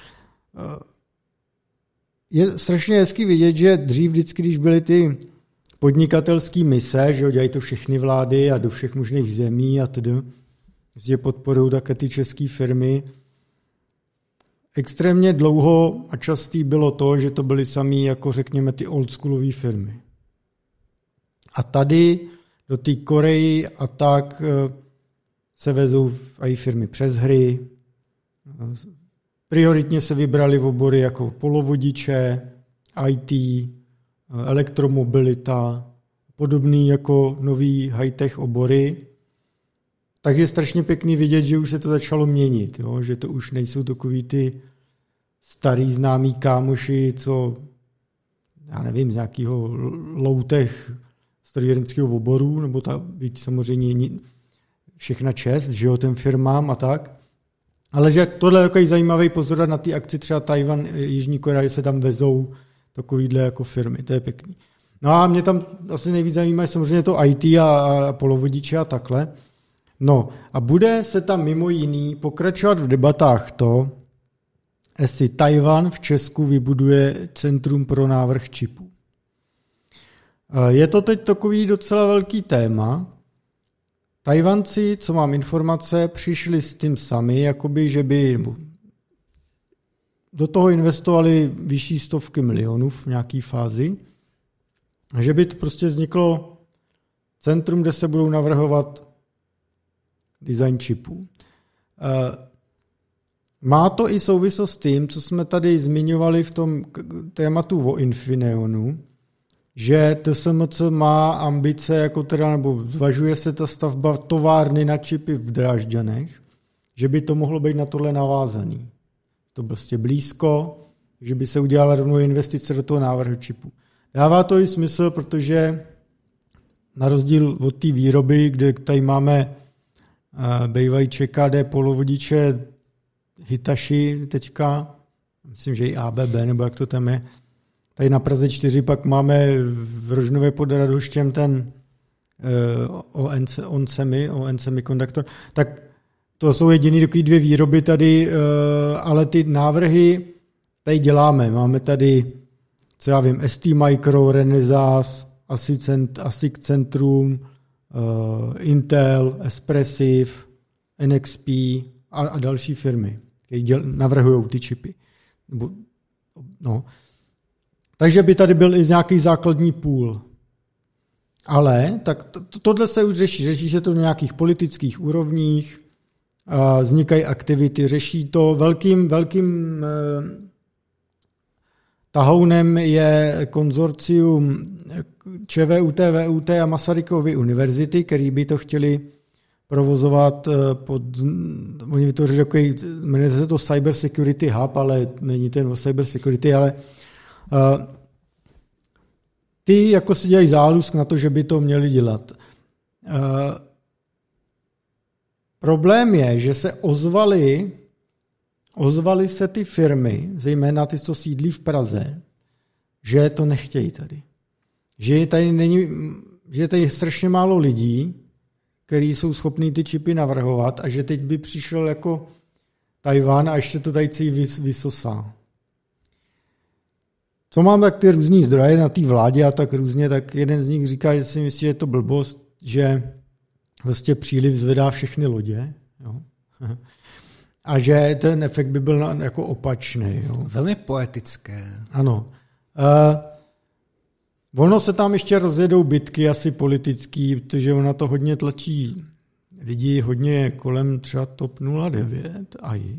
je strašně hezky vidět, že dřív vždycky, když byly ty podnikatelské mise, že dělají to všechny vlády a do všech možných zemí a tedy, že podporují také ty české firmy. Extrémně dlouho a častý bylo to, že to byly samý, jako řekněme, ty oldschoolové firmy. A tady do té Koreji a tak se vezou i firmy přes hry. Prioritně se vybrali v obory jako polovodiče, í té, elektromobilita, podobný jako nový high-tech obory. Takže je strašně pěkný vidět, že už se to začalo měnit, jo? Že to už nejsou takový ty starý známí kámoši, co, já nevím, z nějakého low-tech strojírenského oboru, nebo ta být samozřejmě všechna čest, že jo, těm firmám a tak. Ale že tohle je takový zajímavý pozor na té akci třeba Tajvan, Jižní Korea, se tam vezou takovýhle jako firmy, to je pěkný. No a mě tam asi nejvíc zajímá samozřejmě to í té a, a polovodiče a takhle. No a bude se tam mimo jiný pokračovat v debatách to, jestli Tajvan v Česku vybuduje centrum pro návrh čipů. Je to teď takový docela velký téma. Tajvanci, co mám informace, přišli s tím sami, jakoby, že by do toho investovali vyšší stovky milionů v nějaké fázi, a že by to prostě vzniklo centrum, kde se budou navrhovat design čipů. Má to i souvislost s tím, co jsme tady zmiňovali v tom tématu o Infineonu, že T S M C má ambice, jako teda, nebo zvažuje se ta stavba továrny na čipy v Drážďanech, že by to mohlo být na tohle navázaný. To prostě blízko, že by se udělala rovnou investice do toho návrhu čipu. Dává to i smysl, protože na rozdíl od té výroby, kde tady máme bývají ČKD polovodiče Hitachi teďka, myslím, že i A B B, nebo jak to tam je. Tady na Praze čtyři pak máme v Rožnově pod Radhoštěm ten uh, ON Semi, ON Semiconductor. Tak to jsou jediný takový dvě výroby tady, uh, ale ty návrhy tady děláme. Máme tady, co já vím, S T Micro, Renesas, ASIC Centrum, uh, Intel, Espressive, N X P a, a další firmy, které navrhují ty čipy. No. Takže by tady byl i nějaký základní půl. Ale tak to, tohle se už řeší. Řeší se to na nějakých politických úrovních, uh, vznikají aktivity, řeší to velkým, velkým uh, tahounem je konzorcium ČVUT, VUT a Masarykovy univerzity, který by to chtěli provozovat pod, oni vytvořili takový, jmenuje se to Cyber Security Hub, ale není ten o Cyber Security, ale uh, ty jako si dělají zálusk na to, že by to měli dělat. Uh, problém je, že se ozvali Ozvaly se ty firmy, zejména ty, co sídlí v Praze, že to nechtějí tady. Že tady není, že tady je strašně málo lidí, kteří jsou schopní ty čipy navrhovat a že teď by přišel jako Tajvan a ještě to tady celý vys, vysosá. Co mám tak ty různý zdroje na té vládě a tak různě, tak jeden z nich říká, že si myslí, že je to blbost, že vlastně příliv zvedá všechny lodě. Jo. A že ten efekt by byl jako opačný. Jo. Velmi poetické. Ano. Uh, ono se tam ještě rozjedou bitky asi politický, protože ona to hodně tlačí lidi hodně kolem třeba TOP nula devět a i.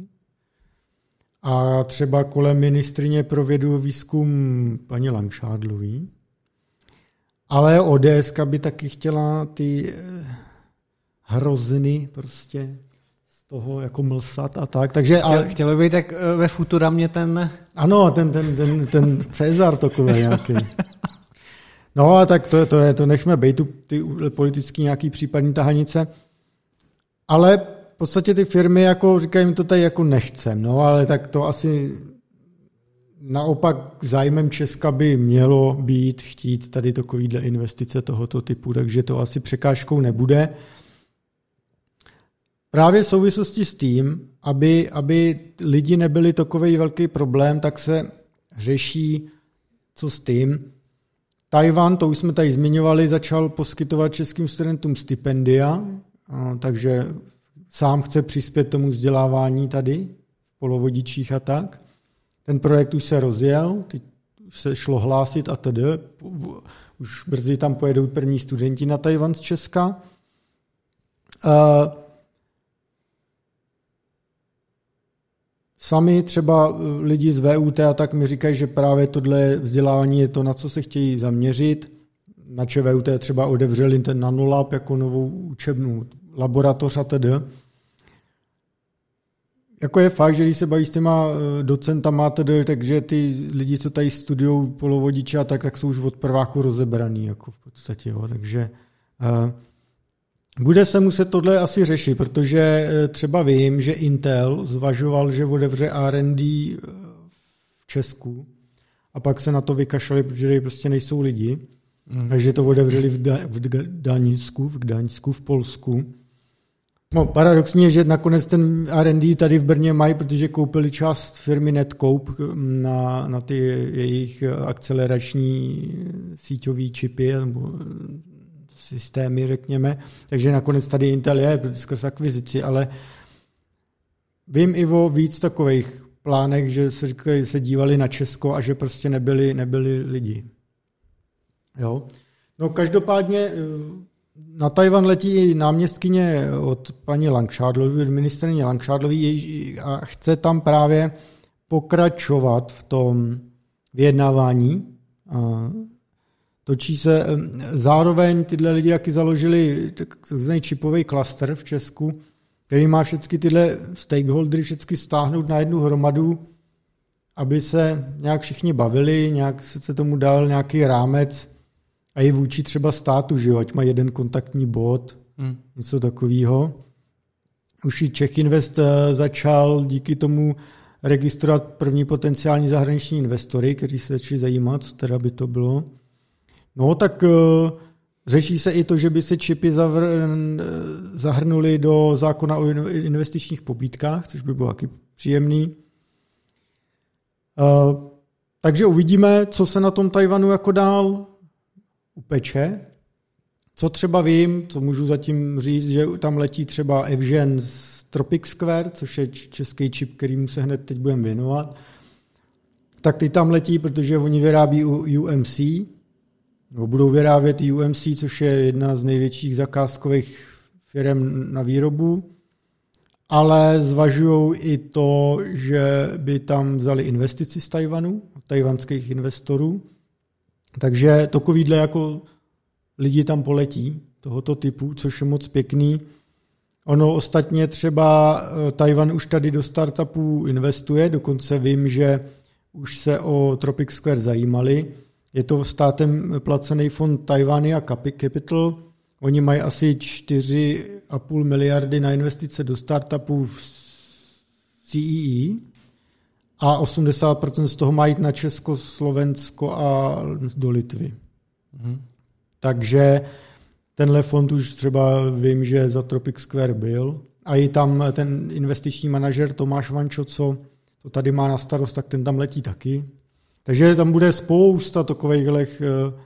A třeba kolem ministryně pro vědu a výzkum paní Langšádlový. Ale O D S by taky chtěla ty hrozny prostě toho jako mlsat a tak. Takže, Chtěl, ale, chtělo by tak ve Futuramě ten... Ano, ten, ten, ten, ten Cezar takový nějaký. No a tak to, to, je, to nechme být, tu, ty politický nějaký případní tahanice. Ale v podstatě ty firmy jako říkají, mi to tady jako nechcem. No ale tak to asi naopak zájmem Česka by mělo být chtít tady takovýhle investice tohoto typu, takže to asi překážkou nebude. Právě v souvislosti s tím, aby, aby lidi nebyli takový velký problém, tak se řeší, co s tím. Tajvan, to už jsme tady zmiňovali, začal poskytovat českým studentům stipendia, takže sám chce přispět tomu vzdělávání tady, v polovodičích a tak. Ten projekt už se rozjel, teď už se šlo hlásit a tedy. Už brzy tam pojedou první studenti na Tajvan z Česka. Sami třeba lidi z V U T a tak mi říkají, že právě tohle vzdělávání je to, na co se chtějí zaměřit. Na ČVUT třeba otevřeli ten Nanolab jako novou učebnu laboratoř a tedy. Jako je fakt, že když se baví s těma docentama tedy, takže ty lidi, co tady studují polovodiče a tak, tak jsou už od prváku rozebraný, jako v podstatě. Jo. Takže uh, bude se muset tohle asi řešit, protože třeba vím, že Intel zvažoval, že otevře R and D v Česku a pak se na to vykašlali, protože tady prostě nejsou lidi. Mm. Takže to otevřeli v, da- v Gdaňsku, v Gdaňsku, v Polsku. No, paradoxně je, že nakonec ten R and D tady v Brně mají, protože koupili část firmy Netcope na, na ty jejich akcelerační síťové čipy nebo systémy, řekněme. Takže nakonec tady Intel je skrz akvizici, ale vím i o víc takových plánech, že se, říkají, se dívali na Česko a že prostě nebyli, nebyli lidi. Jo. No každopádně na Tajvan letí náměstkyně od paní Langšádlové, od ministryně Langšádlové a chce tam právě pokračovat v tom vyjednávání. Točí se zároveň tyhle lidi, jaký založili takzvaný čipový klaster v Česku, který má všechny tyhle stakeholdery všechny stáhnout na jednu hromadu, aby se nějak všichni bavili, nějak se tomu dal nějaký rámec, A i vůči třeba státu, že jo, ať má jeden kontaktní bod, hmm. něco takového. Už i Czech Invest začal díky tomu registrovat první potenciální zahraniční investory, kteří se začali zajímat, co teda by to bylo. No tak uh, řeší se i to, že by se čipy zavr- zahrnuli do zákona o investičních pobídkách, což by bylo taky příjemný. Uh, takže uvidíme, co se na tom Tajvanu jako dál upeče. Co třeba vím, co můžu zatím říct, že tam letí třeba Evgen z Tropic Square, což je český čip, kterýmu se hned teď budeme věnovat. Tak ty tam letí, protože oni vyrábí U M C, nebo budou vyrábět U M C, což je jedna z největších zakázkových firm na výrobu, ale zvažují i to, že by tam vzali investici z Tajvanu, tajvanských investorů. Takže takovýhle jako lidi tam poletí tohoto typu, což je moc pěkný. Ono ostatně třeba Tajvan už tady do startupů investuje, dokonce vím, že už se o Tropic Square zajímali. Je to státem placený fond Taiwania Capital. Oni mají asi čtyři a půl miliardy na investice do startupů v C E E a osmdesát procent z toho mají na Česko, Slovensko a do Litvy. Mhm. Takže tenhle fond už třeba vím, že za Tropic Square byl. A i tam ten investiční manažer Tomáš Vančo, co to tady má na starost, tak ten tam letí taky. Takže tam bude spousta takovejhlech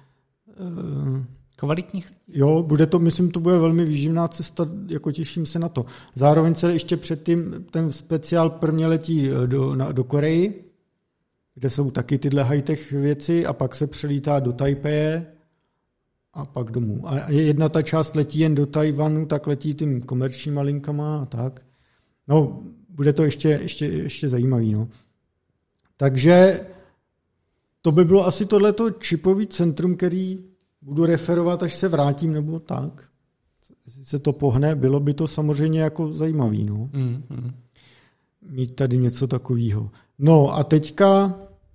uh, kvalitních. Jo, bude to, myslím, to bude velmi výživná cesta, jako těším se na to. Zároveň se ještě předtím ten speciál prvně letí do, na, do Koreji, kde jsou taky tyhle high-tech věci a pak se přelítá do Tajpeje a pak domů. A jedna ta část letí jen do Tajvanu, tak letí tím komerčníma linkama a tak. No, bude to ještě, ještě, ještě zajímavý. No. Takže to by bylo asi tohleto čipový centrum, který budu referovat, až se vrátím, nebo tak. Jestli se to pohne, bylo by to samozřejmě jako zajímavý. No. Mm, mm. Mít tady něco takového. No a teďka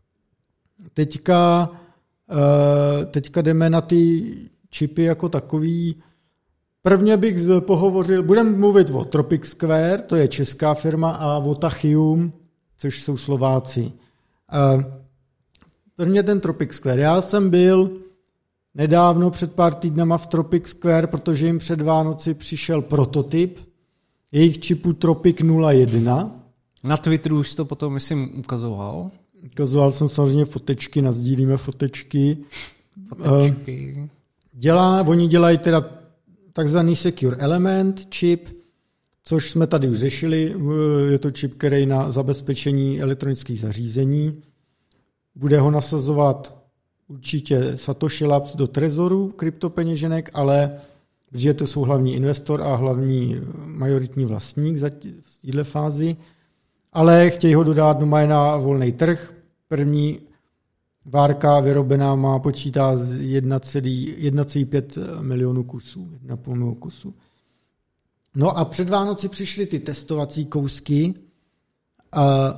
teďka teďka jdeme na ty čipy jako takový. Prvně bych pohovořil, budeme mluvit o Tropic Square, to je česká firma, a o Tachium, což jsou Slováci. Prvně ten Tropic Square. Já jsem byl nedávno před pár týdnama v Tropic Square, protože jim před Vánoci přišel prototyp jejich čipu Tropic nula jedna. Na Twitteru už to potom, myslím, ukazoval. Ukazoval jsem samozřejmě fotečky, nazdílíme fotečky. Fotečky. Dělá, oni dělají teda takzvaný Secure Element čip, což jsme tady už řešili. Je to čip, který na zabezpečení elektronických zařízení. Bude ho nasazovat určitě Satoshi Labs do trezoru kryptopeněženek, ale protože to jsou hlavní investor a hlavní majoritní vlastník v této fázi, ale chtějí ho dodat doma na volný trh. První várka vyrobená má počítá z jedna celá pět milionu kusů, jedna celá pět milionu kusů. No a před Vánoci přišly ty testovací kousky, a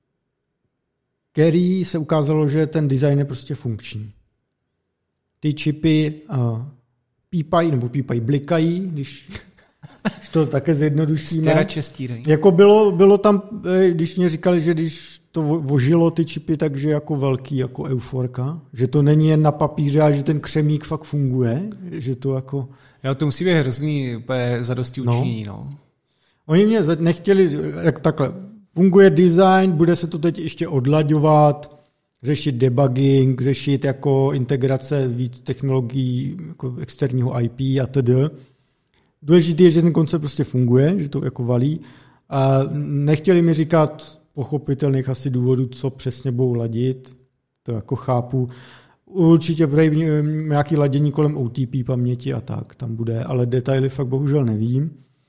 který se ukázalo, že ten design je prostě funkční. Ty čipy uh, pípají, nebo pípají, blikají, když, když to také zjednodušíme. Jako bylo, bylo tam, když mě říkali, že když to vožilo ty čipy, takže jako velký, jako euforka, že to není jen na papíře, ale že ten křemík fakt funguje, že to jako... Jo, to musí být hrozný úplně zadosti učinění, no. no. Oni mě nechtěli, jak takhle, funguje design, bude se to teď ještě odlaďovat, řešit debugging, řešit jako integrace víc technologií, jako externího I P a td. Důležité je, že ten koncept prostě funguje, že to jako valí. A nechtěli mi říkat pochopitelných asi důvodů, co přesně budou ladit, to jako chápu. Určitě bude nějaké ladění kolem O T P paměti a tak, tam bude, ale detaily fakt bohužel nevím.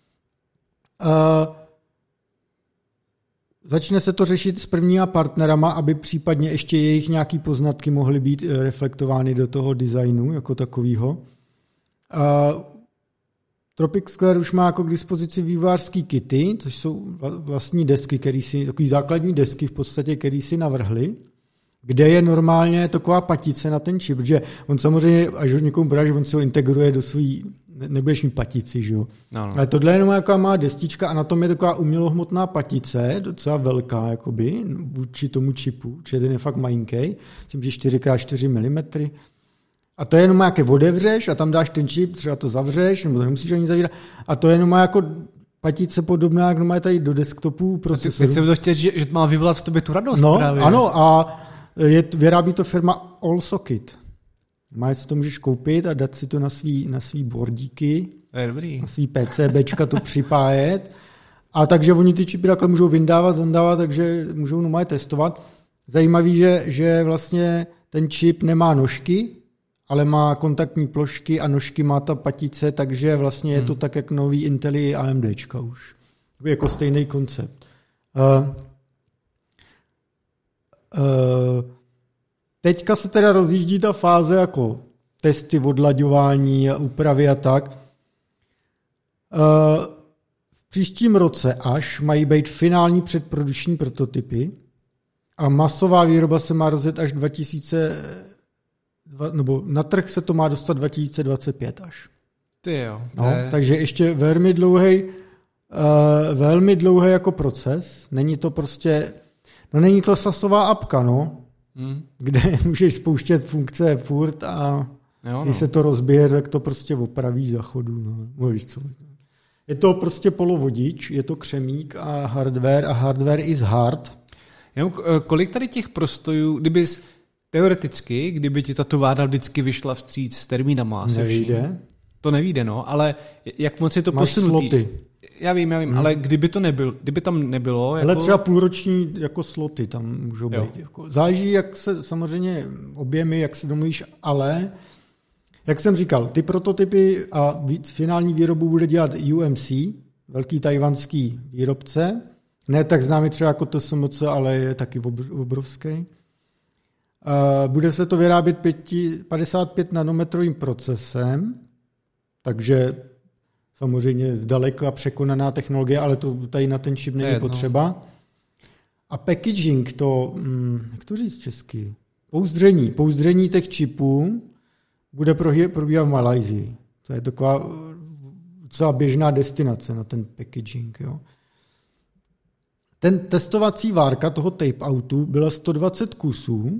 A začne se to řešit s prvníma partnerama, aby případně ještě jejich nějaký poznatky mohly být reflektovány do toho designu jako takového. A Tropic Square už má jako k dispozici vývojářský kity, což jsou vlastní desky, který si, takový základní desky v podstatě, který si navrhli. kde je normálně taková patice na ten čip, protože on samozřejmě, až ho někomu podáš, on se ho integruje do svý, nebudeš mít patici, že jo. No, no. Ale tohle je jenom jaká má destička a na tom je taková umělohmotná patice, docela velká, jakoby, vůči tomu čipu, čiže ten je fakt malinký, myslím, že čtyři krát čtyři milimetry. A to je jenom jaké odevřeš a tam dáš ten čip, třeba to zavřeš, nebo to nemusíš ani zavírat. A to je jenom jako patice podobná, jak má tady do desktopů procesoru. Teď jsem to chtěl, že, že má vyvolat v tobě tu radost no, právě. Ano, a je, vyrábí to firma AllSocket. Má, si to můžeš koupit a dát si to na svý, na svý bordíky, dobrý. Na svý PCBčka to připájet. A takže oni ty čipy takhle můžou vyndávat, zandávat, takže můžou normálně testovat. Zajímavý, že, že vlastně ten čip nemá nožky, ale má kontaktní plošky a nožky má ta patice, takže vlastně je to hmm. tak, jak nový Intel i AMDčka už. Jako stejný koncept. Uh, uh, teďka se teda rozjíždí ta fáze jako testy, odlaďování a úpravy a tak. Uh, v příštím roce až mají být finální předprodukční prototypy a masová výroba se má rozjet až dva tisíce nebo na trh se to má dostat dva tisíce dvacet pět až. Ty jo. No, je... Takže ještě velmi dlouhý, uh, velmi dlouhý jako proces. Není to prostě, no není to sasová apka, no, hmm. kde můžeš spouštět funkce furt a jo, no. Když se to rozbije, tak to prostě opraví za chodu. No. No, víš co. Je to prostě polovodič, je to křemík a hardware a hardware is hard. Jenom kolik tady těch prostojů, kdyby teoreticky, kdyby ti ta továrna vždycky vyšla vstříc s termínama. Nevíde. To nevíde, no, ale jak moc je to Máš posunutý. sloty. Já vím, já vím, hmm. ale kdyby to nebyl, kdyby tam nebylo... Ale jako... třeba půlroční jako sloty tam můžou jo. být. Jako, záleží, jak se samozřejmě objemy, jak se domluvíš, ale jak jsem říkal, ty prototypy a víc, finální výrobu bude dělat U M C, velký tajvanský výrobce, ne tak známý třeba jako T S M C, ale je taky obrovský. Bude se to vyrábět padesát pět nanometrovým procesem, takže samozřejmě zdaleka překonaná technologie, ale to tady na ten čip není je, potřeba. No. A packaging, to, jak to říct česky, pouzdření, pouzdření těch čipů bude probíhat v Malajsii. To je taková docela běžná destinace na ten packaging. Jo. Ten testovací várka toho tape-outu byla sto dvacet kusů,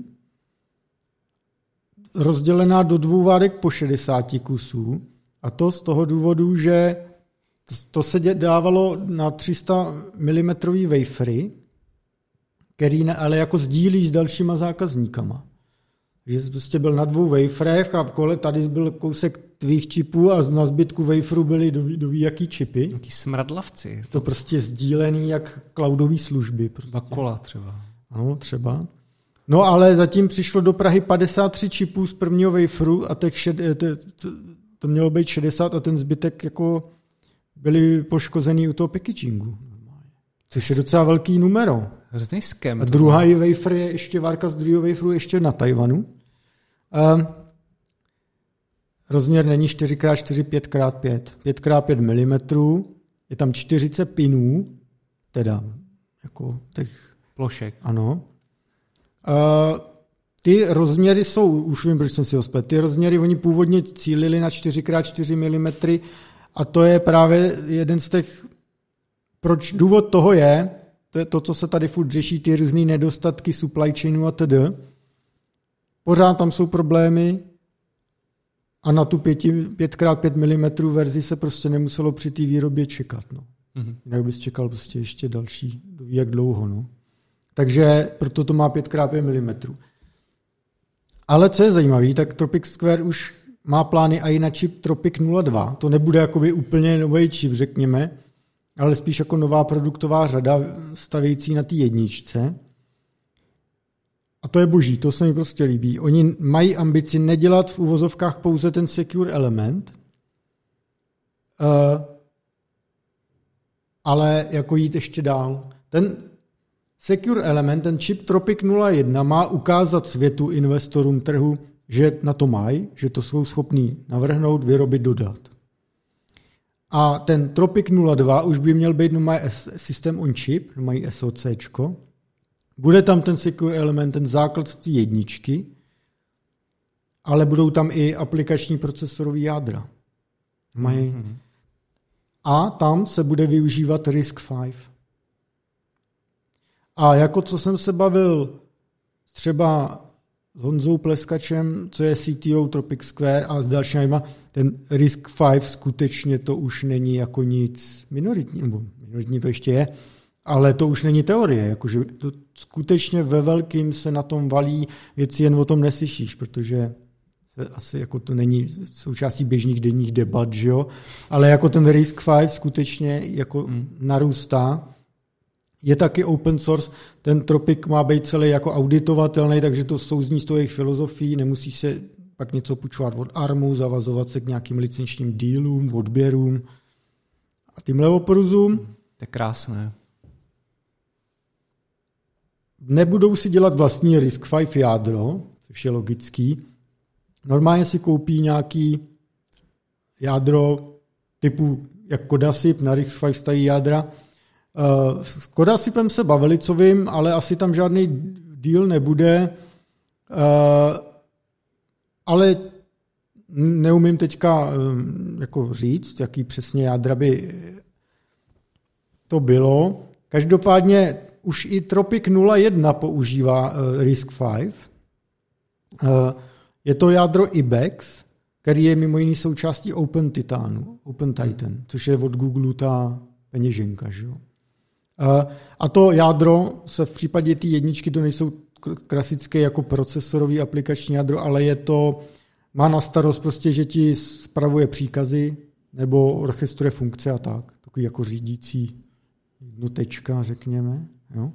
rozdělená do dvou várek po šedesáti kusů a to z toho důvodu, že to se dávalo na tři sta milimetrů wafery, který ne, ale jako sdílí s dalšíma zákazníkama. Že prostě byl na dvou waferech a v kole tady byl kousek tvých čipů a na zbytku waferu byly doví, doví jaký čipy. Jaký smradlavci. To prostě sdílený jak cloudové služby. Prostě. Bakola třeba. Ano, třeba. No ale zatím přišlo do Prahy padesát tři čipů z prvního waferu a těch šed, to mělo být šedesát a ten zbytek jako byly poškozený u toho packagingu. Což je docela velký numero. Hrozný skem. A druhá je wafer je ještě, várka z druhého waferu ještě na Tajvanu. A rozměr není čtyři krát čtyři, pět krát pět. pět krát pět milimetrů, je tam čtyřicet pinů, teda jako těch... Plošek. Ano. Uh, ty rozměry jsou, už vím, proč jsem si ho splet, ty rozměry oni původně cílili na čtyři krát čtyři milimetry a to je právě jeden z těch, proč důvod toho je, to je to, co se tady furt řeší, ty různý nedostatky supply chainu a td. Pořád tam jsou problémy a na tu pět krát pět milimetrů verzi se prostě nemuselo při té výrobě čekat. No. Mm-hmm. Jinak bys čekal prostě ještě další, jak dlouho. No. Takže proto to má pět krát pět milimetrů. Ale co je zajímavé, tak Tropic Square už má plány i na čip Tropic nula dva. To nebude jakoby úplně nový čip, řekněme, ale spíš jako nová produktová řada stavějící na té jedničce. A to je boží, to se mi prostě líbí. Oni mají ambici nedělat v uvozovkách pouze ten secure element, uh, ale jako jít ještě dál. Ten secure element, ten čip Tropic nula jedna má ukázat světu, investorům, trhu, že na to mají, že to jsou schopní navrhnout, vyrobit, dodat. A ten Tropic nula dva už by měl být normální systém on chip, normální SoCčko, Bude tam ten secure element, ten základ z té jedničky, ale budou tam i aplikační procesorový jádra. Mají. Mm-hmm. A tam se bude využívat RISC pět. A jako co jsem se bavil třeba s Honzou Pleskačem, co je C T O Tropic Square a s dalšíma, ten RISC pět skutečně to už není jako nic minoritní, nebo minoritní to ještě je, ale to už není teorie, jakože to skutečně ve velkým se na tom valí, věci jen o tom neslyšíš, protože se asi jako to není součástí běžných denních debat, že jo? Ale jako ten RISC pět skutečně jako hmm. narůstá. Je taky open source, ten Tropic má být celý jako auditovatelný, takže to souzní s tou jejich filozofií, nemusíš se pak něco půjčovat od armu, zavazovat se k nějakým licenčním dílům, odběrům a tímhle opruzům. To je krásné. Nebudou si dělat vlastní RISC pět jádro, což je logický. Normálně si koupí nějaký jádro typu jak Codasip, na RISC pět stají jádra. S Codasipem se bavili, co vím, ale asi tam žádný deal nebude. Ale neumím teďka jako říct, jaký přesně jádra by to bylo. Každopádně už i Tropic nula jedna používá RISC pět. Je to jádro Ibex, který je mimo jiný součástí Open Titanu, Open Titan, což je od Google ta peněženka. Že jo? A to jádro se v případě té jedničky, to nejsou klasické jako procesorový aplikační jádro, ale je to, má na starost prostě, že ti spravuje příkazy nebo orchestruje funkce a tak. Takový jako řídící jednotečka, řekněme. Jo?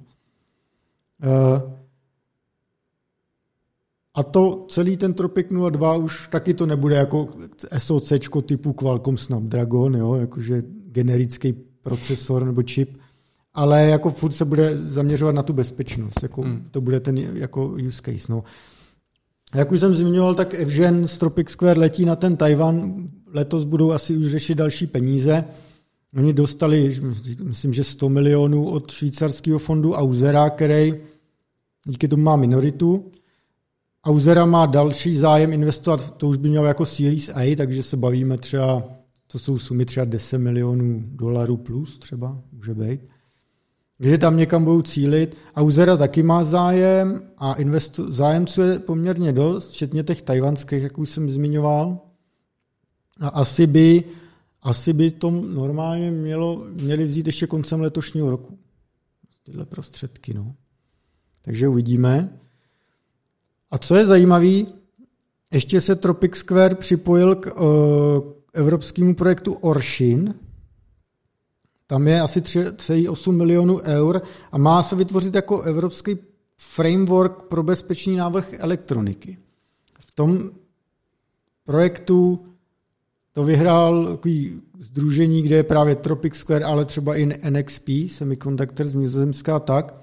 A to celý ten Tropic nula dva už taky to nebude jako SoCčko typu Qualcomm Snapdragon, jo? Jakože generický procesor nebo čip, ale jako furt se bude zaměřovat na tu bezpečnost. Jako, hmm. To bude ten jako use case. No. Jak už jsem zmiňoval, tak Evgen z Tropic Square letí na ten Tajvan. Letos budou asi už řešit další peníze. Oni dostali, myslím, že sto milionů od švýcarského fondu Auzera, který díky tomu má minoritu. Auzera má další zájem investovat, to už by mělo jako Series A, takže se bavíme třeba, to jsou sumy třeba deset milionů dolarů plus třeba, může být. Takže tam někam budou cílit. Auzera taky má zájem a investu, zájemců je poměrně dost, včetně těch tajvanských, jak už jsem zmiňoval. A asi by, asi by to normálně mělo, měli vzít ještě koncem letošního roku. Tyhle prostředky, no. Takže uvidíme. A co je zajímavé, ještě se Tropic Square připojil k uh, evropskému projektu Orshin. Tam je asi tři celá osm milionů eur a má se vytvořit jako evropský framework pro bezpečný návrh elektroniky. V tom projektu to vyhrál takový sdružení, kde je právě Tropic Square, ale třeba i N X P, Semiconductor z Nizozemska tak.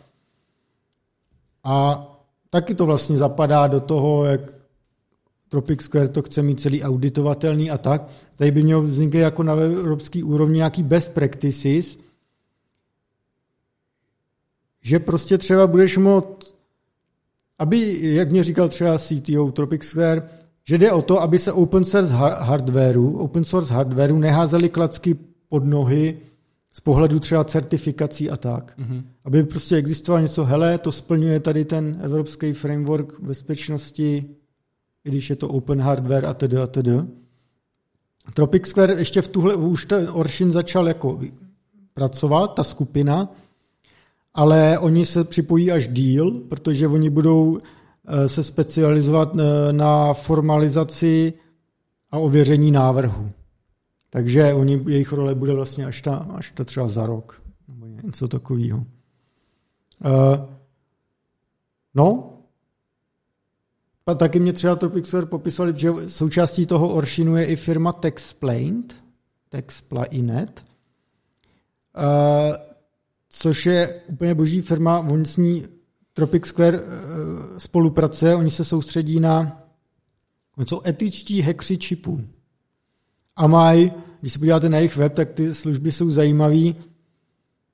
A taky to vlastně zapadá do toho, jak Tropic Square to chce mít celý auditovatelný a tak. Tady by mělo vzniknout jako na evropské úrovni nějaký best practices, že prostě třeba budeš moct, aby, jak mě říkal třeba C T O Tropic Square, že jde o to, aby se open source hardwareu, open source hardwareu neházely klacky pod nohy z pohledu třeba certifikací a tak. Mm-hmm. Aby prostě existovalo něco, hele, to splňuje tady ten evropský framework bezpečnosti, i když je to open hardware a tedy a tedy. Tropic Square ještě v tuhle, už ten Orshin začal jako pracovat, ta skupina, ale oni se připojí až díl, protože oni budou se specializovat na formalizaci a ověření návrhu. Takže oni, jejich role bude vlastně až ta, až ta třeba za rok, nebo něco takového. Uh, no, a taky mě třeba Tropic Square popisali, že součástí toho Orshinu je i firma Texplained, Texplainet, uh, což je úplně boží firma, on s ní Tropic Square uh, spolupracuje, oni se soustředí na jsou etičtí hackři čipů. A mají, když se podíváte na jejich web, tak ty služby jsou zajímavé.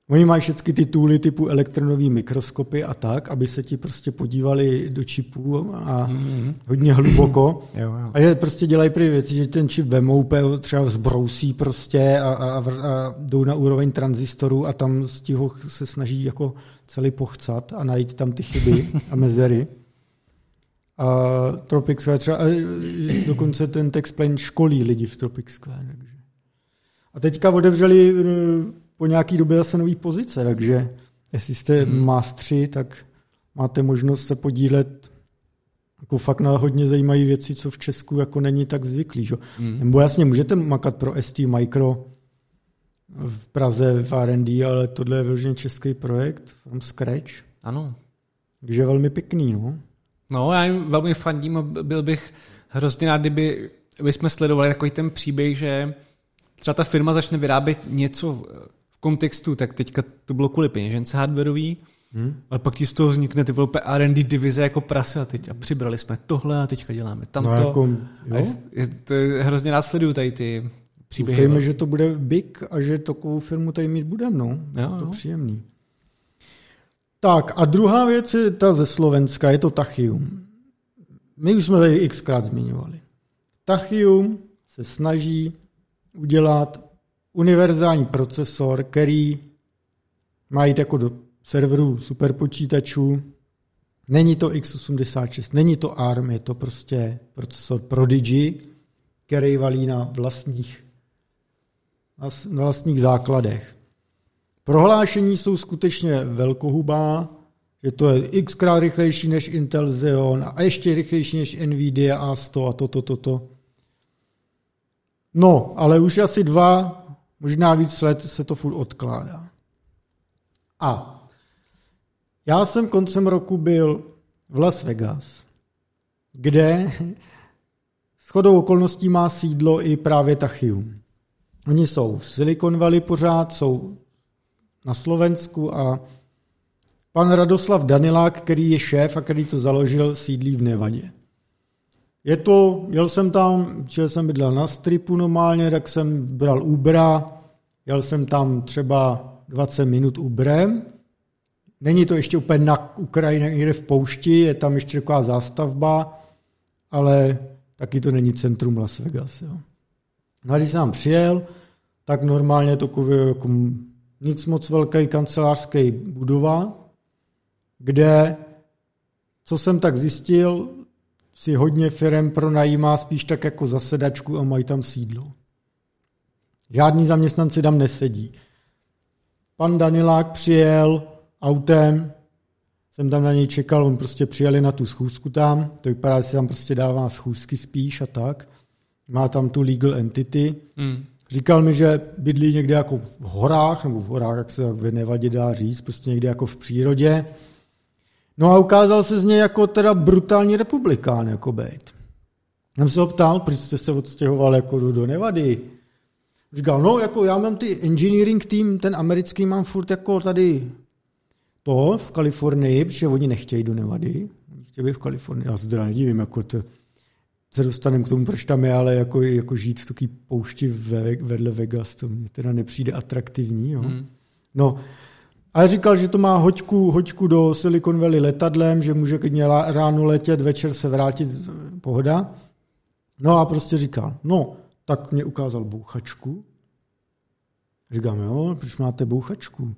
Oni mají všechny ty tooly typu elektronový mikroskopy a tak, aby se ti prostě podívali do čipů a mm-hmm. hodně hluboko. jo, jo. A že prostě dělají prý věci, že ten čip vemou, třeba vzbrousí prostě a, a, a jdou na úroveň tranzistorů a tam z toho se snaží jako celý pochcat a najít tam ty chyby a mezery. A Tropic Square třeba, a dokonce ten Textplain školí lidi v Tropic Square. Takže. A teďka otevřeli po nějaký době zase nový pozice, takže jestli jste hmm. mástři, tak máte možnost se podílet jako fakt na hodně zajímavé věci, co v Česku jako není tak zvyklý. Že? Hmm. Nebo jasně, můžete makat pro S T Micro v Praze v R and D, ale tohle je vyloženě český projekt from scratch. Ano. Takže je velmi pěkný, no. No, já jim velmi fandím a byl bych hrozně rád, kdyby jsme sledovali takový ten příběh, že třeba ta firma začne vyrábět něco v kontextu, tak teďka to bylo kvůli peněžence hardwareový, hmm. ale pak ti z toho vznikne ty velké R and D divize jako prase a teď a přibrali jsme tohle a teďka děláme tamto. No, jako, a je, je, to je, hrozně rád sleduju tady ty příběhy. Doufejme, že to bude big a že takovou firmu tady mít budeme, no. Jo, to jo. příjemný. Tak a druhá věc je ta ze Slovenska, je to Tachyon. My už jsme tady xkrát zmiňovali. Tachyon se snaží udělat univerzální procesor, který má jít jako do serverů superpočítačů. Není to x osmdesát šest, není to A R M, je to prostě procesor Prodigy, který valí na vlastních, na vlastních základech. Prohlášení jsou skutečně velkohubá, že to je xkrát rychlejší než Intel Xeon a ještě rychlejší než Nvidia A sto a toto, toto. To. No, ale už asi dva, možná víc let se to furt odkládá. A já jsem koncem roku byl v Las Vegas, kde shodou okolností má sídlo i právě Tachyon. Oni jsou v Silicon Valley pořád, jsou na Slovensku a pan Radoslav Danilák, který je šéf a který to založil, sídlí v Nevadě. Je to, jel jsem tam, čil jsem bydlel na Stripu normálně, tak jsem bral Ubera, jel jsem tam třeba dvacet minut Uberem. Není to ještě úplně na Ukrajině, někde v poušti, je tam ještě taková zástavba, ale taky to není centrum Las Vegas. Jo. No a když jsem tam přijel, tak normálně to jako nic moc velký kancelářský budova, kde, co jsem tak zjistil, si hodně firem pronajímá spíš tak jako zasedačku a mají tam sídlo. Žádný zaměstnanci tam nesedí. Pan Danilák přijel autem, jsem tam na něj čekal, on prostě přijeli na tu schůzku tam, to vypadá, že si tam prostě dává schůzky spíš a tak. Má tam tu legal entity. Mm. Říkal mi, že bydlí někde jako v horách, nebo v horách, jak se v Nevadě dá říct, prostě někde jako v přírodě. No a ukázal se z něj jako teda brutální republikán, jako bejt. Jsem se ho ptal, proč jste se odstěhoval jako do, do Nevady. Říkal, no jako já mám ty engineering tým, ten americký mám furt jako tady to v Kalifornii, protože oni nechtějí do Nevady. Oni chtějí být v Kalifornii. Já se teda nedivím, jako to, se dostaneme k tomu, proč tam je, ale jako, jako žít v takové poušti ve, vedle Vegas, to mně teda nepřijde atraktivní. Jo. Hmm. No, ale říkal, že to má hoďku, hoďku do Silicon Valley letadlem, že může klidně ráno letět, večer se vrátit, pohoda. No a prostě říkal, no, tak mě ukázal bouchačku. Říkám, jo, proč máte bouchačku?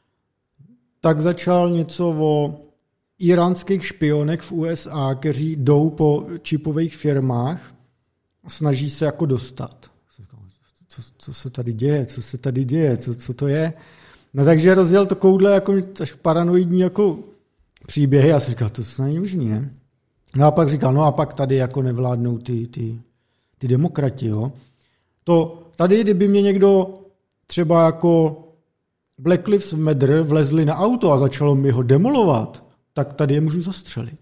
Tak začal něco o iránských špionech v U S A, kteří jdou po čipových firmách a snaží se jako dostat. Co, co se tady děje? Co se tady děje? Co, co to je? No takže rozjel to koudle jako až paranoidní jako příběhy. Já si říkal, to se není možný, ne? No a pak říkal, no a pak tady jako nevládnou ty, ty, ty demokrati, jo. To tady, kdyby mě někdo třeba jako Black Lives Matter vlezli na auto a začalo mi ho demolovat, tak tady je můžu zastřelit.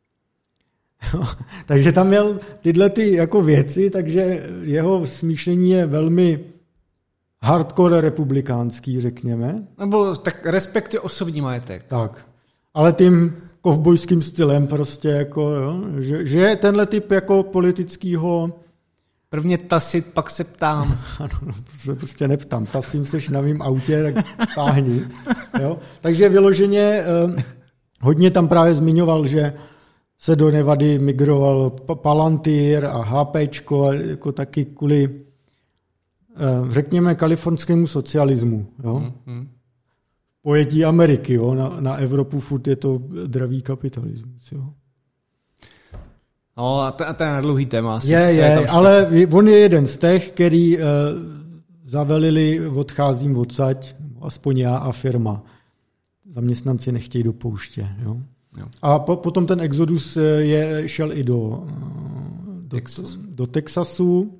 Takže tam měl tyhle ty jako věci, takže jeho smýšlení je velmi hardcore republikánský, řekněme. Nebo tak respektuje osobní majetek. Tak. Ale tím kovbojským stylem prostě jako, jo, že, že tenhle typ jako politického Prvně tasit, pak se ptám. Ano, no, se prostě neptám. Tasím seš na mým autě, tak táhni. Jo? Takže vyloženě eh, hodně tam právě zmiňoval, že se do Nevady migroval Palantir a HPčko, a jako taky kvůli, eh, řekněme, kalifornskému socialismu. Jo? Mm-hmm. Pojetí Ameriky, jo? Na, na Evropu furt je to dravý kapitalismus. Jo? No a to, a to je na dlouhý téma. Je, je, je ale on je jeden z těch, který uh, zavelili odcházím odsaď, aspoň já a firma. Zaměstnanci nechtějí do pouště. Jo? Jo. A po, potom ten exodus je, šel i do, do, Texas. do Texasu.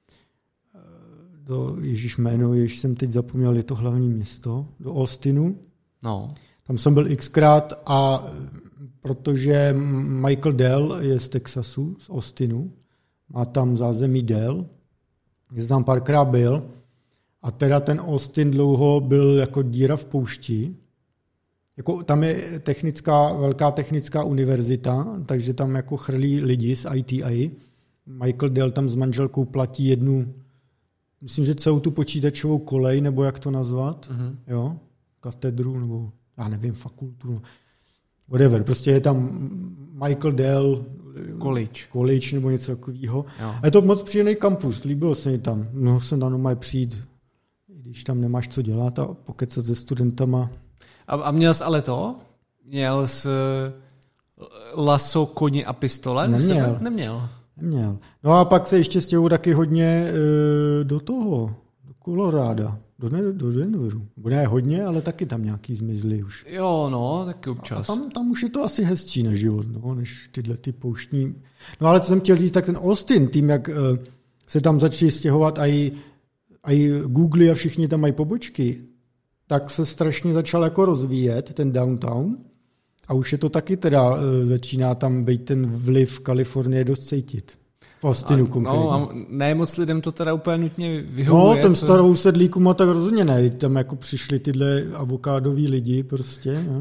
Do, ježíš jméno, jež jsem teď zapomněl, je to hlavní město, do Austinu. No. Tam jsem byl xkrát a protože Michael Dell je z Texasu, z Austinu, má tam zázemí Dell, kde jsem tam párkrát byl a teda ten Austin dlouho byl jako díra v poušti. Jako, tam je technická, velká technická univerzita, takže tam jako chrlí lidi z I T I. Michael Dell tam s manželkou platí jednu, myslím, že celou tu počítačovou kolej, nebo jak to nazvat, mm-hmm. jo, katedru, nebo já nevím, fakultu, no. Whatever, prostě je tam Michael Dell College, college nebo něco takového. A je to moc příjemný kampus, líbilo se mi tam. Mohl jsem tam normálně přijít, když tam nemáš co dělat a pokecat se studentama. A, a měl jsi ale to? Měl jsi laso, koně a pistole? Neměl. Neměl. Neměl. No a pak se ještě stěhuji taky hodně e, do toho, do Colorada. Do, ne, do Denveru. Bude hodně, ale taky tam nějaký zmizli už. Jo, no, taky občas. A tam, tam už je to asi hezčí na život, no, než tyhle ty pouštní. No ale co jsem chtěl říct, tak ten Austin, tím, jak uh, se tam začali stěhovat a i Google a všichni tam mají pobočky, tak se strašně začal jako rozvíjet ten downtown a už je to taky teda, uh, začíná tam být ten vliv Kalifornie dost cítit. Austinu konkrétně. No, a ne moc lidem to teda úplně nutně vyhovuje. No, ten co... starou sedlíku má tak rozhodně ne. Tam jako přišli tyhle avokádoví lidi prostě. No.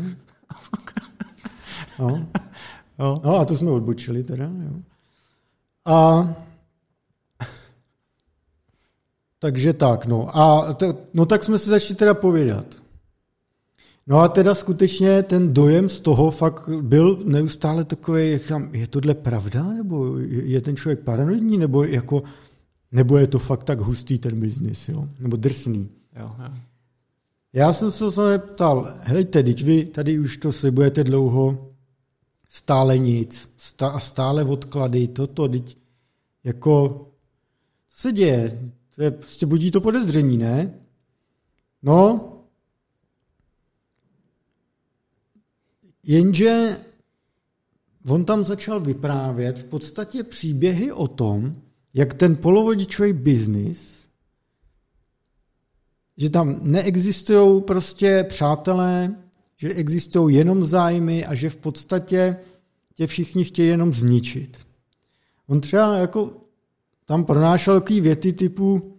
No. No. no a to jsme odbočili teda. Jo. A takže tak, no. A t- no tak jsme si začali teda povídat. No a teda skutečně ten dojem z toho fakt byl neustále takový, je tohle pravda, nebo je ten člověk paranoidní, nebo, jako, nebo je to fakt tak hustý ten biznis, jo? Nebo drsný. Jo, jo. Já jsem se se ptal, hejte, teď vy tady už to slibujete dlouho, stále nic, stále odklady, toto, teď jako, co se děje? To je, prostě budí to podezření, ne? No, jenže on tam začal vyprávět v podstatě příběhy o tom, jak ten polovodičový biznis, že tam neexistují prostě přátelé, že existují jenom zájmy a že v podstatě tě všichni chtějí jenom zničit. On třeba jako tam pronášel takový věty typu,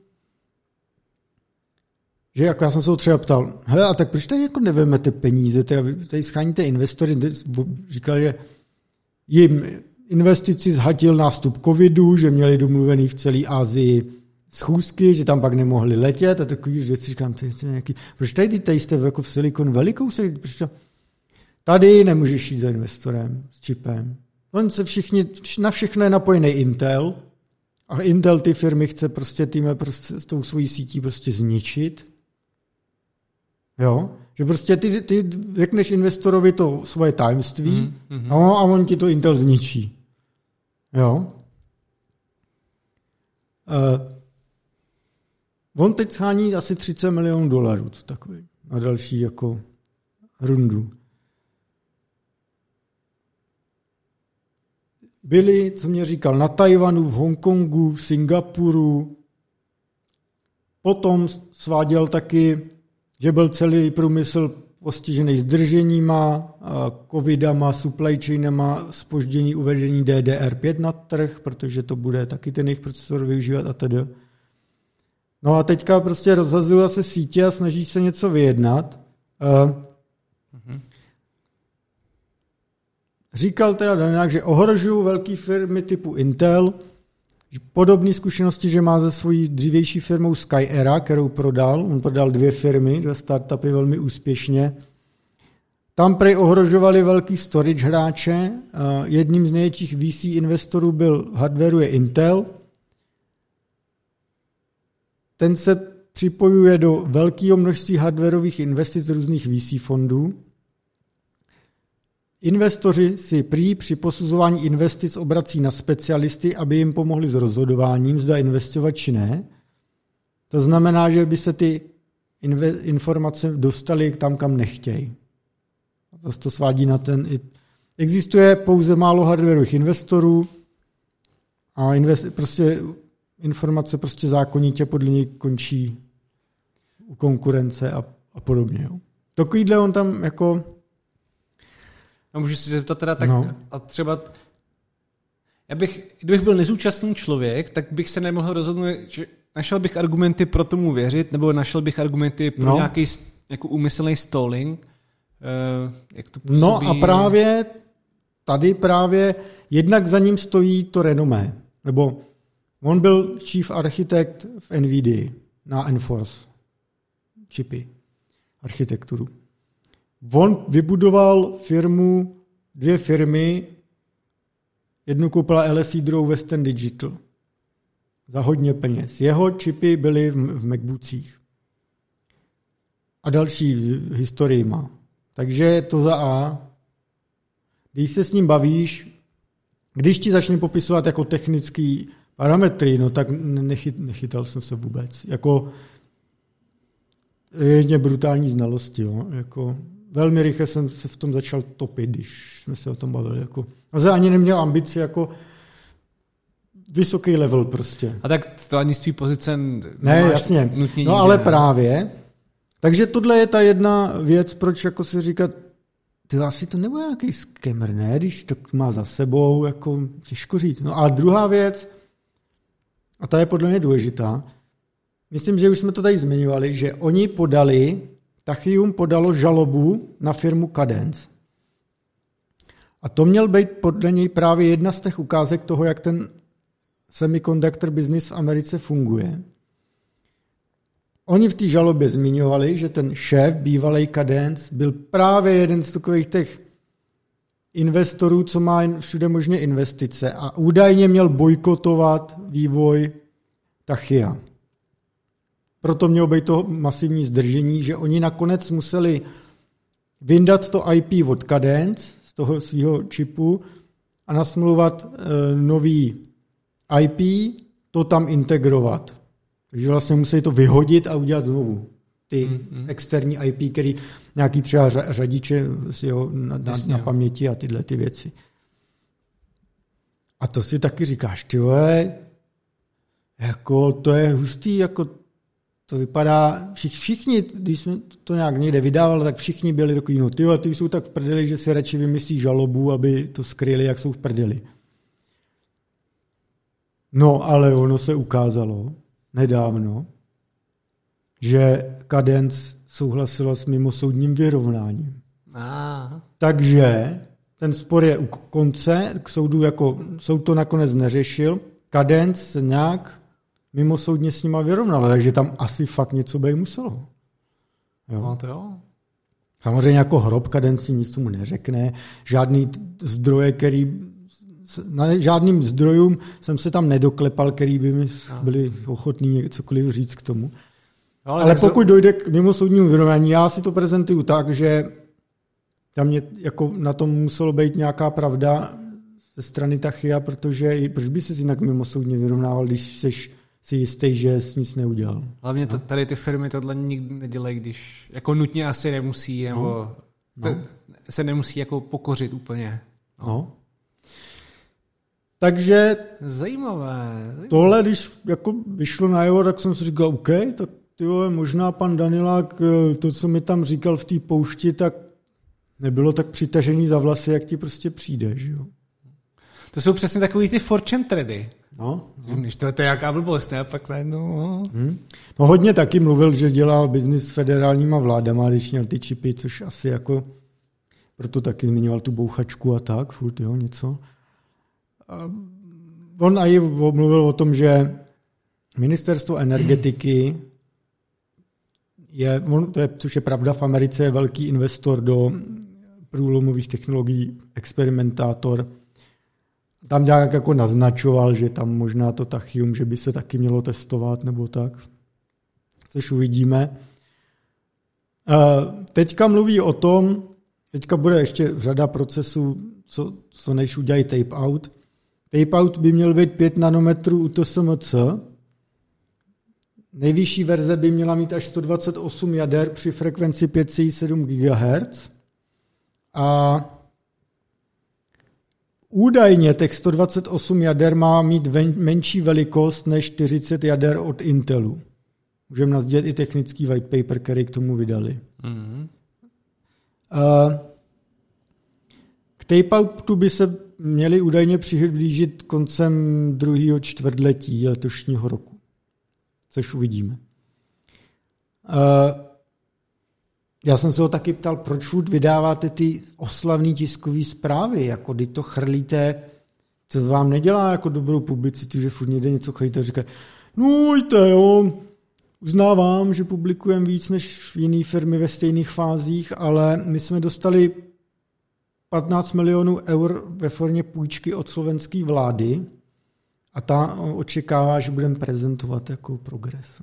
že jako já jsem se ho třeba ptal, hele, a tak proč tady jako nevezmete peníze, teda tady scháníte investory, říkal, že jim investici zhatil nástup covidu, že měli domluvený v celé Asii schůzky, že tam pak nemohli letět a takový, že si říkám, to je nějaký, proč tady, tady jste jako v Silicon Valley kousek, proč to, tady nemůžeš jít za investorem s čipem. On se všichni, na všechno je napojený Intel a Intel ty firmy chce prostě týme prostě s tou svojí sítí prostě zničit. Jo? Že prostě ty, ty řekneš investorovi to svoje tajemství mm-hmm. a on ti to Intel zničí. Jo? Uh, on teď schání asi třicet milionů dolarů, co takový, na další jako rundu. Byli, co mě říkal, na Tajvanu, v Hongkongu, v Singapuru. Potom sváděl taky, že byl celý průmysl postižený zdrženíma, covidama, supply chainama, zpoždění uvedení D D R pět na trh, protože to bude taky ten jejich procesor využívat a tedy. No a teďka prostě rozhazuje se sítě a snaží se něco vyjednat. Mm-hmm. Říkal teda Daňák, že ohrožují velké firmy typu Intel, Podobné zkušenosti, že má ze svojí dřívější firmou Skyera, kterou prodal. On prodal dvě firmy, dva startupy velmi úspěšně. Tam prej ohrožovali velký storage hráče. Jedním z největších V C investorů byl hardwareu je Intel. Ten se připojuje do velkého množství hardwarových investic různých V C fondů. Investoři si prý při posuzování investic obrací na specialisty, aby jim pomohli s rozhodováním, zda investovat či ne. To znamená, že by se ty informace dostaly tam, kam nechtějí. Zase to svádí na ten... Existuje pouze málo hardwarových investorů a invest, prostě informace prostě zákonitě podle něj končí u konkurence a, a podobně. Jo. Takovýhle on tam jako... No, můžu si zeptat teda tak no. A třeba... Já bych, kdybych byl nezúčastný člověk, tak bych se nemohl rozhodnout, že našel bych argumenty pro tomu věřit, nebo našel bych argumenty pro no. nějaký jako úmyslný stalling. Uh, jak to působí? No a právě tady právě jednak za ním stojí to renomé. Nebo on byl chief architekt v N V D na Enforce čipy, architekturu. On vybudoval firmu, dvě firmy, jednu koupila L S E, druhou Western Digital. Za hodně peněz. Jeho čipy byly v, v MacBookích. A další v historii má. Takže to za A. Když se s ním bavíš, když ti začne popisovat jako technický parametry, no tak nechyt, nechytal jsem se vůbec. Jako jedně brutální znalosti. Jo. Jako, velmi rychle jsem se v tom začal topit, když jsme se o tom bavili. Jako. A za ani neměl ambici jako vysoký level prostě. A tak to ani z tvý pozice ne, jasně. No ale ne. Právě. Takže tohle je ta jedna věc, proč jako si říkat, ty asi to nebude nějaký scammer, ne? Když to má za sebou, jako těžko říct. No a druhá věc, a ta je podle mě důležitá, myslím, že už jsme to tady zmiňovali, že oni podali, Tachyum podalo žalobu na firmu Cadence. A to měl být podle něj právě jedna z těch ukázek toho, jak ten semiconductor business v Americe funguje. Oni v té žalobě zmiňovali, že ten šéf bývalý Cadence byl právě jeden z takových těch investorů, co má všude možné investice a údajně měl bojkotovat vývoj Tachya. Proto mělo být to masivní zdržení, že oni nakonec museli vyndat to I P od Cadence z toho svého čipu a nasmluvat e, nový I P, to tam integrovat. Takže vlastně musí to vyhodit a udělat znovu. Ty mm-hmm. externí I P, který nějaký třeba řadiče si ho na, na, na paměti a tyhle ty věci. A to si taky říkáš, ty vole, jako to je hustý, jako to vypadá, všichni, když jsme to nějak někde vydávali, tak všichni byli takový, no ty vole, ty jsou tak v prdeli, že si radši vymyslí žalobu, aby to skryli, jak jsou v prdeli. No, ale ono se ukázalo nedávno, že Cadence souhlasila s mimosoudním vyrovnáním. Ah. Takže ten spor je u konce, k soudu jako, soud to nakonec neřešil, Cadence se nějak mimosoudně s nima vyrovnala, takže tam asi fakt něco by muselo. Jo. No to jo. Samozřejmě jako hrob Cadence nic tomu neřekne, žádný zdroje, který na žádným zdrojům jsem se tam nedoklepal, který by mi byli ochotní cokoliv říct k tomu. No, ale ale pokud so... dojde k mimosoudnímu vyrovnání, já si to prezentuju tak, že tam mě, jako na tom muselo být nějaká pravda ze strany Tachya, protože proč by se jinak mimosoudně vyrovnával, když jsi si jistý, že jsi nic neudělal. Hlavně to, tady ty firmy tohle nikdy nedělají, když jako nutně asi nemusí, nebo no. No. se nemusí jako pokořit úplně. No. no. Takže zajímavé, zajímavé. Tohle, když jako vyšlo najevo, tak jsem si říkal, OK, tak tyjo, možná pan Danilák, to, co mi tam říkal v té poušti, tak nebylo tak přitažený za vlasy, jak ti prostě přijde, že jo. To jsou přesně takový ty fortune trady. No. no. Když to, to je jaká blbost, ne? A pak najednou... No. Hmm. no hodně taky mluvil, že dělal biznis s federálníma vládama, když měl ty čipy, což asi jako... Proto taky zmiňoval tu bouchačku a tak, furt, jo, něco. A on i mluvil o tom, že ministerstvo energetiky je, on, to je, což je pravda, v Americe je velký investor do průlomových technologií, experimentátor. Tam nějak jako naznačoval, že tam možná to tachium, že by se taky mělo testovat nebo tak. Což uvidíme. Teďka mluví o tom, teďka bude ještě řada procesů, co, co než udělají tape out. Tape out by měl být pět nanometrů u T S M C. Nejvyšší verze by měla mít až sto dvacet osm jader při frekvenci pět celá sedm gigahertz. A údajně těch sto dvacet osm jader má mít ven, menší velikost než čtyřicet jader od Intelu. Můžeme nasdílet i technický white paper, který k tomu vydali. Mm-hmm. Uh, k tape-outu by se měli údajně přihlížet koncem druhého čtvrtletí letošního roku. Což uvidíme. Uh, já jsem se ho taky ptal, proč furt vydáváte ty oslavné tiskové zprávy, jako kdy to chrlíte, co vám nedělá jako dobrou publicitu, že furt někde něco chrlíte a říká, no jte jo, uznávám, že publikujeme víc než jiné firmy ve stejných fázích, ale my jsme dostali patnáct milionů eur ve formě půjčky od slovenské vlády a ta očekává, že budeme prezentovat jako progres.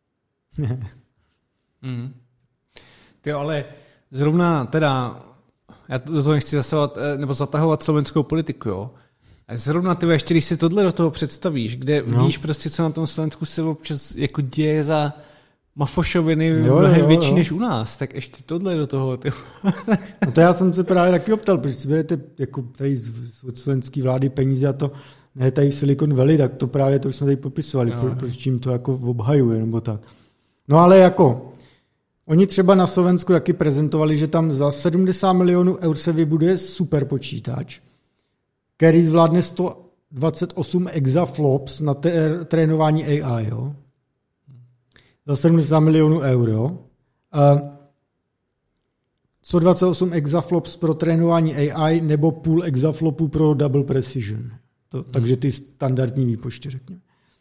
mm. Ty ale zrovna teda, já do toho nechci zasahovat, nebo zatahovat slovenskou politiku, jo. A zrovna ty ještě, když si tohle do toho představíš, kde no. víš prostě, co na tom Slovensku se občas jako děje za mafošoviny jo, mnohem jo, větší jo. než u nás, tak ještě tohle do toho. Ty. No to já jsem se právě taky optal, proč si berete jako tady od slovenské vlády peníze a to ne tady Silicon Valley, tak to právě to už jsme tady popisovali, jo, proč čím to jako obhajuje, nebo tak. No ale jako oni třeba na Slovensku taky prezentovali, že tam za sedmdesát milionů eur se vybuduje superpočítač, který zvládne sto dvacet osm exaflops na té trénování A I, jo? Za sedmdesát milionů eur, jo? A sto dvacet osm exaflops pro trénování A I nebo půl exaflopu pro double precision. To, hmm. Takže ty standardní výpočty, řekněme.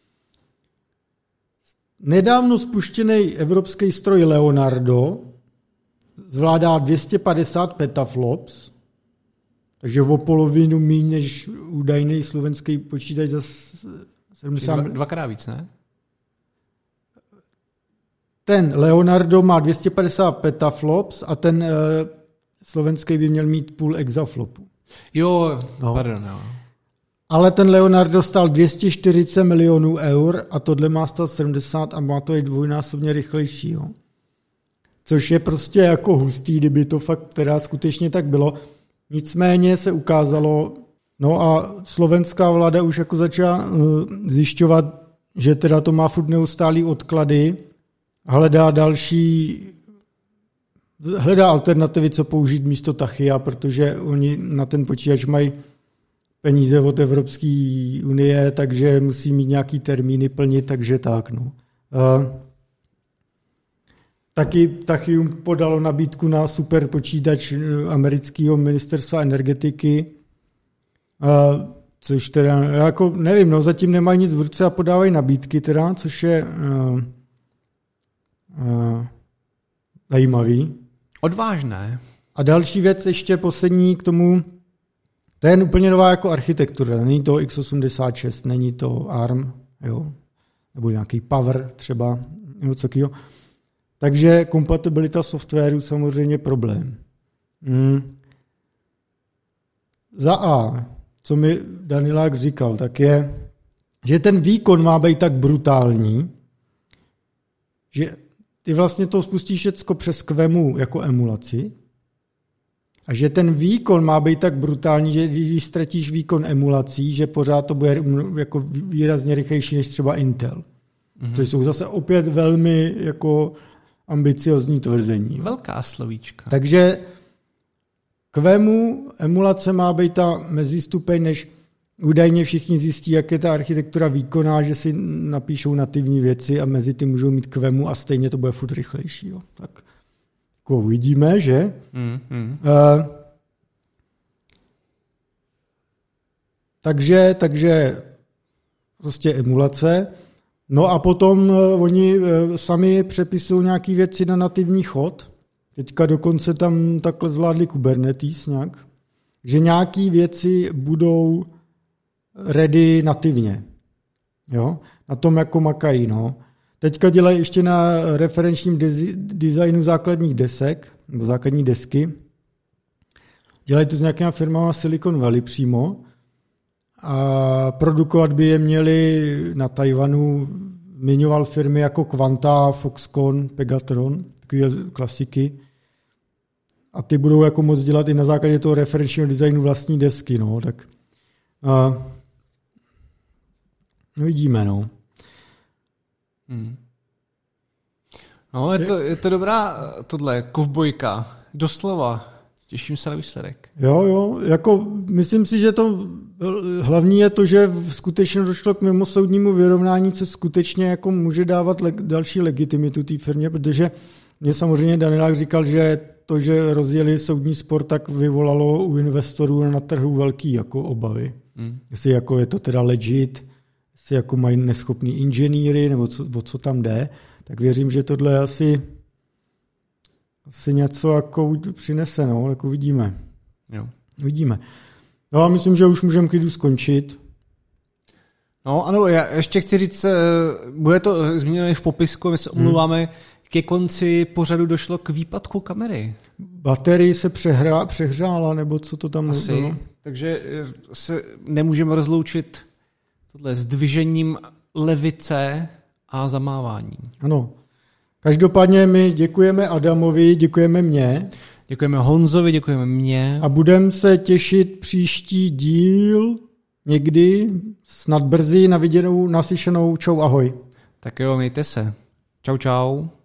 Nedávno spuštěný evropský stroj Leonardo zvládá dvě stě padesát petaflops, takže o polovinu míň než údajný slovenský počítač za sedmdesát... Dva, dvakrát víc, ne? Ten Leonardo má dvě stě padesát petaflops a ten uh, slovenský by měl mít půl exaflopu. Jo, no. pardon. Jo. Ale ten Leonardo stál dvě stě čtyřicet milionů eur a tohle má stát sedmdesát a má to i dvojnásobně rychlejší. Jo. Což je prostě jako hustý, kdyby to fakt teda skutečně tak bylo. Nicméně se ukázalo, no a slovenská vláda už jako začala uh, zjišťovat, že teda to má furt neustálý odklady, hledá další, hledá alternativy, co použít místo Tachia, protože oni na ten počítač mají peníze od Evropské unie, takže musí mít nějaký termíny plnit, takže tak. No. Uh, taky Tachium podalo nabídku na super počítač amerického ministerstva energetiky, uh, což teda, jako nevím, no, zatím nemají nic v ruce a podávají nabídky teda, což je uh, uh, zajímavý. Odvážné. A další věc ještě poslední k tomu, to je úplně nová jako architektura, není to x osmdesát šest, není to A R M, jo, nebo nějaký Power třeba, nebo co kýho. Takže kompatibilita softwaru samozřejmě problém. Hmm. Za A, co mi Danilák říkal, tak je, že ten výkon má být tak brutální, že ty vlastně to spustíš všecko přes Kvemu jako emulaci a že ten výkon má být tak brutální, že když ztratíš výkon emulací, že pořád to bude jako výrazně rychlejší než třeba Intel. Mm-hmm. Což jsou zase opět velmi jako ambiciozní tvrzení. Velká slovíčka. Takže Kvemu emulace má být ta mezistupeň, než údajně všichni zjistí, jak je ta architektura výkonná, že si napíšou nativní věci a mezi tím můžou mít Kvemu a stejně to bude furt rychlejší. Jo. Tak jako uvidíme, že? Mm, mm. Uh, takže, takže prostě emulace. No a potom oni sami přepisují nějaké věci na nativní chod. Teďka dokonce tam takhle zvládli Kubernetes nějak. Že nějaké věci budou ready nativně. Jo? Na tom jako makají. No. Teďka dělají ještě na referenčním designu základních desek, nebo základní desky. Dělají to s nějakýma firmama Silicon Valley přímo. A produkovat by je měli na Tajvanu. Zmiňoval firmy jako Quanta, Foxconn, Pegatron, takové klasiky. A ty budou jako moc dělat i na základě toho referenčního designu vlastní desky. No, tak uh, no vidíme, no. Hmm. No, je to, je to dobrá tohle, kovbojka. Doslova. Těším se na výsledek. Jo, jo, jako myslím si, že to hlavní je to, že skutečně došlo k mimosoudnímu vyrovnání, co skutečně jako může dávat le, další legitimitu té firmě, protože mě samozřejmě Danielák říkal, že to, že rozjeli soudní spor, tak vyvolalo u investorů na trhu velký jako obavy. Hmm. Jestli jako je to teda legit, jestli jako mají neschopný inženýry, nebo co, o co tam jde, tak věřím, že tohle asi asi něco jako přinese, no, jako vidíme. Jo. Vidíme. No a myslím, že už můžeme klidu skončit. No ano, já ještě chci říct, bude to zmíněno v popisku, my se omluváme, hmm. ke konci pořadu došlo k výpadku kamery. Baterie se přehrá, přehřála, nebo co to tam asi, bylo? Takže se nemůžeme rozloučit tohle zdvižením levice a zamáváním. Ano. Každopádně my děkujeme Adamovi, děkujeme mně. Děkujeme Honzovi, děkujeme mně. A budeme se těšit příští díl někdy, snad brzy, na viděnou, naslyšenou. Čau, ahoj. Tak jo, mějte se. Čau, čau.